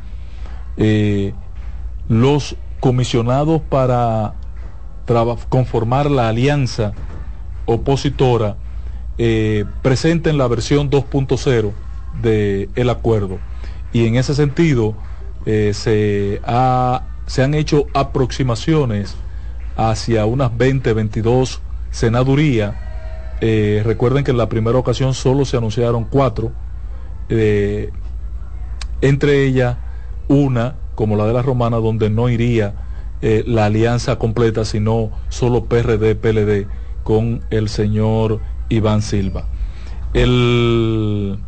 los comisionados para conformar la alianza opositora presenten la versión 2.0 del acuerdo y en ese sentido se han hecho aproximaciones hacia unas 22 senadurías. Recuerden que en la primera ocasión solo se anunciaron 4, entre ellas una como la de la Romana donde no iría la alianza completa sino solo PRD, PLD con el señor Iván Silva. El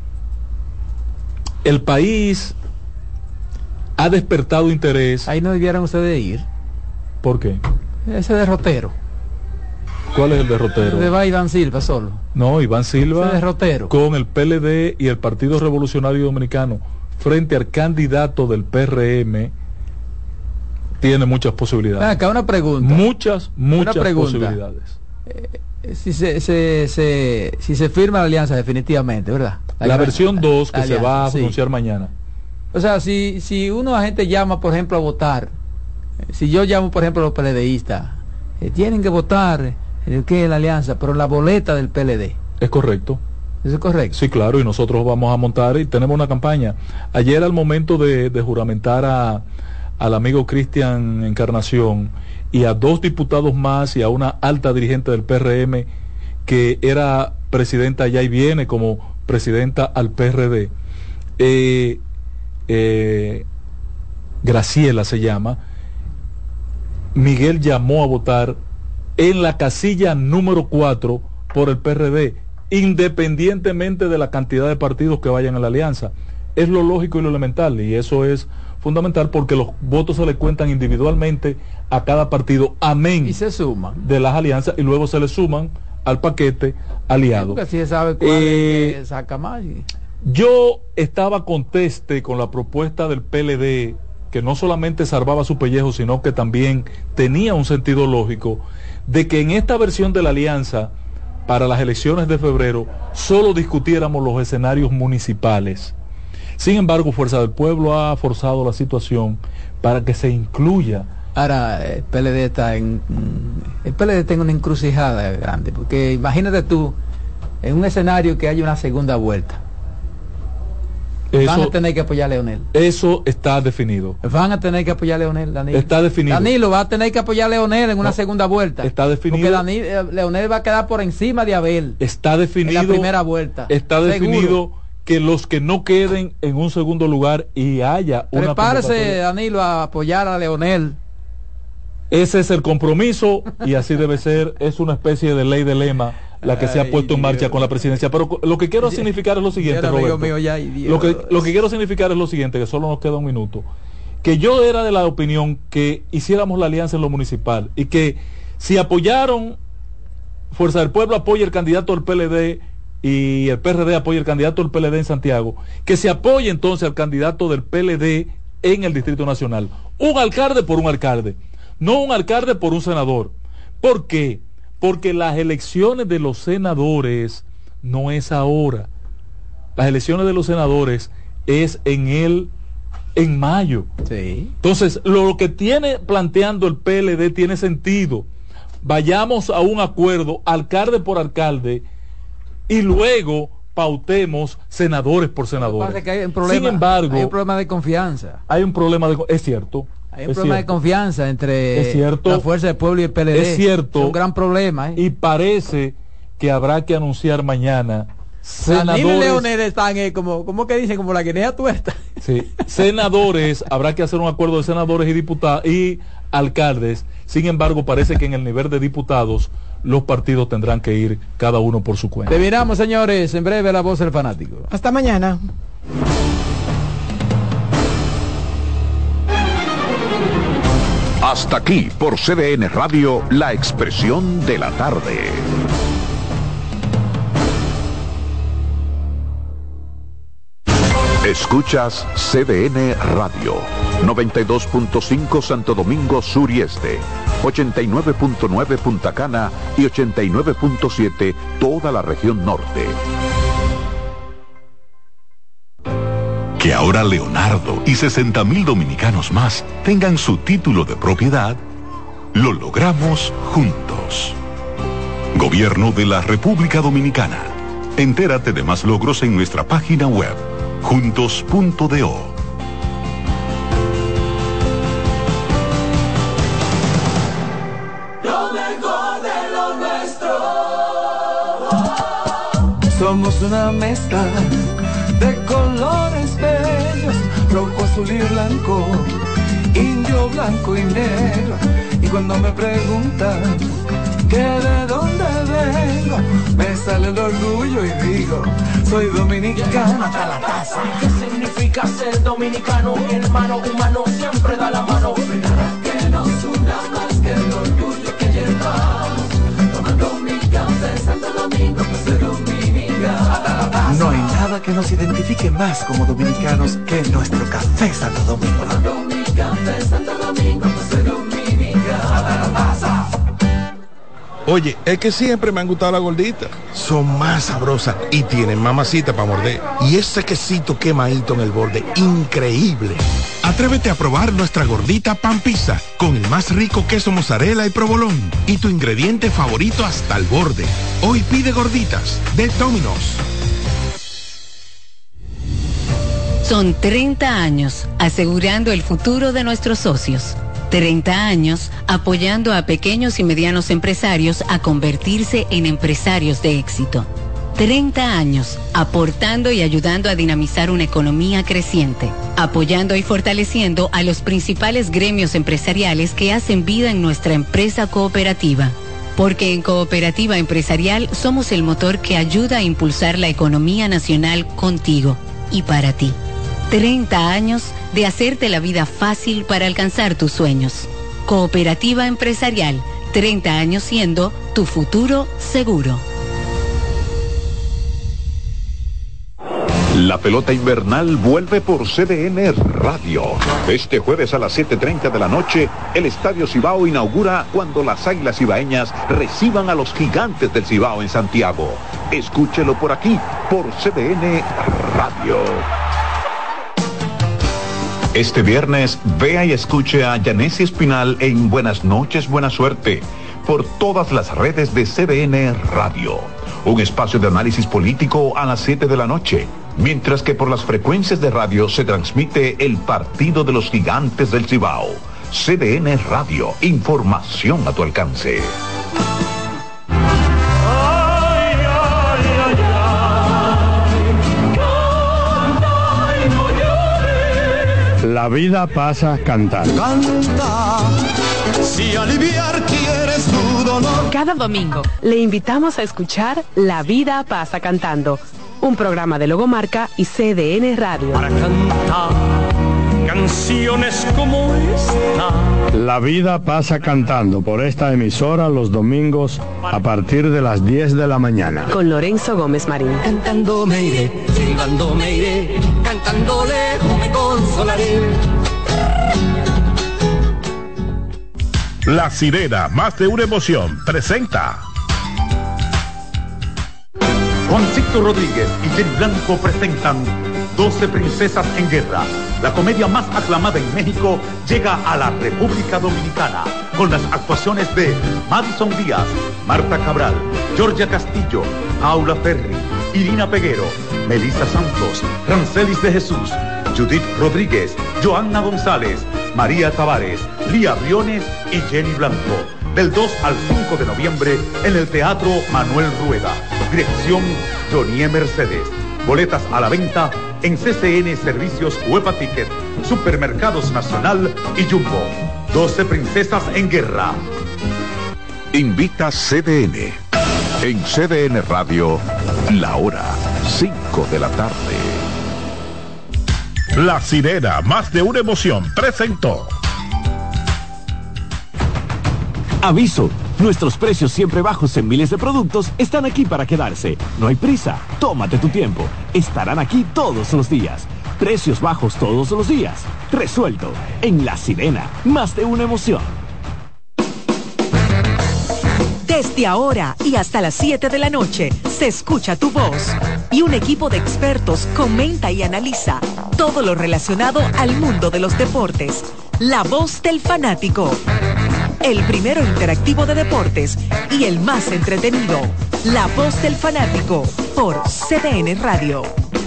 país ha despertado interés. Ahí no debieran ustedes ir. ¿Por qué? Ese derrotero. ¿Cuál es el derrotero? De va Iván Silva solo. No, Iván Silva ese derrotero. Con el PLD y el Partido Revolucionario Dominicano frente al candidato del PRM tiene muchas posibilidades. Acá una pregunta. Muchas posibilidades. Si se firma la alianza definitivamente, ¿verdad? La versión 2 que se va a anunciar mañana. O sea, si una gente llama, por ejemplo, a votar, si yo llamo, por ejemplo, a los PLDistas, tienen que votar ¿qué es la alianza? Pero la boleta del PLD. Es correcto. ¿Eso es correcto? Sí, claro, y nosotros vamos a montar y tenemos una campaña. Ayer al momento de juramentar al amigo Cristian Encarnación y a 2 diputados más y a una alta dirigente del PRM que era presidenta allá y viene como presidenta al PRD, Graciela se llama. Miguel llamó a votar en la casilla número 4 por el PRD, independientemente de la cantidad de partidos que vayan a la alianza. Es lo lógico y lo elemental, y eso es fundamental porque los votos se le cuentan individualmente a cada partido, amén. Y se suman. De las alianzas y luego se le suman al paquete aliado. Porque así se sabe cuál es que saca más. Yo estaba conteste con la propuesta del PLD, que no solamente salvaba su pellejo, sino que también tenía un sentido lógico, de que en esta versión de la alianza, para las elecciones de febrero, solo discutiéramos los escenarios municipales. Sin embargo, Fuerza del Pueblo ha forzado la situación para que se incluya. Ahora, el PLD está en una encrucijada grande, porque imagínate tú, en un escenario que haya una segunda vuelta, van a tener que apoyar a Leonel. Eso está definido. Van a tener que apoyar a Leonel, Danilo. Está definido. Danilo va a tener que apoyar a Leonel en una segunda vuelta. Está definido. Porque Leonel va a quedar por encima de Abel. Está definido. En la primera vuelta. Está definido que los que no queden en un segundo lugar y haya una... Prepárese, Danilo, a apoyar a Leonel. Ese es el compromiso y así debe ser. Es una especie de ley de lema la que se ha puesto en marcha con la presidencia. Pero lo que quiero significar es lo siguiente, Roberto. Lo que quiero significar es lo siguiente, que solo nos queda un minuto. Que yo era de la opinión que hiciéramos la alianza en lo municipal y que si apoyaron, Fuerza del Pueblo apoya el candidato del PLD y el PRD apoya el candidato del PLD en Santiago, que se apoye entonces al candidato del PLD en el Distrito Nacional. Un alcalde por un alcalde, no un alcalde por un senador. ¿Por qué? Porque las elecciones de los senadores no es ahora. Las elecciones de los senadores es en mayo. Sí. Entonces, lo que tiene planteando el PLD tiene sentido. Vayamos a un acuerdo, alcalde por alcalde, y luego pautemos senadores por senadores. Sin embargo, hay un problema de confianza. Es cierto. Hay un problema de confianza entre la Fuerza del Pueblo y el PLD. Es cierto. Es un gran problema. Y parece que habrá que anunciar mañana senadores. Danilo y Leonel están como que dicen, como la guinea tuerta. Sí. Senadores, habrá que hacer un acuerdo de senadores y diputados y alcaldes. Sin embargo, parece que en el nivel de diputados los partidos tendrán que ir cada uno por su cuenta. Terminamos, señores. En breve, la voz del fanático. Hasta mañana. Hasta aquí por CDN Radio, la expresión de la tarde. Escuchas CDN Radio, 92.5 Santo Domingo Sur y Este, 89.9 Punta Cana y 89.7 toda la región norte. Que ahora Leonardo y 60,000 dominicanos más tengan su título de propiedad, lo logramos juntos. Gobierno de la República Dominicana. Entérate de más logros en nuestra página web, juntos.do. Lo mejor de lo nuestro. Somos una mezcla de colores bellos, rojo, azul y blanco, indio, blanco y negro. Y cuando me preguntan que de dónde vengo, me sale el orgullo y digo, soy dominicano hasta la taza. ¿Qué significa ser dominicano? Mi hermano humano siempre da la mano. Nada que nos una más que el orgullo que llevamos, tomando mi café Santo Domingo, pues soy dominicano. No hay nada que nos identifique más como dominicanos que nuestro café Santo Domingo. Tomando mi café Santo Domingo, pues soy dominicano. Oye, es que siempre me han gustado las gorditas. Son más sabrosas y tienen mamacita para morder. Y ese quesito quemadito en el borde, increíble. Atrévete a probar nuestra gordita pan pizza, con el más rico queso mozzarella y provolón, y tu ingrediente favorito hasta el borde. Hoy pide gorditas de Domino's. Son 30 años asegurando el futuro de nuestros socios. 30 años apoyando a pequeños y medianos empresarios a convertirse en empresarios de éxito. 30 años aportando y ayudando a dinamizar una economía creciente, apoyando y fortaleciendo a los principales gremios empresariales que hacen vida en nuestra empresa cooperativa. Porque en Cooperativa Empresarial somos el motor que ayuda a impulsar la economía nacional contigo y para ti. 30 años de hacerte la vida fácil para alcanzar tus sueños. Cooperativa empresarial, 30 años siendo tu futuro seguro. La pelota invernal vuelve por CDN Radio. Este jueves a las 7:30 de la noche, el Estadio Cibao inaugura cuando las Águilas Cibaeñas reciban a los Gigantes del Cibao en Santiago. Escúchelo por aquí, por CDN Radio. Este viernes, vea y escuche a Yanesi Espinal en Buenas noches, buena suerte, por todas las redes de CDN Radio. Un espacio de análisis político a las 7 de la noche, mientras que por las frecuencias de radio se transmite el partido de los Gigantes del Cibao. CDN Radio, información a tu alcance. La vida pasa cantando. Canta, si aliviar quieres tu dolor. Cada domingo le invitamos a escuchar La Vida Pasa Cantando, un programa de Logomarca y CDN Radio. Para cantar canciones como esta. La vida pasa cantando por esta emisora los domingos a partir de las 10 de la mañana. Con Lorenzo Gómez Marín. Cantando me iré, silbando me iré, cantando lejos me consolaré. La Sirena, más de una emoción, presenta. Juancito Rodríguez y Jenny Blanco presentan 12 Princesas en Guerra. La comedia más aclamada en México llega a la República Dominicana con las actuaciones de Madison Díaz, Marta Cabral, Georgia Castillo, Paula Ferri, Irina Peguero, Melissa Santos, Rancelis de Jesús, Judith Rodríguez, Joanna González, María Tavares, Lía Briones y Jenny Blanco. Del 2 al 5 de noviembre en el Teatro Manuel Rueda. Dirección Jonie Mercedes. Boletas a la venta en CCN Servicios Huepa Ticket, Supermercados Nacional y Jumbo. 12 Princesas en Guerra. Invita CDN. En CDN Radio, la hora 5 de la tarde. La Sirena, más de una emoción, presentó. Aviso, nuestros precios siempre bajos en miles de productos están aquí para quedarse. No hay prisa, tómate tu tiempo. Estarán aquí todos los días. Precios bajos todos los días. Resuelto. En La Sirena, más de una emoción. Desde ahora y hasta las 7 de la noche se escucha tu voz y un equipo de expertos comenta y analiza todo lo relacionado al mundo de los deportes. La voz del fanático. El primero interactivo de deportes y el más entretenido. La voz del fanático por CDN Radio.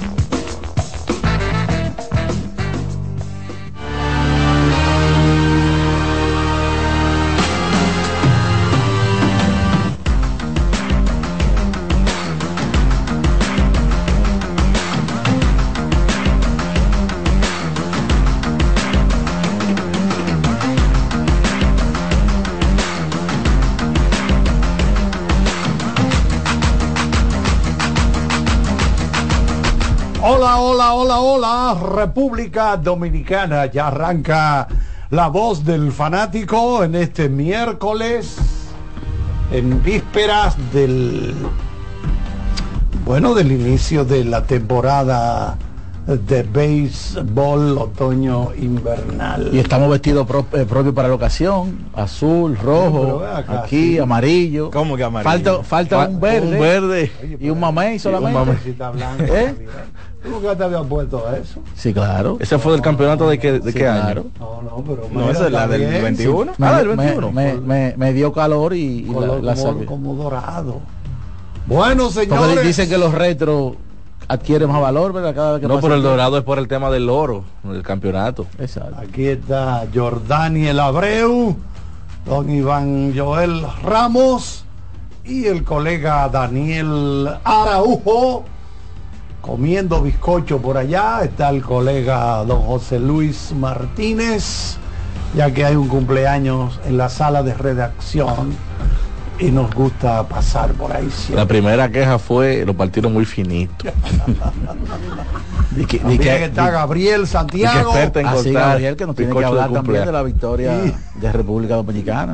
Hola, República Dominicana. Ya arranca la voz del fanático en este miércoles, en vísperas del inicio de la temporada de béisbol otoño invernal. Y estamos vestidos propios para la ocasión, azul, rojo, acá, aquí sí. Amarillo. ¿Cómo que amarillo? Falta un verde. Oye, y un mamey solamente. Un mamey. ¿Tú nunca te habías puesto eso? Sí, claro. ¿Ese fue del campeonato de qué claro. año? No, pero no, esa es la del 21. Sí. Del 21. Me dio calor y la como dorado. Bueno, señores. Porque dicen que los retros adquieren más valor, ¿verdad? Cada vez que no, pero el dorado es por el tema del oro, del campeonato. Exacto. Aquí está Jordaniel Abreu, don Iván Joel Ramos y el colega Daniel Araujo. Comiendo bizcocho por allá está el colega don José Luis Martínez, ya que hay un cumpleaños en la sala de redacción y nos gusta pasar por ahí siempre. La primera queja fue, lo partieron muy finito. También está Gabriel Santiago. Así Gabriel, que nos tiene que hablar también de la victoria de República Dominicana.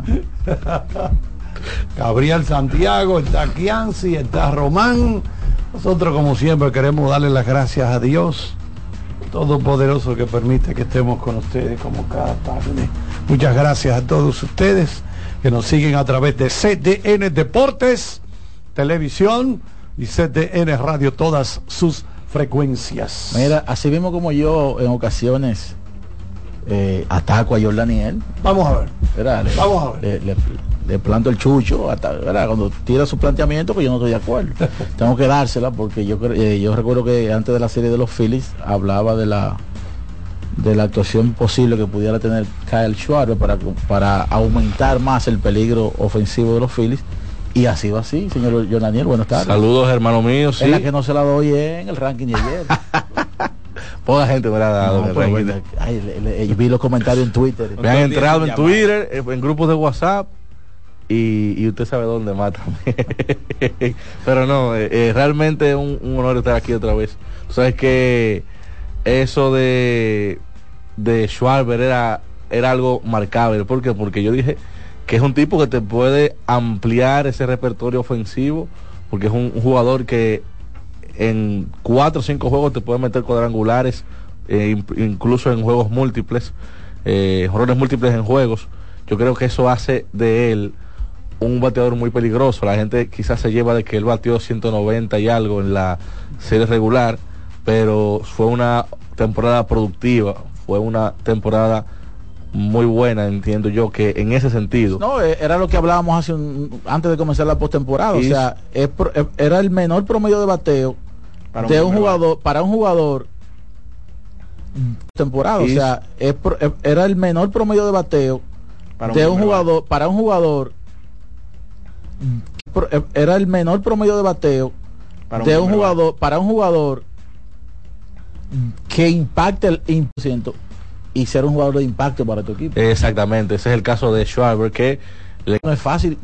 Gabriel Santiago, está Kianci, está Román. Nosotros, como siempre, queremos darle las gracias a Dios Todopoderoso, que permite que estemos con ustedes como cada tarde. Muchas gracias a todos ustedes que nos siguen a través de CDN Deportes, Televisión y CDN Radio, todas sus frecuencias. Mira, así mismo como yo en ocasiones ataco a Jordan Daniel. Vamos a ver. Vamos a ver. Le planto el chucho cuando tira su planteamiento, pues yo no estoy de acuerdo. Tengo que dársela porque yo recuerdo que antes de la serie de los Phillies hablaba de la actuación posible que pudiera tener Kyle Schwarber para aumentar más el peligro ofensivo de los Phillies, y ha sido así, señor Jordan Daniel. Buenas tardes. Saludos, hermano mío. Sí. Es la que no se la doy en el ranking de ayer. Poca gente me la ha dado. Vi los comentarios en Twitter. Me han entrado en Twitter, en grupos de WhatsApp, y usted sabe dónde más también. Pero no, realmente es un honor estar aquí otra vez. Tú sabes que eso de Schwarber era algo marcable. ¿Por qué? Porque yo dije que es un tipo que te puede ampliar ese repertorio ofensivo, porque es un jugador que en 4 o 5 juegos te puede meter cuadrangulares, incluso en juegos múltiples, errores múltiples en juegos. Yo creo que eso hace de él un bateador muy peligroso. La gente quizás se lleva de que él batió 190 y algo en la serie regular, pero fue una temporada productiva, fue una temporada muy buena, entiendo yo, que en ese sentido. No, era lo que hablábamos antes de comenzar la postemporada. O sea, era el menor promedio de bateo de un jugador para un jugador temporada. O sea, era el menor promedio de bateo de un jugador para un jugador. Era el menor promedio de bateo de un jugador para un jugador que impacte el 100% y ser un jugador de impacto para tu equipo. Exactamente, ese es el caso de Schwarber, que no es fácil